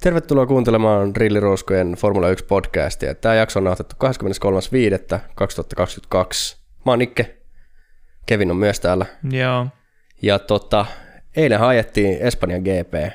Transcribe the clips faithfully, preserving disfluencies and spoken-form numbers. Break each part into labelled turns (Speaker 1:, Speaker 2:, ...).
Speaker 1: Tervetuloa kuuntelemaan Rilliruuskojen Formula yksi podcastia. Tämä jakso on nauhoitettu kahdeskymmeneskolmas viidettä kaksituhattakaksikymmentäkaksi. Mä oon Nikke. Kevin on myös täällä.
Speaker 2: Joo.
Speaker 1: Ja tota, eilen ajettiin Espanjan G P.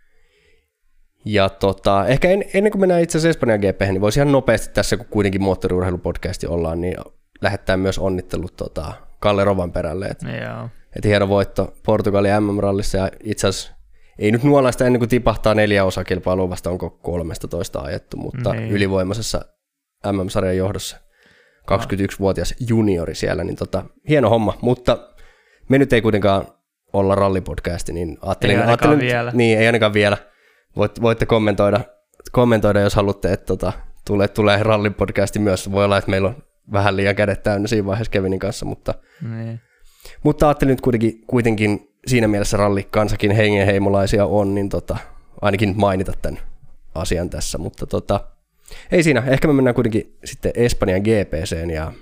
Speaker 1: Ja tota, ehkä en, ennen kuin mennään itse asiassa Espanjan G P, niin voisi ihan nopeasti tässä, kun kuitenkin moottoriurheilupodcasti ollaan, niin lähettää myös onnittelut tota, Kalle Rovanperälle. Että et hieno voitto Portugalin M M-rallissa ja itse asiassa ei nyt nuolaista ennen kuin tipahtaa neljä osakilpailua, vasta onko kolmetoista ajettu, mutta niin. Ylivoimaisessa M M-sarjan johdossa kaksikymmentäyksivuotias juniori siellä, niin tota, hieno homma, mutta me nyt ei kuitenkaan olla rallipodcasti, niin ajattelin,
Speaker 2: ei
Speaker 1: ajattelin
Speaker 2: vielä.
Speaker 1: Niin, ei ainakaan vielä. Voit, voitte kommentoida, kommentoida, jos haluatte, että tota, tulee, tulee rallipodcasti myös. Voi olla, että meillä on vähän liian kädet täynnä siinä vaiheessa Kevinin kanssa, mutta,
Speaker 2: niin.
Speaker 1: mutta ajattelin nyt kuitenkin, kuitenkin siinä mielessä rallikansakin hengenheimolaisia on, niin tota, ainakin mainita tämän asian tässä, mutta tota, ei siinä. Ehkä me mennään kuitenkin sitten Espanjan G P:seen ja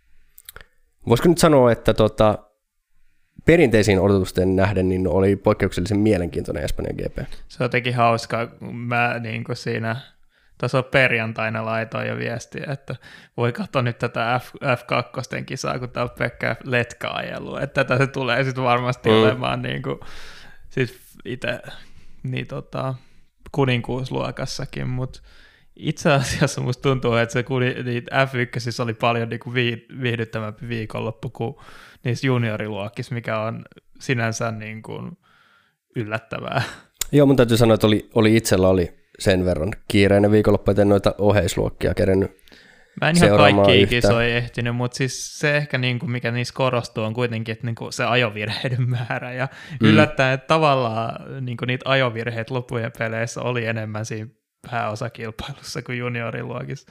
Speaker 1: voisiko nyt sanoa, että tota, perinteisiin odotusten nähden niin oli poikkeuksellisen mielenkiintoinen Espanjan G P.
Speaker 2: Se on jotenkin hauskaa, kun mä niin kuin siinä tuossa perjantaina laitoin jo viestiä, että voi katsoa nyt tätä F, F kaksi kisaa, kun tämä on pelkkää letka-ajelua, että tätä se tulee sitten varmasti mm. olemaan niin kuin, siis itse niin tota, kuninkuusluokassakin, mutta itse asiassa musta tuntuu, että se niin F yksi oli paljon niin kuin viihdyttävämpi viikonloppu kuin niissä junioriluokissa, mikä on sinänsä niin kuin yllättävää. Joo,
Speaker 1: mun täytyy sanoa, että oli, oli itsellä oli sen verran kiireinen viikonloppu, että en noita oheisluokkia kerennyt
Speaker 2: Mä en ihan kaikki kisoja ehtinyt, mutta siis se ehkä, niin kuin mikä niissä korostuu, on kuitenkin että niin kuin se ajovirheiden määrä. Ja mm. yllättäen, että tavallaan niin kuin niitä ajovirheitä lopujen peleissä oli enemmän siinä pääosakilpailussa kuin junioriluokissa.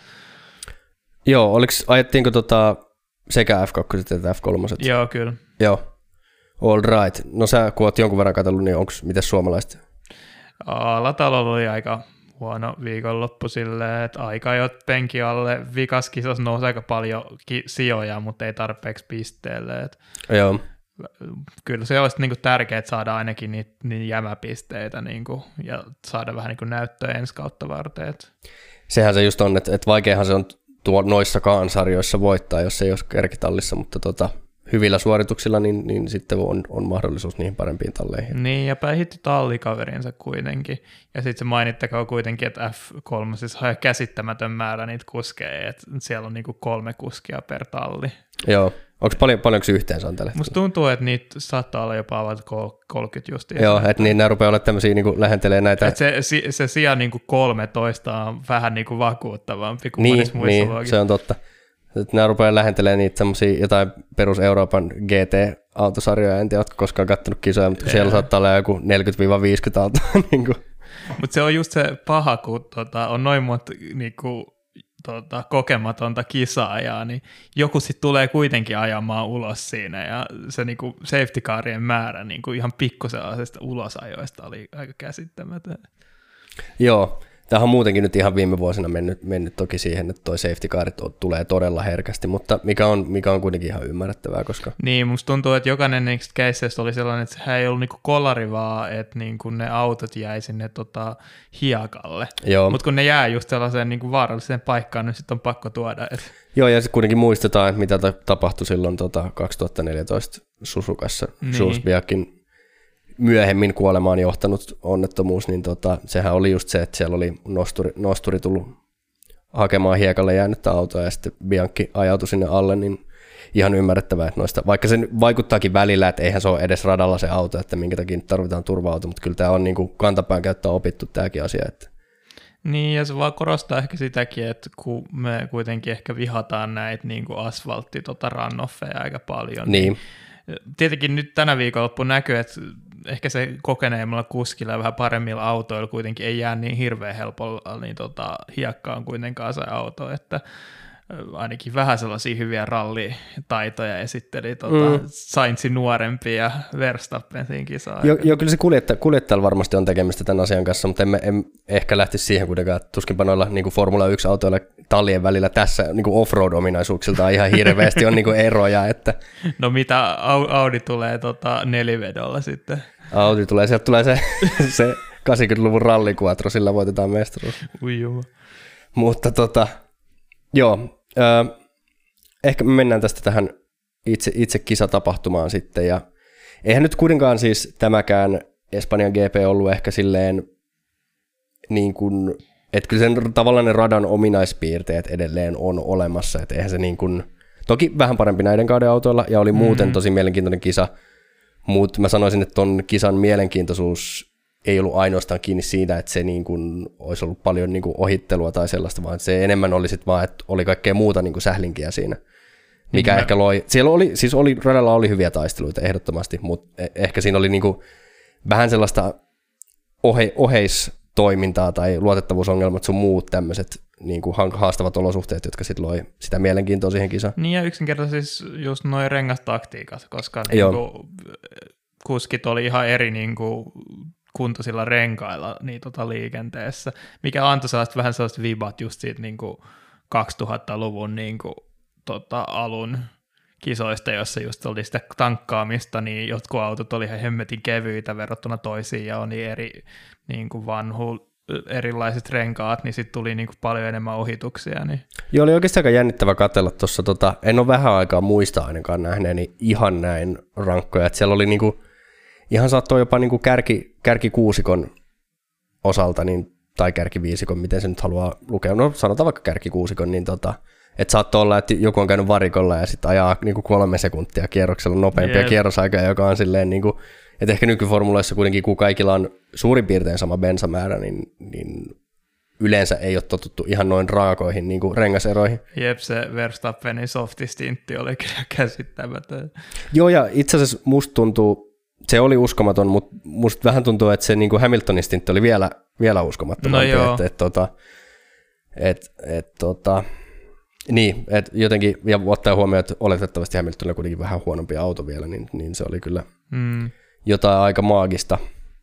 Speaker 1: Joo, oliko, ajettiinko tota sekä F kaksi että F kolme?
Speaker 2: Joo, kyllä.
Speaker 1: Joo, all right. No sä, kun oot jonkun verran katsellut, niin onko miten suomalaiset?
Speaker 2: Alatalolla oli aika huono viikonloppu silleen, että aika ajot penki alle. Vikas kisassa nousi aika paljon ki- sijoja, mutta ei tarpeeksi pisteelle. Et
Speaker 1: Joo.
Speaker 2: Kyllä se olisi niinku tärkeää, että saada ainakin niitä niin jämäpisteitä niinku, ja saada vähän niinku näyttöä ensi kautta varten. Et.
Speaker 1: Sehän se just on, että, että vaikeahan se on tuo noissakaan sarjoissa voittaa, jos ei ole kärkitallissa, mutta tota, hyvillä suorituksilla niin, niin sitten on, on mahdollisuus niihin parempiin talleihin.
Speaker 2: Niin, ja päihitti tallikaverinsa kuitenkin. Ja sitten se mainittakaa kuitenkin, että F kolme siis on käsittämätön määrä niitä kuskeja, että siellä on niinku kolme kuskia per talli. Joo.
Speaker 1: Onko paljon, paljonko se yhteensä on tällä hetkellä?
Speaker 2: Musta tuntuu, että niitä saattaa olla jopa avata kolmekymmentä justiin.
Speaker 1: Joo, että niin nämä rupeaa olla tämmöisiä, niin kuin lähentelee näitä.
Speaker 2: Että se, se, se sija niin kuin kolmetoista on vähän niin kuin vakuuttavampi kuin
Speaker 1: niin,
Speaker 2: monissa muissa
Speaker 1: niin,
Speaker 2: luokissa.
Speaker 1: Se on totta. Että nämä rupeaa lähentelemään niitä semmoisia jotain perus-Euroopan G T-autosarjoja. En tiedä, oletko koskaan kattonut kisoja, mutta siellä saattaa olla joku neljäkymmentä viisikymmentä autoa. niin
Speaker 2: mutta se on just se paha, kun tota, on noin monta niin kuin Tota, kokematonta kisaajaa, niin joku sitten tulee kuitenkin ajamaan ulos siinä, ja se niinku safety carien määrä niinku ihan pikkusellaisesta ulosajoista oli aika käsittämätön.
Speaker 1: Joo, tämähän on muutenkin nyt ihan viime vuosina mennyt, mennyt toki siihen, että toi safety carit tulee todella herkästi, mutta mikä on, mikä on kuitenkin ihan ymmärrettävää, koska
Speaker 2: Niin, musta tuntuu, että jokainen niistä keisseistä oli sellainen, että sehän ei ollut niinku kolari vaan, että niinku ne autot jäi sinne tota hiekalle. Mutta kun ne jää just sellaiseen niinku vaaralliseen paikkaan, niin sitten on pakko tuoda. Et.
Speaker 1: Joo, ja sitten kuitenkin muistetaan, että mitä tapahtui silloin tota kaksituhattaneljätoista Suzukassa, niin. Schulzbiakin myöhemmin kuolemaan johtanut onnettomuus, niin tota, sehän oli just se, että siellä oli nosturi, nosturi tullut hakemaan hiekalle jäänyttä autoa ja sitten Bianchi ajautui sinne alle, niin ihan ymmärrettävää, että noista, vaikka se vaikuttaakin välillä, että eihän se ole edes radalla se auto, että minkä takia tarvitaan turva-auto, mutta kyllä tämä on niin kuin kantapään käyttää opittu tämäkin asia. Että.
Speaker 2: Niin, ja se vaan korostaa ehkä sitäkin, että kun me kuitenkin ehkä vihataan näitä niin kuin asfaltti tota runoffeja aika paljon, niin. niin tietenkin nyt tänä viikonloppuun näkyy, että ehkä se kokeneemmalla kuskilla ja vähän paremmilla autoilla kuitenkin ei jää niin hirveän helpolla niin tota, hiekkaan kuitenkaan se auto, että ainakin vähän sellaisia hyviä rallitaitoja esitteli tota, mm. Sainzin nuorempi ja Verstappen siinä kisaan.
Speaker 1: Joo, jo, kyllä se kuljetta, kuljettajalla varmasti on tekemistä tämän asian kanssa, mutta emme, en ehkä lähtisi siihen kuitenkaan, että tuskinpa noilla niin kuin Formula yksi autoilla tallien välillä tässä niin kuin offroad-ominaisuuksilta ihan hirveästi on niin kuin eroja. Että.
Speaker 2: No mitä Audi tulee tota, nelivedolla sitten?
Speaker 1: Audi tulee, sieltä tulee se, se kahdeksankymmentäluvun rallikuatro, sillä voitetaan mestaruus.
Speaker 2: Ui juma.
Speaker 1: Mutta tota, joo, äh, ehkä me mennään tästä tähän itse, itse kisatapahtumaan sitten, ja eihän nyt kuitenkaan siis tämäkään Espanjan G P ollut ehkä silleen, niin kuin, että kyllä sen tavallaan ne radan ominaispiirteet edelleen on olemassa, että eihän se niin kuin, toki vähän parempi näiden kauden autoilla, ja oli muuten tosi mielenkiintoinen kisa, mutta mä sanoisin, että ton kisan mielenkiintoisuus ei ollut ainoastaan kiinni siitä, että se niin kuin olisi ollut paljon niin kuin ohittelua tai sellaista, vaan se enemmän oli sitten vaan, että oli kaikkea muuta niin kuin sählinkiä siinä, mikä niin ehkä loi, siellä oli, siis oli, radalla oli hyviä taisteluita ehdottomasti, mutta ehkä siinä oli niin kuin vähän sellaista ohe, oheistoimintaa tai luotettavuusongelmat sun muut tämmöiset niin kuin haastavat olosuhteet, jotka sitten loi sitä mielenkiintoa siihen kisaan.
Speaker 2: Niin ja yksinkertaisesti just noin rengastaktiikat, koska niin kuin kuskit oli ihan eri niin kuin kuntoisilla renkailla niin tota liikenteessä, mikä antoi sellaista, vähän sellaista vibat just siitä niin kuin kaksituhattaluvun niin kuin, tota, alun kisoista, jossa just oli sitä tankkaamista, niin jotkut autot oli ihan hemmetin kevyitä verrattuna toisiin ja oli eri niin kuin vanhu, erilaiset renkaat, niin sitten tuli niin kuin paljon enemmän ohituksia. Niin.
Speaker 1: Joo, oli oikeasti aika jännittävä katsella tuossa, tota, en ole vähän aikaa muista ainakaan nähneeni ihan näin rankkoja, että siellä oli niin kuin ihan saattoi jopa niin kuin kärki, kärkikuusikon osalta, niin, tai kärkiviisikon, miten se nyt haluaa lukea, no sanotaan vaikka kärkikuusikon, niin tota, että saattoi olla, että joku on käynyt varikolla ja sitten ajaa niin kuin kolme sekuntia kierroksella nopeampia yep. kierrosaikoja, joka on silleen, niin kuin, että ehkä nykyformuloissa kuitenkin, kun kaikilla on suurin piirtein sama bensamäärä, niin, niin yleensä ei ole totuttu ihan noin raakoihin niin kuin rengaseroihin.
Speaker 2: Jep, se Verstappenin softistintti oli kyllä käsittämätön.
Speaker 1: Joo, ja itse asiassa musta tuntuu, se oli uskomaton, mutta musta vähän tuntuu, että se niin kuin Hamiltonin stintti oli vielä, vielä uskomattomampi.
Speaker 2: No
Speaker 1: että, että, tota, että, että, tota, niin, että jotenkin, ja ottaa huomioon, että oletettavasti Hamiltonilla on kuitenkin vähän huonompi auto vielä, niin, niin se oli kyllä mm. jotain aika maagista.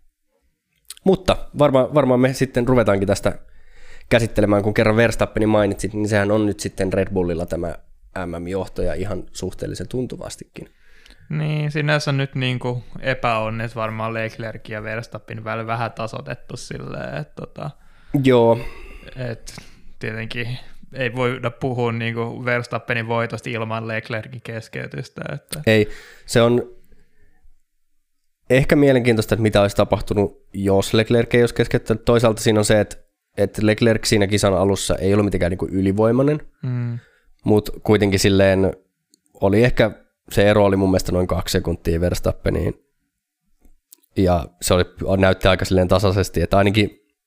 Speaker 1: Mutta varmaan varmaan me sitten ruvetaankin tästä käsittelemään, kun kerran Verstappenin mainitsit, niin sehän on nyt sitten Red Bullilla tämä M M-johtaja ihan suhteellisen tuntuvastikin.
Speaker 2: Niin, sinänsä nyt niin kuin epäonnes varmaan Leclerc ja Verstappen välillä vähän tasoitettu silleen, että tota,
Speaker 1: joo.
Speaker 2: Et tietenkin ei voida puhua niin kuin Verstappenin voitosta ilman Leclercin keskeytystä. Että.
Speaker 1: Ei, se on ehkä mielenkiintoista, että mitä olisi tapahtunut, jos Leclerc ei olisi keskeyttänyt. Toisaalta siinä on se, että, että Leclerc siinä kisan alussa ei ollut mitenkään niin kuin ylivoimainen, mm. mutta kuitenkin silleen oli ehkä, se ero oli mun mielestä noin kaksi sekuntia Verstappeniin, ja se oli, näytti aika silleen tasaisesti, että ainakin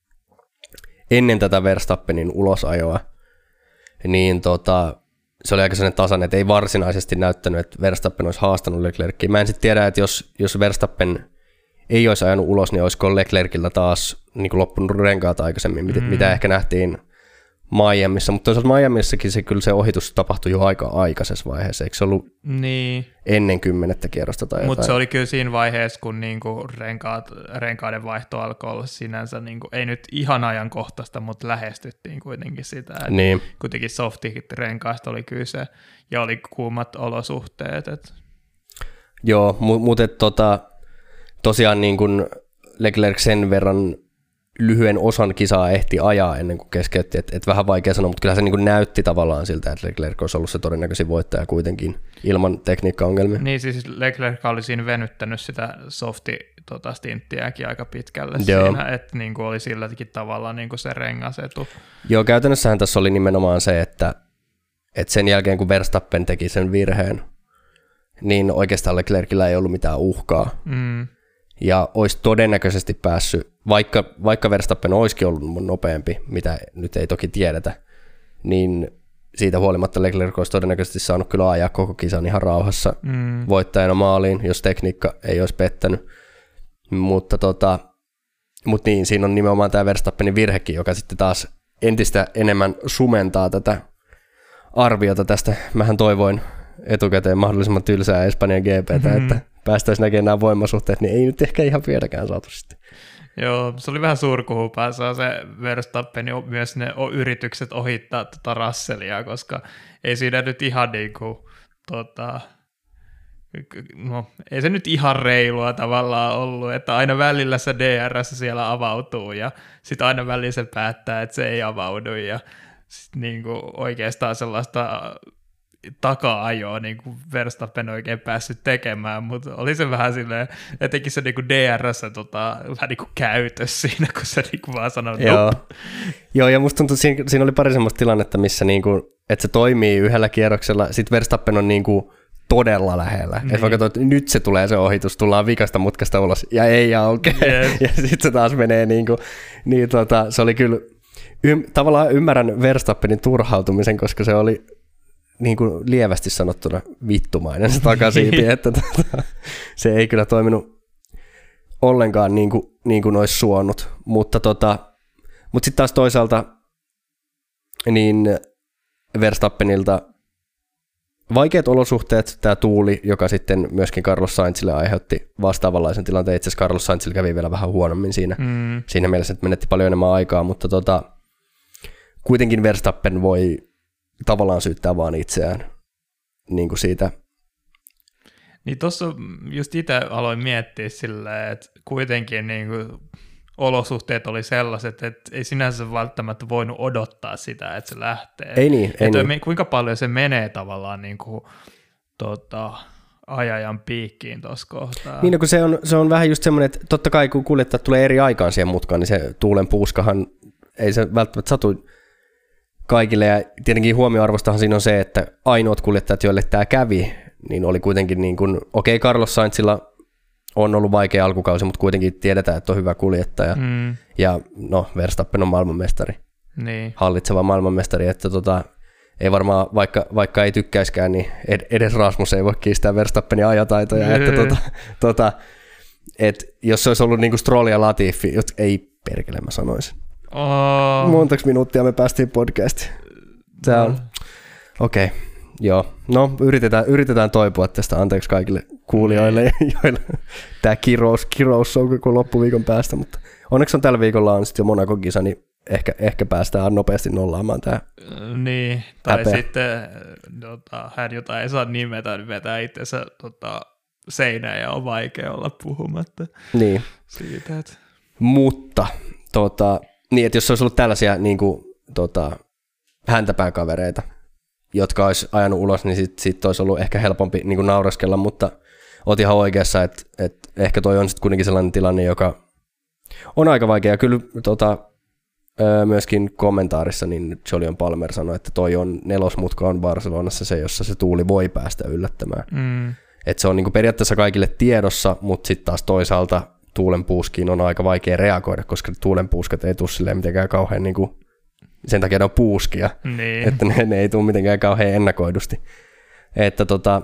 Speaker 1: ennen tätä Verstappenin ulosajoa, niin tota, se oli aika sellainen tasainen, että ei varsinaisesti näyttänyt, että Verstappen olisi haastanut Leclercia. Mä en sitten tiedä, että jos, jos Verstappen ei olisi ajanut ulos, niin olisiko Leclercillä taas niin kuin loppunut renkaat aikaisemmin, mm. mitä ehkä nähtiin Miamissa. Mutta toisaalta Miamissakin se, kyllä se ohitus tapahtui jo aika aikaisessa vaiheessa. Eikö se ollut
Speaker 2: niin.
Speaker 1: ennen kymmenettä kierrosta tai
Speaker 2: Mutta se oli kyllä siinä vaiheessa, kun niinku renkaat, renkaiden vaihto alkoi olla sinänsä, niinku, ei nyt ihan ajankohtaista, mutta lähestyttiin kuitenkin sitä.
Speaker 1: Niin.
Speaker 2: Kuitenkin softikit renkaista oli kyse ja oli kuumat olosuhteet. Et.
Speaker 1: Joo, mutta tota, tosiaan niin kun Leclerc sen verran lyhyen osan kisaa ehti ajaa ennen kuin keskeytti, että et vähän vaikea sanoa, mutta kyllä se niin kuin näytti tavallaan siltä, että Leclerc olisi ollut se todennäköisin voittaja kuitenkin ilman tekniikkaongelmia.
Speaker 2: Niin siis Leclerc oli siinä venyttänyt sitä softi tota, stinttiäkin aika pitkälle
Speaker 1: Joo.
Speaker 2: siinä, että niin kuin oli silläkin tavalla niin kuin se rengasetu.
Speaker 1: Joo, käytännössähän tässä oli nimenomaan se, että, että sen jälkeen kun Verstappen teki sen virheen, niin oikeastaan Leclercillä ei ollut mitään uhkaa. Mm. Ja olisi todennäköisesti päässyt, vaikka, vaikka Verstappen olisikin ollut nopeampi, mitä nyt ei toki tiedetä, niin siitä huolimatta Leclerc olisi todennäköisesti saanut kyllä ajaa koko kisan ihan rauhassa mm. voittajana maaliin, jos tekniikka ei olisi pettänyt. Mutta, tota, mutta niin, siinä on nimenomaan tämä Verstappenin virhekin, joka sitten taas entistä enemmän sumentaa tätä arviota tästä. Mähän toivoin etukäteen mahdollisimman tylsää Espanjan G P:tä, mm-hmm. että päästäisiin näkemään nämä voimasuhteet, niin ei nyt ehkä ihan vieläkään saatu sitten.
Speaker 2: Joo, se oli vähän surkuhupaisaa se Verstappen, myös ne yritykset ohittaa tuota Russellia, koska ei siinä nyt ihan niin kuin, tota, no ei se nyt ihan reilua tavallaan ollut, että aina välillä se D R S siellä avautuu ja sitten aina välillä se päättää, että se ei avaudu ja sit niinku oikeastaan sellaista taka-ajoa niin kuin Verstappen oikein päässyt tekemään, mutta oli se vähän silleen, etenkin se niin kuin D R S tota, vähän niin kuin käytös siinä, kun se niin kuin vaan sanoi
Speaker 1: Joo.
Speaker 2: nope.
Speaker 1: Joo, ja musta tuntuu, siinä, siinä oli pari semmoista tilannetta, missä niin kuin, että se toimii yhdellä kierroksella, sitten Verstappen on niin kuin todella lähellä. Niin. Että vaikka toi, että nyt se tulee se ohitus, tullaan vikasta mutkasta ulos, ja ei aukea. Yes. Ja sitten se taas menee niin kuin, niin tota, se oli kyllä, ym, tavallaan ymmärrän Verstappenin turhautumisen, koska se oli niin kuin lievästi sanottuna vittumainen se takasiipi, että tota, se ei kyllä toiminut ollenkaan niin kuin, niin kuin olisi suonut, mutta, tota, mutta sitten taas toisaalta niin Verstappenilta vaikeat olosuhteet, tämä tuuli, joka sitten myöskin Carlos Sainzille aiheutti vastaavanlaisen tilanteen, itse asiassa Carlos Sainzille kävi vielä vähän huonommin siinä, mm. siinä mielessä, että menetti paljon enemmän aikaa, mutta tota, kuitenkin Verstappen voi tavallaan syyttää vaan itseään niin kuin siitä.
Speaker 2: Niin tuossa just itse aloin miettiä silleen, että kuitenkin niin kuin olosuhteet oli sellaiset, että ei sinänsä välttämättä voinut odottaa sitä, että se lähtee.
Speaker 1: Ei niin, ei niin.
Speaker 2: Kuinka paljon se menee tavallaan niin kuin, tota, ajajan piikkiin tuossa kohtaa.
Speaker 1: Niin, no, kun se on, se on vähän just semmoinen, että totta kai kun kuljettajat tulee eri aikaan siihen mutkaan, niin se tuulen puuskahan ei se välttämättä satu kaikille, ja tietenkin huomioarvostahan siinä on se, että ainoat kuljettajat, joille tämä kävi, niin oli kuitenkin niin kuin, okei, okay, Carlos Sainzilla on ollut vaikea alkukausi, mutta kuitenkin tiedetään, että on hyvä kuljettaja, mm. ja no, Verstappen on maailmanmestari,
Speaker 2: niin.
Speaker 1: hallitseva maailmanmestari, että tota, ei varmaan, vaikka, vaikka ei tykkäiskään, niin ed- edes Rasmus ei voi kiistää Verstappenin ajataitoja, mm. että tota, tota, et jos se olisi ollut niin kuin Stroll ja Latifi, ei perkele mä sanoisin.
Speaker 2: Oh.
Speaker 1: Montaks minuuttia me päästiin podcastiin? Tää on, okei, okay. Joo. No, yritetään, yritetään toipua tästä, anteeksi kaikille kuulijoille, joille tämä kirous, kirous on koko loppuviikon päästä, mutta onneksi on tällä viikolla on sitten jo Monaco-kisa, niin ehkä, ehkä päästään nopeasti nollaamaan tämä.
Speaker 2: Niin, tai häpeä. Sitten tota, hän, jota ei saa nimetä, niin vetää itsensä tota, seinään ja on vaikea olla puhumatta
Speaker 1: niin.
Speaker 2: siitä. Että...
Speaker 1: Mutta, tota, niin, että jos olisi ollut tällaisia niin kuin, tota, häntäpääkavereita, jotka olisi ajanut ulos, niin sitten sit olisi ollut ehkä helpompi niin kuin nauraskella, mutta oot ihan oikeassa, että, että ehkä toi on sitten kuitenkin sellainen tilanne, joka on aika vaikea. Kyllä tota, myöskin kommentaarissa niin Jolyon Palmer sanoi, että toi on nelosmutka on Barcelonassa se, jossa se tuuli voi päästä yllättämään. Mm. Että se on niin kuin periaatteessa kaikille tiedossa, mutta sitten taas toisaalta tuulenpuuskiin on aika vaikea reagoida, koska tuulenpuuskat ei tule silleen mitenkään kauhean niin kuin sen takia ne on puuskia, niin. Että ne, ne ei tule mitenkään kauhean ennakoidusti. Että tota,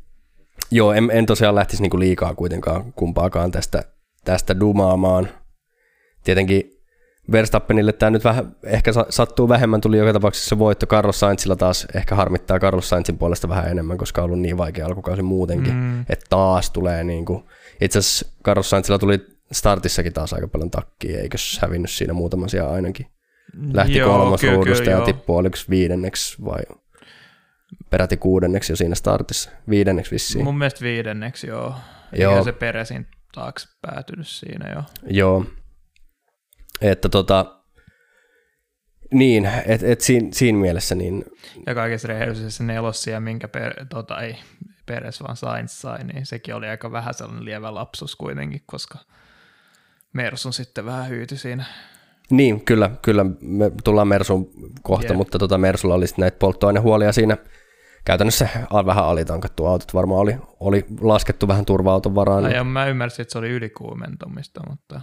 Speaker 1: joo, en, en tosiaan lähtisi niinku liikaa kuitenkaan kumpaakaan tästä, tästä dumaamaan. Tietenkin Verstappenille tämä nyt vähän ehkä sattuu vähemmän, tuli joka tapauksessa se voitto. Carlos Sainzilla taas ehkä harmittaa Carlos Sainzin puolesta vähän enemmän, koska on ollut niin vaikea alkukausi muutenkin, mm. että taas tulee niinku, itse asiassa Carlos Sainzilla tuli startissakin taas aika paljon takkia, eikös hävinnyt siinä muutaman sijaan ainakin. Lähti kolmosruudusta ja tippui oliko viidenneksi vai peräti kuudenneksi jo siinä startissa. Viidenneksi vissiin.
Speaker 2: Mun mielestä viidenneksi, joo. joo. Eikä se Peresin taakse päätynyt siinä jo.
Speaker 1: Joo. Että tota, niin, että et siinä, siinä mielessä niin.
Speaker 2: Ja kaikessa rehellisyydessä nelossia, minkä per, tota, ei Peres vaan Sainz sai, niin sekin oli aika vähän sellainen lievä lapsus kuitenkin, koska Mersun sitten vähän hyytyi siinä.
Speaker 1: Niin, kyllä, kyllä me tullaan Mersun kohta, yeah. mutta tota Mersulla oli sitten näitä polttoainehuolia siinä. Käytännössä vähän alitankattu autot varmaan oli, oli laskettu vähän turva-auton varaan.
Speaker 2: Ja mä ymmärsin, että se oli ylikuumentumista, mutta...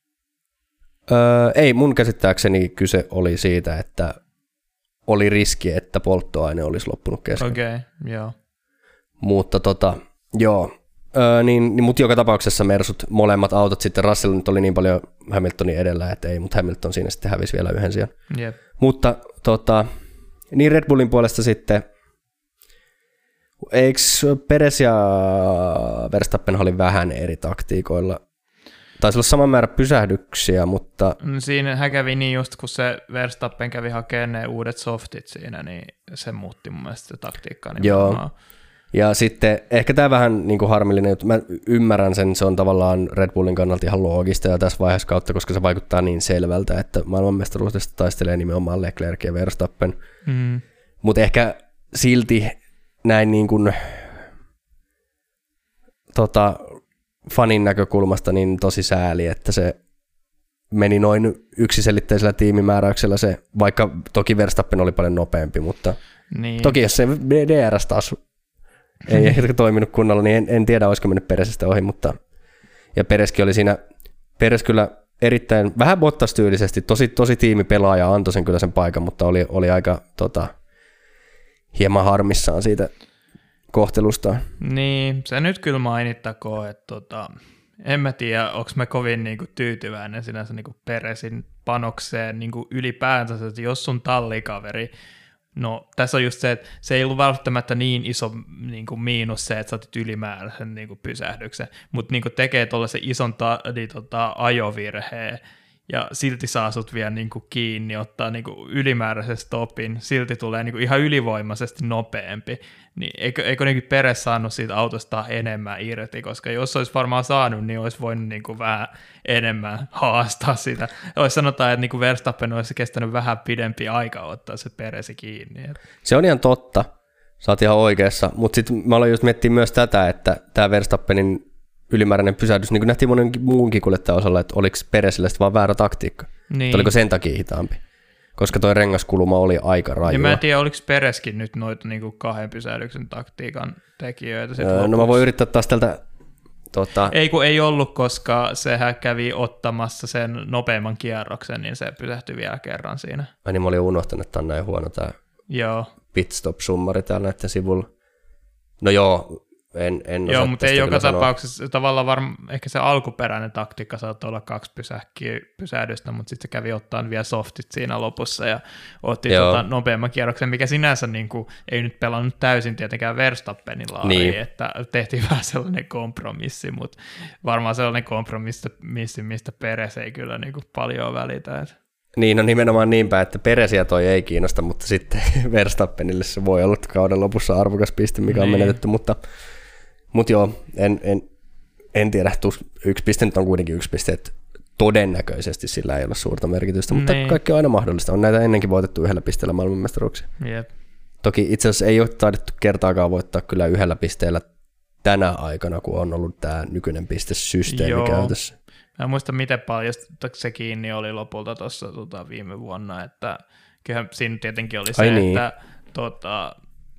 Speaker 1: Öö, ei, mun käsittääkseni kyse oli siitä, että oli riski, että polttoaine olisi loppunut kesken.
Speaker 2: Okei, okay, joo.
Speaker 1: Mutta tota, joo. Öö, niin, niin, mutta joka tapauksessa Mersut, molemmat autot sitten, Russell nyt oli niin paljon Hamiltonin edellä, että ei, mutta Hamilton siinä sitten hävisi vielä yhden sijaan.
Speaker 2: Yep.
Speaker 1: Mutta tota, niin Red Bullin puolesta sitten, eikö Perez ja Verstappen oli vähän eri taktiikoilla? Taisi olla saman määrä pysähdyksiä, mutta...
Speaker 2: Siinä hän kävi niin just, kun se Verstappen kävi hakemaan ne uudet softit siinä, niin se muutti mun mielestä se taktiikkaa. Niin
Speaker 1: joo.
Speaker 2: varmaan.
Speaker 1: Ja sitten ehkä tämä vähän niin kuin harmillinen juttu. Mä ymmärrän sen, se on tavallaan Red Bullin kannalta ihan loogista ja tässä vaiheessa kautta, koska se vaikuttaa niin selvältä, että maailmanmestaruudesta taistelee nimenomaan Leclerc ja Verstappen. Mm. Mutta ehkä silti näin niin kuin, tota, fanin näkökulmasta niin tosi sääli, että se meni noin yksiselitteisellä tiimimääräyksellä se, vaikka toki Verstappen oli paljon nopeampi, mutta niin. Toki jos se D R S taas ei ehkä toiminut kunnolla, niin en, en tiedä, olisiko mennyt Peresestä ohi, mutta ja Pereskin oli siinä, Peres kyllä erittäin, vähän Bottas-tyylisesti, tosi, tosi tiimipelaaja antoi sen kyllä sen paikan, mutta oli, oli aika tota, hieman harmissaan siitä kohtelustaan.
Speaker 2: Niin, se nyt kyllä mainittakoon, että tota, en mä tiedä, onko mä kovin niinku tyytyväinen sinänsä niinku Peresin panokseen niinku ylipäänsä, että jos sun tallikaveri, no tässä on just se, että se ei ollut välttämättä niin iso niinku miinus se, että sä otit ylimääräisen niinku pysähdyksen, mutta niinku tekee tuollaisen ison ta, niin, tota, ajovirheen, ja silti saa sut vielä niinku kiinni, ottaa niinku ylimääräisen stopin, silti tulee niinku ihan ylivoimaisesti nopeampi, niin eikö, eikö niinku Peres saanut siitä autosta enemmän irti, koska jos olisi varmaan saanut, niin olisi voinut niinku vähän enemmän haastaa sitä. Olisi sanotaan, että niinku Verstappen olisi kestänyt vähän pidempi aika ottaa se Peresi kiinni.
Speaker 1: Se on ihan totta, sä oot ihan oikeassa, mutta sitten mä aloin just miettiä myös tätä, että tämä Verstappenin ylimääräinen pysähdys, niin kuin nähtiin monen muunkin kuljettajan osalla, että oliko Peresillä sitten vaan väärä taktiikka, niin. Oliko sen takia hitaampi, koska toi rengaskuluma oli aika rajua.
Speaker 2: Ja mä en tiedä, oliko Pereskin nyt noita niin kuin kahden pysähdyksen taktiikan tekijöitä.
Speaker 1: Öö, no mä voin yrittää taas tältä... Tota...
Speaker 2: Ei kun ei ollut, koska sehän kävi ottamassa sen nopeamman kierroksen, niin se pysähtyi vielä kerran siinä.
Speaker 1: Ai niin, mä olin unohtanut, että on näin huono tämä pitstop-summari täällä näiden sivulla. No joo, en, en
Speaker 2: Joo, mutta ei joka
Speaker 1: sanoa.
Speaker 2: tapauksessa tavallaan varmaan ehkä se alkuperäinen taktiikka saattoi olla kaksi pysähkiä, pysähdystä, mutta sitten se kävi ottaa vielä softit siinä lopussa ja otti tota nopeamman kierroksen, mikä sinänsä niin kuin, ei nyt pelannut täysin tietenkään Verstappenilla, niin. Että tehtiin vähän sellainen kompromissi, mutta varmaan sellainen kompromissi, mistä Peres ei kyllä niin kuin paljon välitä. Että.
Speaker 1: Niin, no nimenomaan niinpä, että Peresiä toi ei kiinnosta, mutta sitten Verstappenille se voi olla kauden lopussa arvokas piste, mikä on niin. menetetty, mutta Mutta joo, en, en, en tiedä, yksi piste nyt on kuitenkin yksi piste, että todennäköisesti sillä ei ole suurta merkitystä, mutta niin. Kaikki on aina mahdollista. On näitä ennenkin voitettu yhdellä pisteellä maailmanmestaruuksia.
Speaker 2: Yep.
Speaker 1: Toki itse asiassa ei ole taidettu kertaakaan voittaa kyllä yhdellä pisteellä tänä aikana, kun on ollut tämä nykyinen pistesysteemi joo. käytössä.
Speaker 2: Mä en muista, miten paljon se kiinni oli lopulta tuossa tota, viime vuonna, että kyllähän siinä tietenkin oli se, Ai niin. että tota,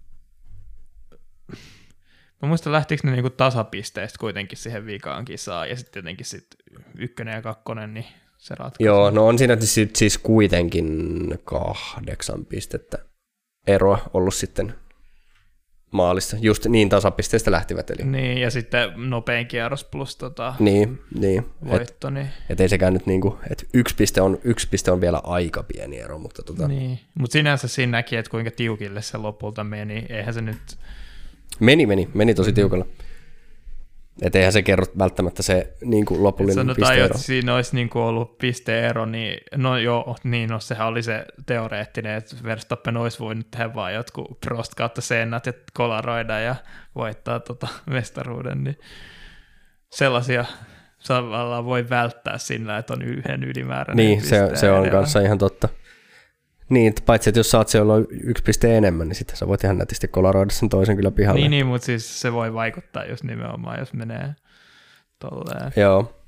Speaker 2: mä muistan, lähtikö ne niinku tasapisteistä kuitenkin siihen vikaan kisaan, ja sitten tietenkin sit ykkönen ja kakkonen, niin se ratkaisi.
Speaker 1: Joo, no on siinä siis, siis kuitenkin kahdeksan pistettä eroa ollut sitten maalissa. Just niin tasapisteistä lähtivät. Eli.
Speaker 2: Niin, ja sitten nopein kierros plus tota
Speaker 1: niin, niin.
Speaker 2: voitto.
Speaker 1: Et,
Speaker 2: niin.
Speaker 1: et ei sekään nyt niinku, että yksi piste, on, yksi piste on vielä aika pieni ero, mutta tota.
Speaker 2: Niin, mutta sinänsä siinä näki, että kuinka tiukille se lopulta meni. Eihän se nyt...
Speaker 1: Meni, meni, meni tosi tiukalla. Että eihän se kerro välttämättä se niin kuin lopullinen
Speaker 2: sanotaan,
Speaker 1: pisteero.
Speaker 2: Sanotaan, että siinä olisi niin kuin ollut pisteero, niin no joo, niin no, sehän oli se teoreettinen, että Verstappen olisi voinut tehdä vaan jotkut Prost kautta Sennat ja kolaroida ja voittaa tota mestaruuden, niin sellaisia tavallaan voi välttää sillä, että on yhden ylimääräinen
Speaker 1: niin, se, se on kanssa ihan totta. Niin, paitsi että jos saat siellä yksi piste enemmän, niin sitten sä voit ihan nätisti kolaroida sen toisen kyllä pihalle.
Speaker 2: Niin, niin, mutta siis se voi vaikuttaa just nimenomaan, jos menee tolleen.
Speaker 1: Joo.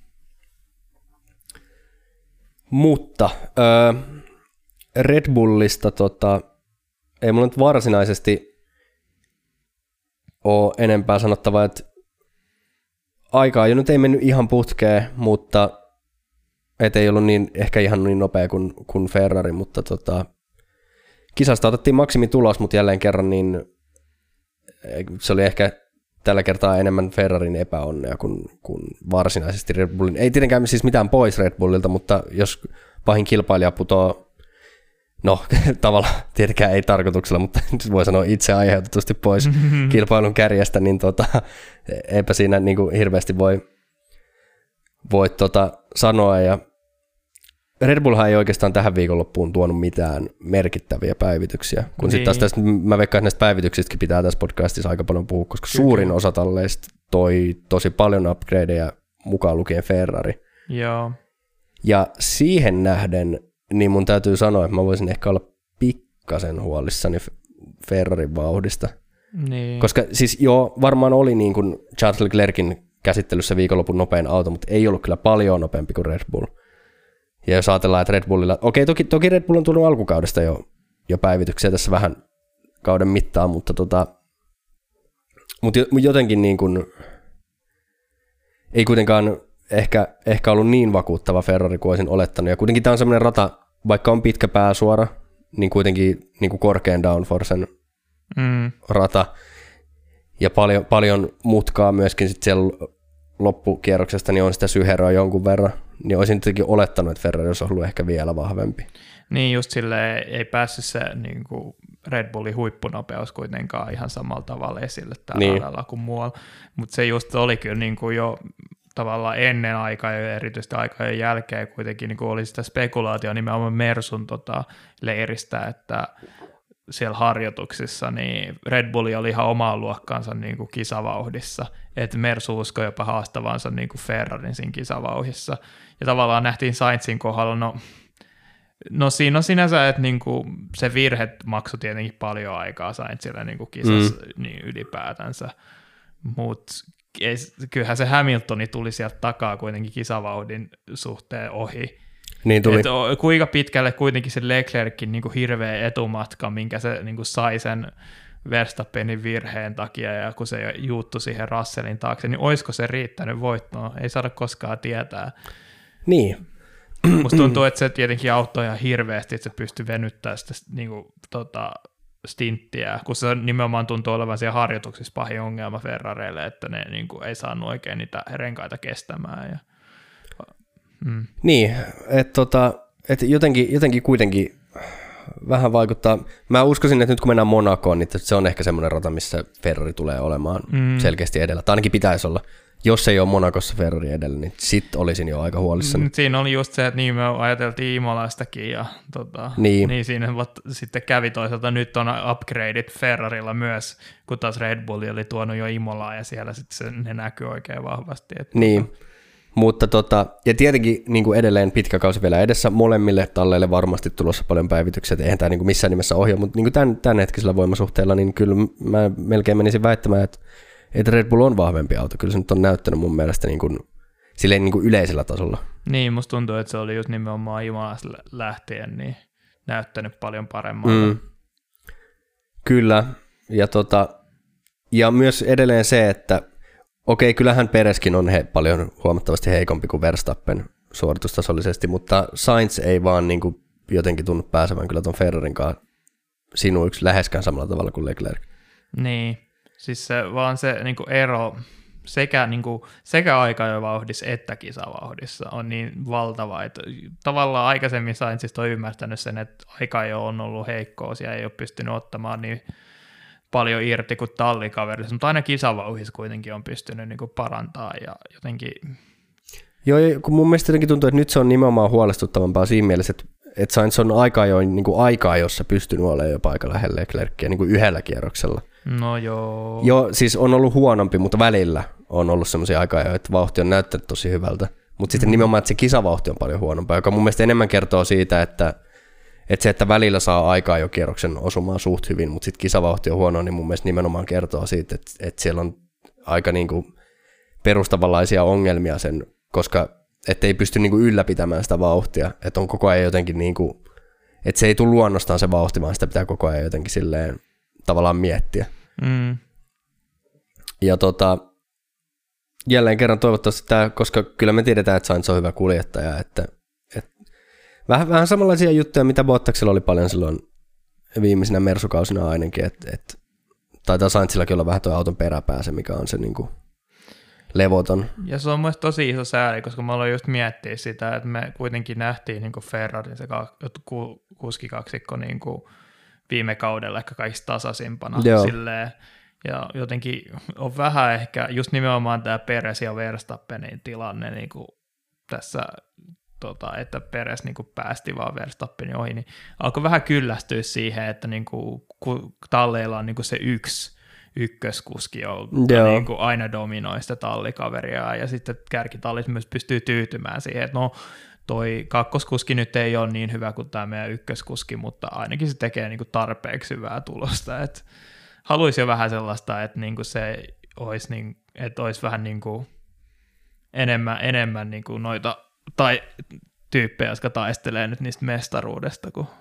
Speaker 1: Mutta äh, Red Bullista tota, ei mulla nyt varsinaisesti ole enempää sanottavaa, että aikaa jo nyt ei mennyt ihan putkeen, mutta et ei ollut niin, ehkä ihan niin nopea kuin, kuin Ferrari, mutta tota, kisasta otettiin maksimitulos, mutta jälleen kerran niin se oli ehkä tällä kertaa enemmän Ferrarin epäonnea kuin, kuin varsinaisesti Red Bullin. Ei tietenkään siis mitään pois Red Bullilta, mutta jos pahin kilpailija putoo, no tavallaan tietenkään ei tarkoituksella, mutta voi sanoa itse aiheutetusti pois mm-hmm. kilpailun kärjestä, niin tota, eipä siinä niin kuin hirveästi voi, voi tota sanoa. Ja Red Bullhan ei oikeastaan tähän viikonloppuun tuonut mitään merkittäviä päivityksiä, kun niin. Sitten taas tästä, mä veikkaan, että näistä päivityksistäkin pitää tässä podcastissa aika paljon puhua, koska Kyllä. suurin osa talleista toi tosi paljon upgradeja, mukaan lukien Ferrari.
Speaker 2: Joo.
Speaker 1: Ja siihen nähden, niin mun täytyy sanoa, että mä voisin ehkä olla pikkasen huolissani Ferrarin vauhdista.
Speaker 2: Niin.
Speaker 1: Koska siis joo, varmaan oli niin kuin Charles Leclercin käsittelyssä viikonlopun nopein auto, mutta ei ollut kyllä paljon nopeampi kuin Red Bull. Ja jos ajatellaan, että Red Bullilla, okei toki, toki Red Bull on tullut alkukaudesta jo, jo päivityksiä tässä vähän kauden mittaan, mutta, tota, mutta jotenkin niin kuin, ei kuitenkaan ehkä, ehkä ollut niin vakuuttava Ferrari kuin olisin olettanut. Ja kuitenkin tämä on sellainen rata, vaikka on pitkä pääsuora, niin kuitenkin niin kuin korkean downforcen mm. rata. Ja paljon, paljon mutkaa myöskin sit siellä loppukierroksesta, niin on sitä syheroa jonkun verran. Niin olisin tietenkin olettanut, että Ferrari olisi ollut ehkä vielä vahvempi.
Speaker 2: Niin just silleen ei päässyt se niin kuin Red Bullin huippunopeus kuitenkaan ihan samalla tavalla esille tällä niin. radalla kuin muualla. Mutta se just oli kyllä niin kuin jo tavallaan ennen aikaa ja erityisesti aikojen jälkeen kuitenkin niin kuin oli sitä spekulaatio nimenomaan Mersun tota, leiristä, että siellä harjoituksissa niin Red Bull oli ihan omaa luokkaansa niin kuin kisavauhdissa, että Mersu uskoi jopa haastavansa niin kuin Ferrarin siinä kisavauhdissa. Ja tavallaan nähtiin Sainzin kohdalla, no, no siinä on sinänsä, että niin kuin se virhe maksoi tietenkin paljon aikaa Sainzille niin kuin kisassa mm. niin ylipäätänsä, mutta kyllähän se Hamiltoni tuli sieltä takaa kuitenkin kisavauhdin suhteen ohi.
Speaker 1: Niin tuli.
Speaker 2: Et kuinka pitkälle kuitenkin se Leclercin niin kuin hirveä etumatka, minkä se niin kuin sai sen Verstappenin virheen takia, ja kun se juuttu siihen Russellin taakse, niin olisiko se riittänyt voittoon? Ei saada koskaan tietää.
Speaker 1: Niin.
Speaker 2: Musta tuntuu, että se tietenkin auttoi ihan hirveästi, että se pystyi venyttämään sitä niin kuin, tota, stinttiä, kun se nimenomaan tuntuu olevan siellä harjoituksissa pahin ongelma Ferrareille, että ne niin kuin, ei saanut oikein niitä renkaita kestämään. Ja,
Speaker 1: mm. Niin, että tota, et jotenkin, jotenkin kuitenkin vähän vaikuttaa. Mä uskoisin, että nyt kun mennään Monacoon, niin se on ehkä semmoinen rata, missä Ferrari tulee olemaan mm. selkeästi edellä. Tai ainakin pitäisi olla. Jos ei ole Monacossa Ferrari edellä, niin sit olisin jo aika huolissani.
Speaker 2: Siinä oli just se, että niin me ajateltiin Imolaistakin, ja tota,
Speaker 1: niin.
Speaker 2: niin siinä sitten kävi toisaalta, nyt on upgradeit Ferrarilla myös, kun taas Red Bull oli tuonut jo Imolaa, ja siellä sitten se, ne näkyy oikein vahvasti. Että
Speaker 1: niin, tota. Mutta tota, ja tietenkin niin kuin edelleen pitkä kausi vielä edessä, molemmille talleille varmasti tulossa paljon päivityksiä, että eihän tämä niin kuin missään nimessä ohjaa, mutta niin kuin tämän, tämän hetkisellä voimasuhteella, niin kyllä mä melkein menisin väittämään, että että Red Bull on vahvempi auto. Kyllä se nyt on näyttänyt mun mielestä niin kuin, silleen niin kuin yleisellä tasolla.
Speaker 2: Niin, musta tuntuu, että se oli just nimenomaan Imolasta lähtien niin näyttänyt paljon paremmalta. Mm.
Speaker 1: Kyllä, ja, tota, ja myös edelleen se, että okei, kyllähän Pereskin on he, paljon huomattavasti heikompi kuin Verstappen suoritustasollisesti, mutta Sainz ei vaan niin kuin jotenkin tunnu pääsevän kyllä ton Ferrarin kanssa sinuiksi läheskään samalla tavalla kuin Leclerc.
Speaker 2: Niin. Siis se, vaan se niin kuin ero sekä, niin kuin, sekä aika-ajovauhdissa että kisavauhdissa on niin valtava, että tavallaan aikaisemmin Sainzista on ymmärtänyt sen, että aika-ajo on ollut heikkous ja ei ole pystynyt ottamaan niin paljon irti kuin tallikaverissa, mutta aina kisavauhdissa kuitenkin on pystynyt niin kuin parantaa ja jotenkin.
Speaker 1: Joo, kun mun mielestä jotenkin tuntuu, että nyt se on nimenomaan huolestuttavampaa siinä mielessä, että, että Sainz on aika-ajoin niin kuin aikaa, jossa pystynyt olemaan jopa aika lähellä Leclercia niin kuin yhdellä kierroksella.
Speaker 2: No joo.
Speaker 1: Joo, siis on ollut huonompi, mutta välillä on ollut semmoisia aikaa, että vauhti on näyttänyt tosi hyvältä. Mutta mm. sitten nimenomaan, että se kisavauhti on paljon huonompaa, joka mun mielestä enemmän kertoo siitä, että, että se, että välillä saa aikaa jo kierroksen osumaan suht hyvin, mutta sitten kisavauhti on huono, niin mun mielestä nimenomaan kertoo siitä, että, että siellä on aika niinku perustavanlaisia ongelmia sen, koska että ei pysty niinku ylläpitämään sitä vauhtia, että on koko ajan jotenkin, niinku, että se ei tule luonnostaan se vauhti, vaan sitä pitää koko ajan jotenkin silleen tavallaan miettiä.
Speaker 2: Mm.
Speaker 1: Ja tota, jälleen kerran toivottavasti tämä, koska kyllä me tiedetään, että Sainz on hyvä kuljettaja, että, että vähän, vähän samanlaisia juttuja, mitä Bottaksella oli paljon silloin viimeisinä mersukausina ainakin, että, että taitaa Sainzillakin olla vähän tuo auton peräpääse, mikä on se niin kuin levoton.
Speaker 2: Ja se on myös tosi iso sääli, koska mä aloin just miettiä sitä, että me kuitenkin nähtiin niin kuin Ferrarin se kuskikaksikko niin kuin viime kaudella ehkä kaikista tasaisimpana silleen, ja jotenkin on vähän ehkä just nimenomaan tämä Perez ja Verstappenin tilanne niin kuin tässä tota, että Perez niin kuin päästi vaan Verstappenin ohi, niin alkoi vähän kyllästyä siihen, että niin kuin, kun talleilla on niin kuin se yksi ykköskuski, joka niin kuin aina dominoi sitä tallikaveria, ja sitten kärkitallit myös pystyy tyytymään siihen, että no toi kakkoskuski nyt ei ole niin hyvä kuin tämä meidän ykköskuski, mutta ainakin se tekee niin kuin tarpeeksi hyvää tulosta, että haluaisi jo vähän sellaista, että niin kuin se olisi, niin, että olisi vähän niin kuin enemmän, enemmän niin kuin noita tai tyyppejä, jotka taistelee nyt niistä mestaruudesta kuin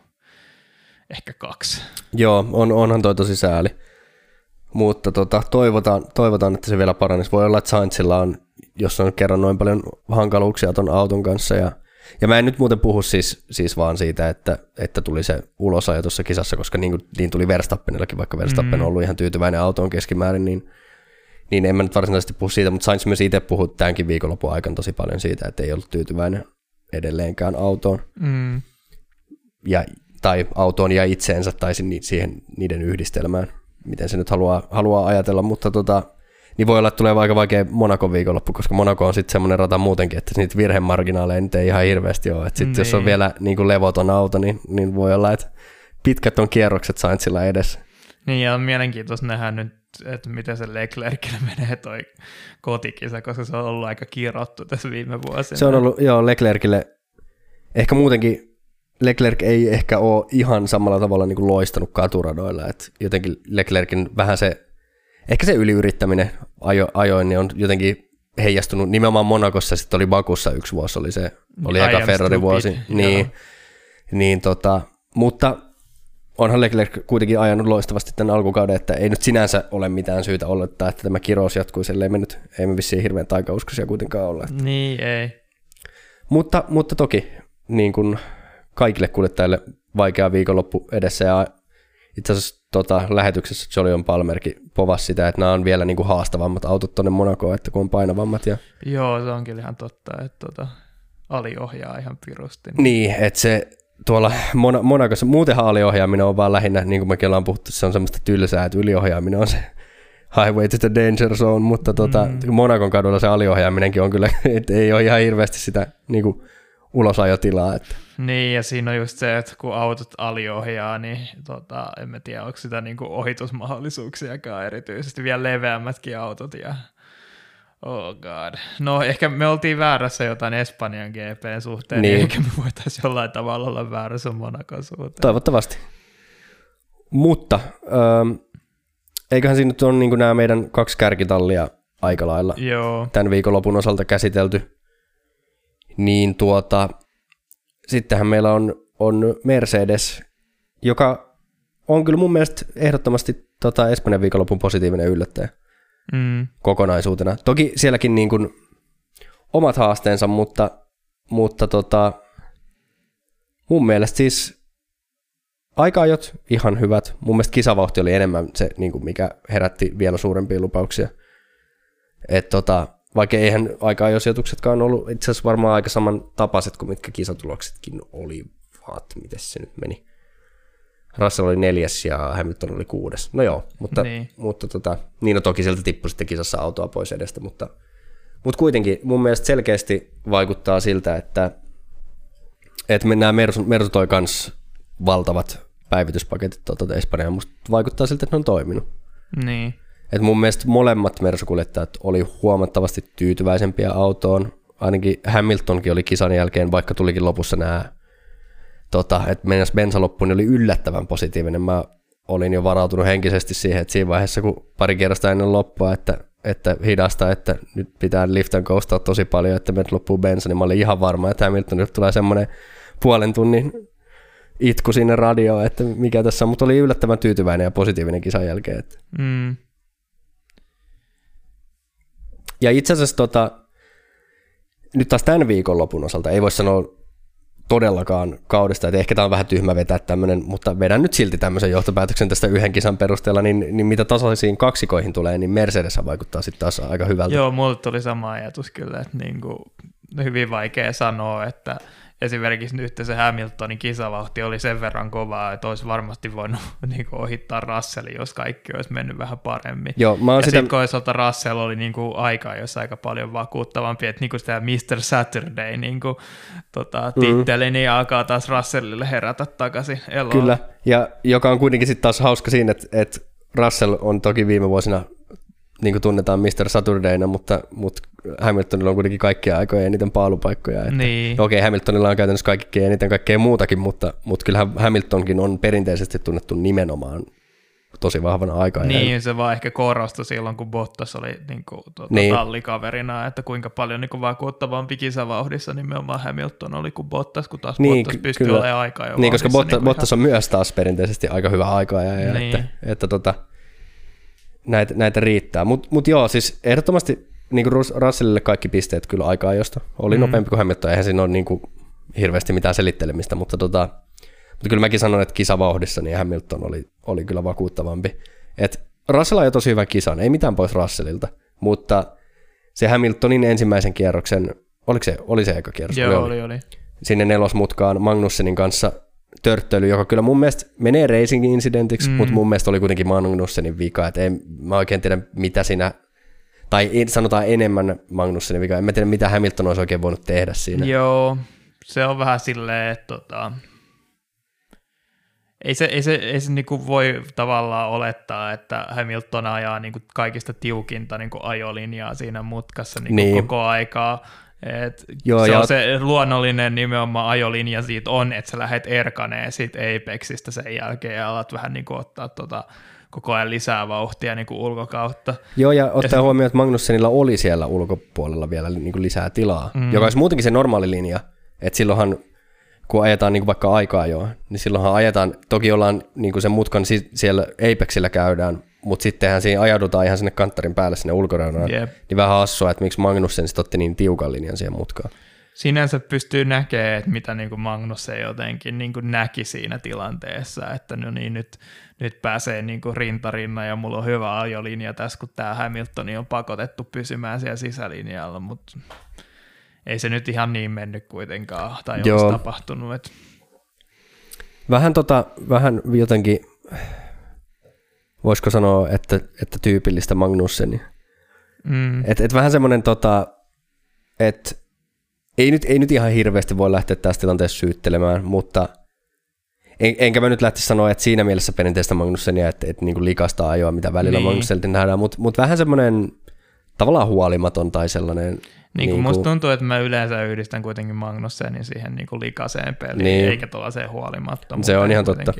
Speaker 2: ehkä kaksi.
Speaker 1: Joo, on, onhan toi tosi sääli. Mutta tota, toivotaan, toivotaan, että se vielä paranisi. Voi olla, että Sainzilla on, jos on kerran noin paljon hankaluuksia ton auton kanssa. Ja, ja mä en nyt muuten puhu siis, siis vaan siitä, että, että tuli se ulosajo tuossa kisassa, koska niin, niin tuli Verstappenillakin, vaikka Verstappen on ollut ihan tyytyväinen autoon keskimäärin, niin, niin en mä nyt varsinaisesti puhu siitä, mutta Sainz myös itse puhui tämänkin viikonlopun aikana tosi paljon siitä, että ei ollut tyytyväinen edelleenkään autoon. Mm. Ja, tai autoon ja itseensä tai siihen niiden yhdistelmään, miten se nyt haluaa, haluaa ajatella, mutta tota, niin voi olla, että tulee aika vaikea Monacon viikonloppu, koska Monaco on sitten semmoinen rata muutenkin, että niitä virhemarginaaleja nyt ei ihan hirveästi ole. Sitten niin. Jos on vielä niin kuin levoton auto, niin, niin voi olla, että pitkät on kierrokset Sainzilla edessä.
Speaker 2: Niin, ja on mielenkiintoista nähdä nyt, että miten se Leclercille menee toi kotikisa, koska se on ollut aika kirottu tässä viime vuosina.
Speaker 1: Se on ollut, joo, Leclercille, ehkä muutenkin Leclerc ei ehkä ole ihan samalla tavalla niin kuin loistanut katuradoilla, että jotenkin Leclercin vähän se, ehkä se yliyrittäminen ajo, ajoin niin on jotenkin heijastunut, nimenomaan Monacossa, sitten oli Bakussa yksi vuosi, oli se, oli I eka Ferrari-vuosi, niin, niin tota, mutta onhan Leclerc kuitenkin ajanut loistavasti tämän alkukauden, että ei nyt sinänsä ole mitään syytä olettaa, että tämä kirous jatkuisi, ellei me nyt, ei me vissiin hirveän taikauskoisia kuitenkaan olla. Että.
Speaker 2: Niin, ei.
Speaker 1: Mutta, mutta toki niin kuin kaikille kuljettajille vaikea viikonloppu edessä, ja itse asiassa tota, lähetyksessä Jolion Palmerkin povasi sitä, että nämä on vielä niin kuin haastavammat autot tuonne Monacoon, että kun on painavammat. Ja.
Speaker 2: Joo, se on kyllä ihan totta, että tota, aliohjaa ihan pirusti.
Speaker 1: Niin, niin että se tuolla Mon- Monacossa, muutenhan aliohjaaminen on vaan lähinnä, niin kuin mekin ollaan puhuttu, se on semmoista tylsää, että yliohjaaminen on se highway to the danger zone, mutta tota, mm. Monacon kadulla se aliohjaaminenkin on kyllä, että ei ole ihan hirveästi sitä niin kuin ulosajotilaa. Että.
Speaker 2: Niin, ja siinä on just se, että kun autot aliohjaa, niin tota, en mä tiedä, onko sitä niinku ohitusmahdollisuuksiakaan erityisesti, vielä leveämmätkin autot. Ja oh god. No ehkä me oltiin väärässä jotain Espanjan G P:n suhteen, niin, niin ehkä me voitaisiin jollain tavalla olla väärässä Monacon suhteen.
Speaker 1: Toivottavasti. Mutta ähm, eiköhän siinä nyt ole niin nämä meidän kaksi kärkitallia aika lailla Joo. tämän viikonlopun osalta käsitelty. Niin tuota, sittenhän meillä on, on Mercedes, joka on kyllä mun mielestä ehdottomasti tota Espanjan viikonlopun positiivinen yllättäjä mm. kokonaisuutena. Toki sielläkin niin kuin omat haasteensa, mutta, mutta tota, mun mielestä siis aika-ajot ihan hyvät. Mun mielestä kisavauhti oli enemmän se, niin kuin mikä herätti vielä suurempia lupauksia. Että tota, vaikka eihän aika-ajosijoituksetkaan ollut itse asiassa varmaan aika saman tapaiset kuin mitkä kisatuloksetkin olivat. Miten se nyt meni? Russell oli neljäs ja Hamilton oli kuudes. No joo, mutta, niin. mutta tota, niin no toki sieltä tippui sitten kisassa autoa pois edestä, mutta, mutta kuitenkin mun mielestä selkeästi vaikuttaa siltä, että, että nämä Mersu, Mersu toi kans valtavat päivityspaketit tuota Espanjaan. Musta vaikuttaa siltä, että ne on toiminut.
Speaker 2: Niin.
Speaker 1: Et mun mielestä molemmat Mersu-kuljettajat oli huomattavasti tyytyväisempiä autoon. Ainakin Hamiltonkin oli kisan jälkeen, vaikka tulikin lopussa nämä, tota, että mennäs bensa loppuun, niin oli yllättävän positiivinen. Mä olin jo varautunut henkisesti siihen, että siinä vaiheessa, kun pari kierrosta ennen loppua, että, että hidasta, että nyt pitää lift and coastaa tosi paljon, että menet loppuu bensa, niin mä olin ihan varma, että Hamiltonille tulee semmoinen puolen tunnin itku sinne radioon, että mikä tässä on, mutta oli yllättävän tyytyväinen ja positiivinen kisan jälkeen. Että.
Speaker 2: Mm.
Speaker 1: Ja itse asiassa tota, nyt taas tämän viikonlopun osalta ei voi sanoa todellakaan kaudesta, että ehkä tämä on vähän tyhmä vetää tämmöinen, mutta vedän nyt silti tämmöisen johtopäätöksen tästä yhden kisan perusteella, niin, niin mitä tasaisiin kaksikoihin tulee, niin Mercedes vaikuttaa sitten taas aika hyvältä.
Speaker 2: Joo, mulle tuli sama ajatus kyllä, että niin kuin hyvin vaikea sanoa, että esimerkiksi nyt se Hamiltonin kisavauhti oli sen verran kovaa, että olisi varmasti voinut niin kuin ohittaa Russellin, jos kaikki olisi mennyt vähän paremmin.
Speaker 1: Joo, mä
Speaker 2: ja
Speaker 1: sitä...
Speaker 2: sitten toisaalta Russell oli niin kuin aikaa, jossa aika paljon vakuuttavampi, että niin kuin tämä mister Saturday niin kuin, tota, titteli, mm. niin alkaa taas Russellille herätä takaisin eloon.
Speaker 1: Kyllä, ja joka on kuitenkin sitten taas hauska siinä, että, että Russell on toki viime vuosina niin kuin tunnetaan mister Saturdayna, mutta, mutta Hamiltonilla on kuitenkin kaikkia aikoja eniten paalupaikkoja. Että,
Speaker 2: niin.
Speaker 1: Okei, okay, Hamiltonilla on käytännössä kaikkea eniten kaikkea muutakin, mutta, mutta kyllähän Hamiltonkin on perinteisesti tunnettu nimenomaan tosi vahvana aikaa.
Speaker 2: Niin, se vaan ehkä korostui silloin, kun Bottas oli niin kuin, tuota, niin. tallikaverina, että kuinka paljon niin kuin vakuuttavampi kisavauhdissa nimenomaan Hamilton oli kuin Bottas, kun taas niin, Bottas pystyi kyllä olemaan aikaa jo
Speaker 1: niin, koska Bottas,
Speaker 2: niin
Speaker 1: Bottas ihan... on myös taas perinteisesti aika hyvä aikaa, ja niin. että, että tota, näitä, näitä riittää. Mutta mut joo, siis ehdottomasti niin kuin Russellille kaikki pisteet kyllä aikaa, josta oli mm. nopeampi kuin Hamilton, eihän siinä ole niin kuin hirveästi mitään selittelemistä, mutta tota, Mutta kyllä mäkin sanon, että kisavauhdissa niin Hamilton oli, oli kyllä vakuuttavampi. Et Russell ajoi tosi hyvän kisan, ei mitään pois Russellilta, mutta se Hamiltonin ensimmäisen kierroksen, oliko se, oli se eka kierros?
Speaker 2: Joo, oli, oli.
Speaker 1: Sinne nelosmutkaan Magnussenin kanssa törttöily, joka kyllä mun mielestä menee racing-incidentiksi, mm. mutta mun mielestä oli kuitenkin Magnussenin vika, että en mä oikein tiedä mitä siinä, tai sanotaan enemmän Magnussenin vika, en mä tiedä mitä Hamilton olisi oikein voinut tehdä siinä.
Speaker 2: Joo, se on vähän silleen, että tota... Ei se, ei se, ei se niinku voi tavallaan olettaa, että Hamilton ajaa niinku kaikista tiukinta niinku ajolinjaa siinä mutkassa niinku niin. koko aikaa. Et Joo, se ja... on se luonnollinen nimenomaan ajolinja siitä on, että sä lähdet erkaneen siitä Apexista sen jälkeen ja alat vähän niinku ottaa tota koko ajan lisää vauhtia niinku ulkokautta.
Speaker 1: Joo, ja ottaa ja huomioon, että Magnussenilla oli siellä ulkopuolella vielä niinku lisää tilaa, mm. joka olisi muutenkin se normaali linja, että silloinhan kun ajetaan niin kuin vaikka aikaa jo, niin silloinhan ajetaan, toki ollaan niin kuin sen mutkan siellä Apexillä käydään, mutta sittenhän siinä ajaudutaan ihan sinne kanttarin päälle sinne ulkoreunaan, yep. niin vähän hassua, että miksi Magnussen sitten otti niin tiukan linjan siihen mutkaan.
Speaker 2: Sinänsä pystyy näkemään, että mitä niin kuin Magnussen jotenkin niin kuin näki siinä tilanteessa, että no niin, nyt, nyt pääsee niin kuin rintarinnan ja mulla on hyvä ajolinja tässä, kun tämä Hamiltoni on pakotettu pysymään siellä sisälinjalla, mutta... Ei se nyt ihan niin mennyt kuitenkaan, tai Joo. olisi tapahtunut. Et...
Speaker 1: Vähän, tota, vähän jotenkin, voisiko sanoa, että, että tyypillistä Magnusseni. Mm. Et, et vähän semmoinen, tota, että ei nyt, ei nyt ihan hirveästi voi lähteä tässä tilanteessa syyttelemään, mutta en, enkä mä nyt lähtisi sanoa, että siinä mielessä perinteistä Magnussenia, että, että niin kuin likasta ajoa, mitä välillä niin. Magnusselta nähdään, mutta mut vähän semmoinen tavallaan huolimaton tai sellainen...
Speaker 2: Niin kuin niin musta tuntuu, että mä yleensä yhdistän kuitenkin Magnussenin siihen niin kuin likaseen peliin, niin. eikä tuollaiseen huolimattomuuteen.
Speaker 1: Se on ihan totta.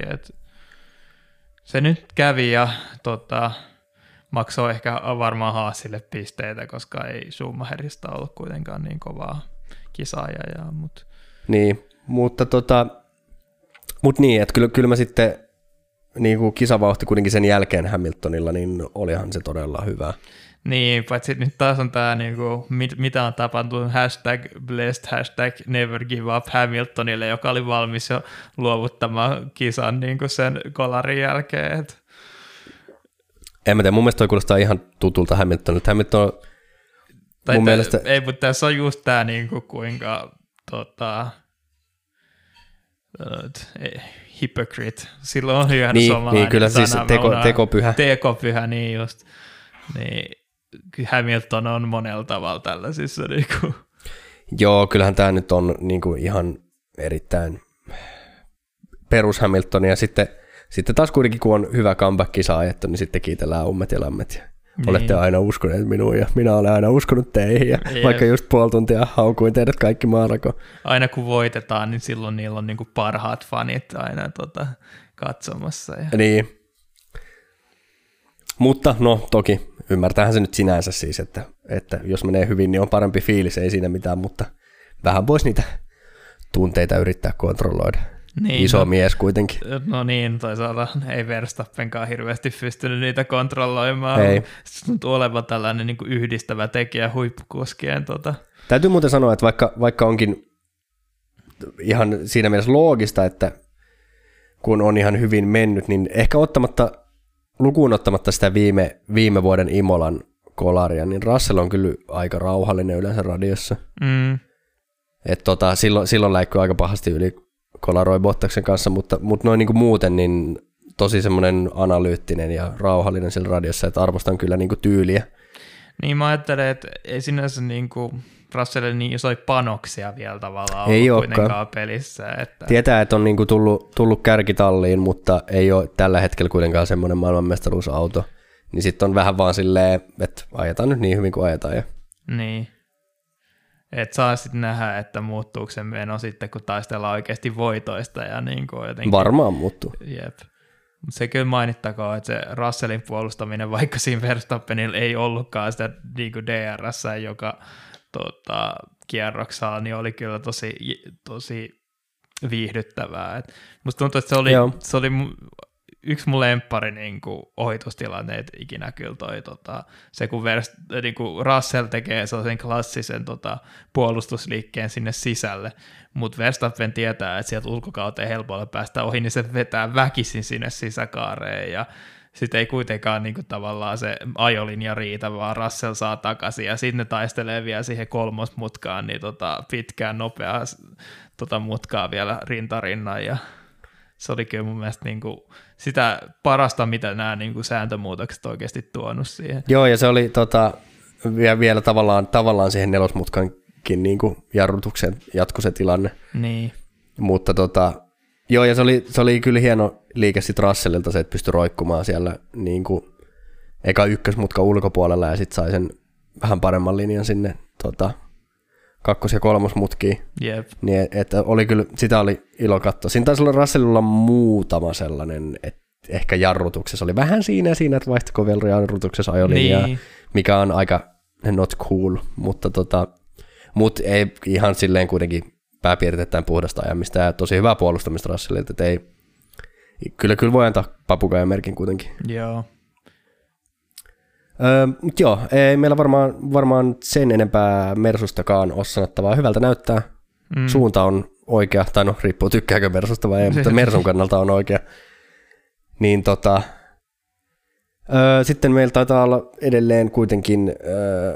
Speaker 2: Se nyt kävi ja tota, maksoi ehkä varmaan Haasille pisteitä, koska ei Schumacherista ollut kuitenkaan niin kovaa kisaajaa. Mutta...
Speaker 1: Niin, mutta tota, mut niin, että kyllä, kyllä mä sitten niin kuin kisavauhti kuitenkin sen jälkeen Hamiltonilla, niin olihan se todella hyvä.
Speaker 2: Niin, paitsi nyt taas on tämä, niinku, mit, mitä on tapahtunut, hashtag blessed, hashtag never give up Hamiltonille, joka oli valmis jo luovuttamaan kisan niinku sen kolarin jälkeen. Et.
Speaker 1: En mä tiedä, mun mielestä toi kuulostaa ihan tutulta Hamiltonilta. Hamilton
Speaker 2: tai
Speaker 1: mun
Speaker 2: te,
Speaker 1: mielestä...
Speaker 2: Ei, mutta tässä on just tämä, niinku, kuinka tota, uh, hypocrite, silloin on hyvä
Speaker 1: niin,
Speaker 2: suomalainen
Speaker 1: niin, kyllä
Speaker 2: sana.
Speaker 1: Siis teko, tekopyhä.
Speaker 2: Tekopyhä, niin just. Niin, Hamilton on monella tavalla tällaisissa. Niin kuin.
Speaker 1: Joo, kyllähän tämä nyt on niin kuin ihan erittäin perus Hamilton, ja sitten, sitten taas kuitenkin, kun on hyvä comeback-kisa ajettu, niin sitten kiitellään ummet ja lämmet. Ja niin. Olette aina uskoneet minuun, ja minä olen aina uskonut teihin, ja Jep. vaikka just puoli tuntia haukuin teidät kaikki maarako.
Speaker 2: Aina kun voitetaan, niin silloin niillä on niin kuin parhaat fanit aina tota, katsomassa. Ja...
Speaker 1: Niin. Mutta no toki ymmärtäähän se nyt sinänsä siis, että, että jos menee hyvin, niin on parempi fiilis, ei siinä mitään, mutta vähän voisi niitä tunteita yrittää kontrolloida. Niin, Iso no, mies kuitenkin.
Speaker 2: No niin, toisaalta ei Verstappenkaan hirveästi pystynyt niitä kontrolloimaan.
Speaker 1: Ei.
Speaker 2: Se tuntuu olevan tällainen niin kuin yhdistävä tekijä huippukuskien. Tota.
Speaker 1: Täytyy muuten sanoa, että vaikka, vaikka onkin ihan siinä mielessä loogista, että kun on ihan hyvin mennyt, niin ehkä ottamatta lukuun ottamatta sitä viime, viime vuoden Imolan kolaria, niin Russell on kyllä aika rauhallinen yleensä radiossa.
Speaker 2: Mm.
Speaker 1: Et tota, silloin, silloin läikkyi aika pahasti yli kolaroi Bottaksen kanssa, mutta, mutta noin niin kuin muuten niin tosi semmoinen analyyttinen ja rauhallinen siellä radiossa, että arvostan kyllä niin kuin tyyliä.
Speaker 2: Niin mä ajattelen, että ei sinänsä niin kuin Russellille niin isoja panoksia vielä tavallaan
Speaker 1: ei
Speaker 2: ollut
Speaker 1: olekaan
Speaker 2: kuitenkaan pelissä. Että...
Speaker 1: Tietää, että on niin kuin tullut, tullut kärkitalliin, mutta ei ole tällä hetkellä kuitenkaan semmoinen maailmanmestaruusauto. Niin sitten on vähän vaan silleen, että ajetaan nyt niin hyvin kuin ajetaan. Ja...
Speaker 2: Niin. Että saa sitten nähdä, että muuttuuko se meno sitten, kun taistellaan oikeasti voitoista. Ja niin kuin jotenkin...
Speaker 1: Varmaan muuttuu.
Speaker 2: Jep. Mutta se kyllä mainittakoon, että se Russellin puolustaminen, vaikka siinä Verstappenilla ei ollutkaan sitä niin kuin D R S, joka tota, kierroksaa, niin oli kyllä tosi, tosi viihdyttävää. Et musta tuntuu, että se oli, se oli yksi mun lemppari niin kuin ohitustilanneet ikinä kyllä toi, tota, se kun, Verst, niin kuin Russell tekee sellaisen klassisen tota, puolustusliikkeen sinne sisälle, mutta Verstappen tietää, että sieltä ulkokauteen helpolla päästä ohi, niin se vetää väkisin sinne sisäkaareen ja sitten ei kuitenkaan niin kuin, tavallaan se ajolinja riitä, vaan Russell saa takaisin ja sitten ne taistelee vielä siihen kolmosmutkaan, niin tota, pitkään nopeaa tota, mutkaa vielä rintarinnan ja se oli kyllä mun mielestä niin kuin sitä parasta, mitä nämä niin kuin sääntömuutokset oikeasti tuonut siihen.
Speaker 1: Joo, ja se oli tota, vielä tavallaan, tavallaan siihen nelosmutkankin niin kuin jarrutuksen jatku se tilanne.
Speaker 2: Niin.
Speaker 1: Mutta tota, joo, ja se oli, se oli kyllä hieno liike sitten Russellilta se, että pystyi roikkumaan siellä niin kuin eka ykkösmutka ulkopuolella ja sitten sai sen vähän paremman linjan sinne tota, kakkos- ja kolmosmutkiin.
Speaker 2: Yep.
Speaker 1: Niin, että oli kyllä, sitä oli ilo katsoa. Siinä taisi olla Russellilla muutama sellainen, että ehkä jarrutuksessa oli vähän siinä siinä, että vaihtako vielä jarrutuksessa ajolinjaa, niin. Mikä on aika not cool, mutta tota, mut ei ihan silleen kuitenkin pääpiirteittäin puhdasta ajamista ja tosi hyvää puolustamista Russellilta, että ei, kyllä, kyllä voi antaa papukaijan merkin kuitenkin.
Speaker 2: Joo.
Speaker 1: Öö, mutta joo, ei meillä varmaan, varmaan sen enempää Mersustakaan ole sanottavaa. Hyvältä näyttää. Mm. Suunta on oikea, tai no riippuu tykkääkö Mersusta vai ei, mutta Mersun kannalta on oikea. Niin tota, öö, sitten meillä taitaa olla edelleen kuitenkin öö,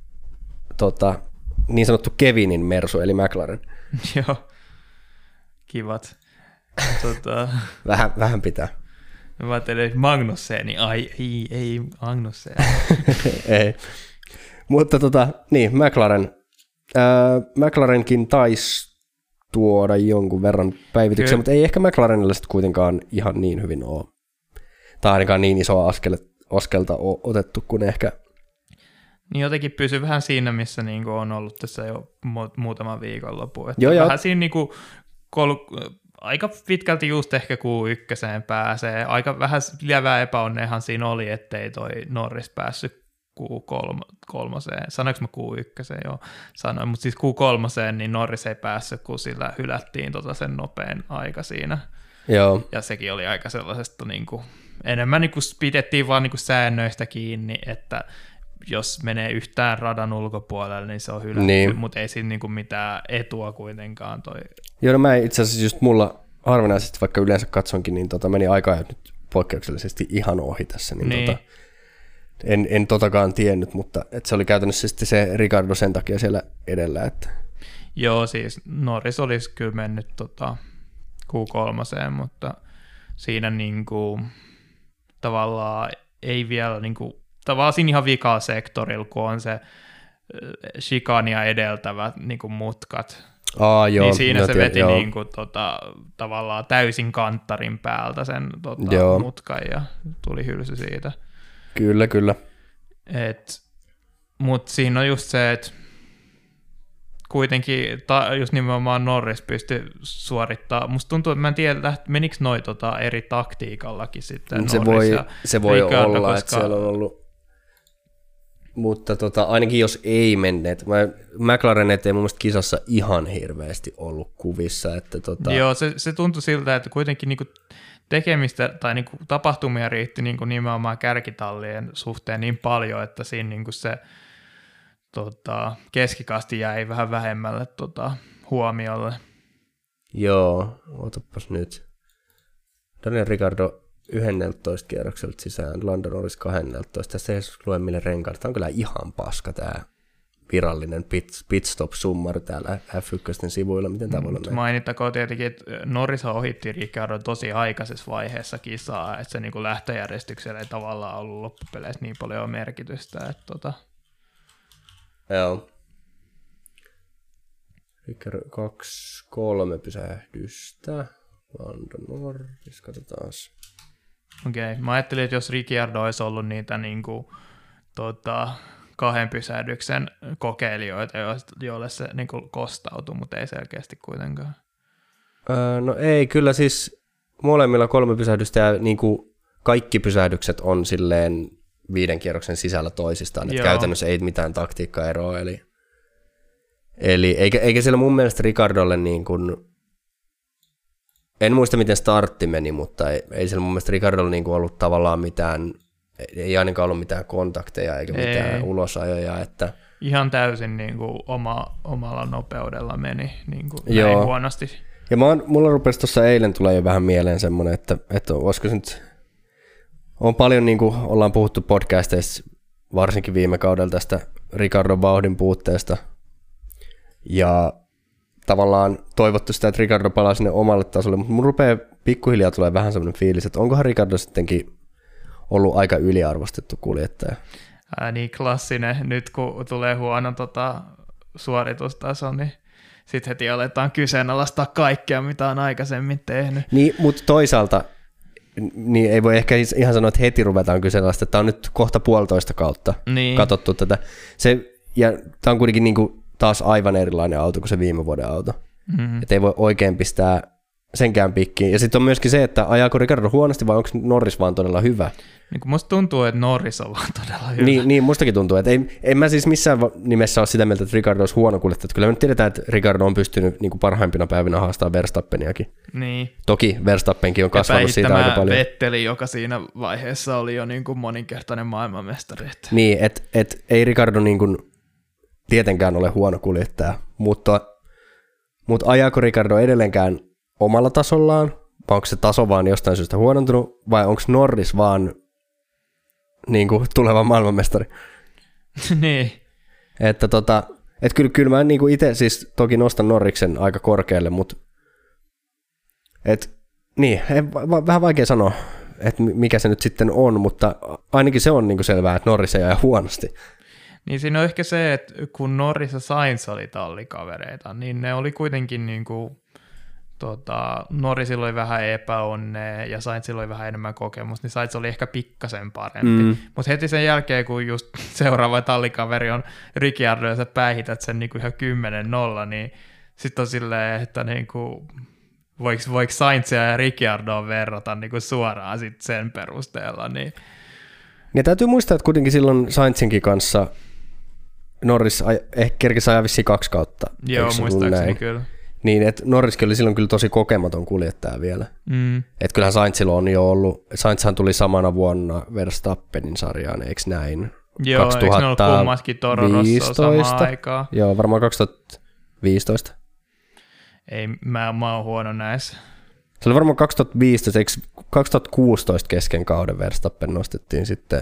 Speaker 1: tota, niin sanottu Kevinin Mersu, eli McLaren.
Speaker 2: Joo, kivat. tota...
Speaker 1: vähän, vähän pitää.
Speaker 2: Mä ajattelin Magnussen, niin ai ei, ei Magnussen.
Speaker 1: ei. Mutta tota, niin, McLaren. Äh, McLarenkin taisi tuoda jonkun verran päivityksiä, Kyllä. mutta ei ehkä McLarenilla sitten kuitenkaan ihan niin hyvin ole. Tai ainakaan niin isoa askel, askelta ole otettu kuin ehkä.
Speaker 2: Niin jotenkin pysyy vähän siinä, missä niinku on ollut tässä jo mu- muutaman viikonloppu.
Speaker 1: Joo,
Speaker 2: vähän
Speaker 1: joo.
Speaker 2: siinä niinku kol- aika pitkälti just ehkä Q yksi pääsee. Aika vähän lievää epäonnehan siinä oli, ettei toi Norris päässyt Q kolme. Sanoinko mä Q yksi? Joo, sanoin. Mutta siis Q kolme, niin Norris ei päässyt, kun sillä hylättiin tota sen nopein aika siinä.
Speaker 1: Joo.
Speaker 2: Ja sekin oli aika sellaisesta, niin kuin, enemmän niin kuin pidettiin vaan niin kuin säännöistä kiinni, että jos menee yhtään radan ulkopuolelle, niin se on hylätty, niin. Mutta ei siinä niin kuin mitään etua kuitenkaan toi.
Speaker 1: Joo, no mä itse asiassa just mulla harvinaisesti, vaikka yleensä katsonkin, niin tota meni aika nyt poikkeuksellisesti ihan ohi tässä. Niin
Speaker 2: niin.
Speaker 1: Tota, en, en totakaan tiennyt, mutta et se oli käytännössä sitten se Ricardo sen takia siellä edellä. Että.
Speaker 2: Joo, siis Norris olisi kyllä mennyt tota Q kolme, mutta siinä niinku, tavallaan ei vielä, niinku, tavallaan siinä ihan vikaa sektorilla, kun on se chicania edeltävät niinku mutkat.
Speaker 1: Aa, joo,
Speaker 2: niin siinä se
Speaker 1: tiedän,
Speaker 2: veti
Speaker 1: joo.
Speaker 2: niinku, tota, tavallaan täysin kanttarin päältä sen tota, mutkan ja tuli hylsy siitä.
Speaker 1: Kyllä, kyllä.
Speaker 2: Mutta siinä on just se, että kuitenkin ta, just nimenomaan Norris pystyi suorittamaan. Musta tuntuu, että mä en tiedä, menikö noi tota eri taktiikallakin sitten
Speaker 1: se
Speaker 2: Norris
Speaker 1: voi,
Speaker 2: ja
Speaker 1: se voi
Speaker 2: Ricardo,
Speaker 1: olla,
Speaker 2: koska...
Speaker 1: että siellä on ollut, mutta tota, ainakin jos ei menneet, McLaren ei mun mielestä kisassa ihan hirveästi ollut kuvissa. Että tota...
Speaker 2: Joo, se, se tuntui siltä, että kuitenkin niinku tekemistä tai niinku tapahtumia riitti niinku nimenomaan kärkitallien suhteen niin paljon, että siinä niinku se tota, keskikasti jäi vähän vähemmälle tota, huomiolle.
Speaker 1: Joo, otapas nyt. Daniel Ricciardo yksitoista kierrokselta sisään, Lando Norris kaksitoista. Tässä ei lue mille renkaat. Tämä on kyllä ihan paska tämä virallinen pit, pitstop-summari täällä F yksi sivuilla, miten tämä voi olla.
Speaker 2: Mainittakoon tietenkin, että Norris ohitti Ricciardon tosi aikaisessa vaiheessa kisaa, että se niin kuin lähtöjärjestyksellä ei tavallaan ollut loppupeleissä niin paljon merkitystä. Että tota...
Speaker 1: Joo. Ricciardo kaksi, kolme pysähdystä. Lando Norris, katsotaan.
Speaker 2: Okei, okay. Mä ajattelin, että jos Ricciardo olisi ollut niitä niin kuin, tota, kahden pysähdyksen kokeilijoita, joille se niin kuin kostautui, mutta ei selkeästi kuitenkaan.
Speaker 1: Öö, no ei, kyllä siis molemmilla kolme pysähdystä ja niin kuin kaikki pysähdykset on silleen viiden kierroksen sisällä toisistaan, että käytännössä ei mitään taktiikkaeroa, eli, eli eikä, eikä siellä mun mielestä Ricardolle niin kuin, en muista miten startti meni, mutta ei, ei siellä mun mielestä Ricardolle niin kuin ollut tavallaan mitään, ei ainakaan ollut mitään kontakteja eikä ei. mitään ulosajoja, että
Speaker 2: ihan täysin niin kuin oma, omalla nopeudella meni niin kuin näin huonosti.
Speaker 1: Ja mä oon, mulla rupesi tuossa eilen tulee jo vähän mieleen semmoinen, että, että olisiko se nyt, on paljon niin kuin ollaan puhuttu podcasteissa varsinkin viime kaudella tästä Ricardon vauhdin puutteesta ja tavallaan toivottu sitä, että Ricardo palaa sinne omalle tasolle, mutta mun rupeaa pikkuhiljaa tulee vähän semmoinen fiilis, että onkohan Ricardo sittenkin ollut aika yliarvostettu kuljettaja.
Speaker 2: Ää, niin klassinen, nyt kun tulee huono tota, suoritustaso, niin sitten heti aletaan kyseenalaistaa kaikkea, mitä on aikaisemmin tehnyt.
Speaker 1: Niin, mutta toisaalta niin ei voi ehkä ihan sanoa, että heti ruvetaan kyseenalaista, että tämä on nyt kohta puolitoista kautta niin katsottu tätä. Se, ja tämä on kuitenkin niin kuin taas aivan erilainen auto kuin se viime vuoden auto. Mm-hmm. Että ei voi oikein pistää senkään pikkiin. Ja sitten on myöskin se, että ajaako Ricardo huonosti vai onko Norris vaan todella hyvä?
Speaker 2: Niin kuin musta tuntuu, että Norris on vaan todella hyvä.
Speaker 1: Niin, niin mustakin tuntuu. Että ei, en mä siis missään nimessä ole sitä mieltä, että Ricardo olisi huono kuljettaja. Kyllä me nyt tiedetään, että Ricardo on pystynyt niin kuin parhaimpina päivinä haastamaan Verstappeniakin.
Speaker 2: Niin.
Speaker 1: Toki Verstappenkin on kasvanut siitä aika paljon.
Speaker 2: Vetteli, joka siinä vaiheessa oli jo niin kuin moninkertainen maailmanmestari.
Speaker 1: Niin, että et, ei Ricardo niin kuin tietenkään ole huono kuljettaja, mutta, mutta ajaako Ricardo edelleenkään omalla tasollaan, vai onko se taso vaan jostain syystä huonontunut, vai onko Norris vaan niin kuin tuleva maailmanmestari?
Speaker 2: Niin.
Speaker 1: Että tota, et kyllä, kyllä mä niin kuin itse siis toki nostan Norriksen aika korkealle, mutta et, niin, vähän vaikea sanoa, että mikä se nyt sitten on, mutta ainakin se on niin kuin selvää, että Norris ei aja huonosti.
Speaker 2: Niin siinä on ehkä se, että kun Norris ja Sainz oli tallikavereita, niin ne oli kuitenkin niin kuin Tota, Norrisilla oli vähän epäonnea ja Sainzilla oli vähän enemmän kokemusta, niin Sainz oli ehkä pikkasen parempi. Mm. Mutta heti sen jälkeen, kun just seuraava tallikaveri on Ricciardo ja sä päihität sen niinku ihan kymmenen nolla, niin sitten on silleen, että niinku, voiko, voiko Sainzia ja Ricciardoa verrata niinku suoraan sit sen perusteella. Niin.
Speaker 1: Ja täytyy muistaa, että kuitenkin silloin Sainzinkin kanssa Norris ehkä kerkisi ajaa vissiin kaksi kautta.
Speaker 2: Joo, muistaakseni kyllä.
Speaker 1: Niin, että Norriskin oli silloin kyllä tosi kokematon kuljettaja vielä. Mm. Että kyllähän Sainzilla on jo ollut, Sainzhan tuli samana vuonna Verstappenin sarjaan, eikö näin?
Speaker 2: Joo, kaksituhattaviisitoista. Eikö ne ollut kummaskin Toro Rossoa samaan aikaan?
Speaker 1: Joo, varmaan kaksituhattaviisitoista.
Speaker 2: Ei, mä, mä oon huono näissä.
Speaker 1: Se oli varmaan kaksituhattaviisitoista, eikö kaksituhattakuusitoista kesken kauden Verstappen nostettiin sitten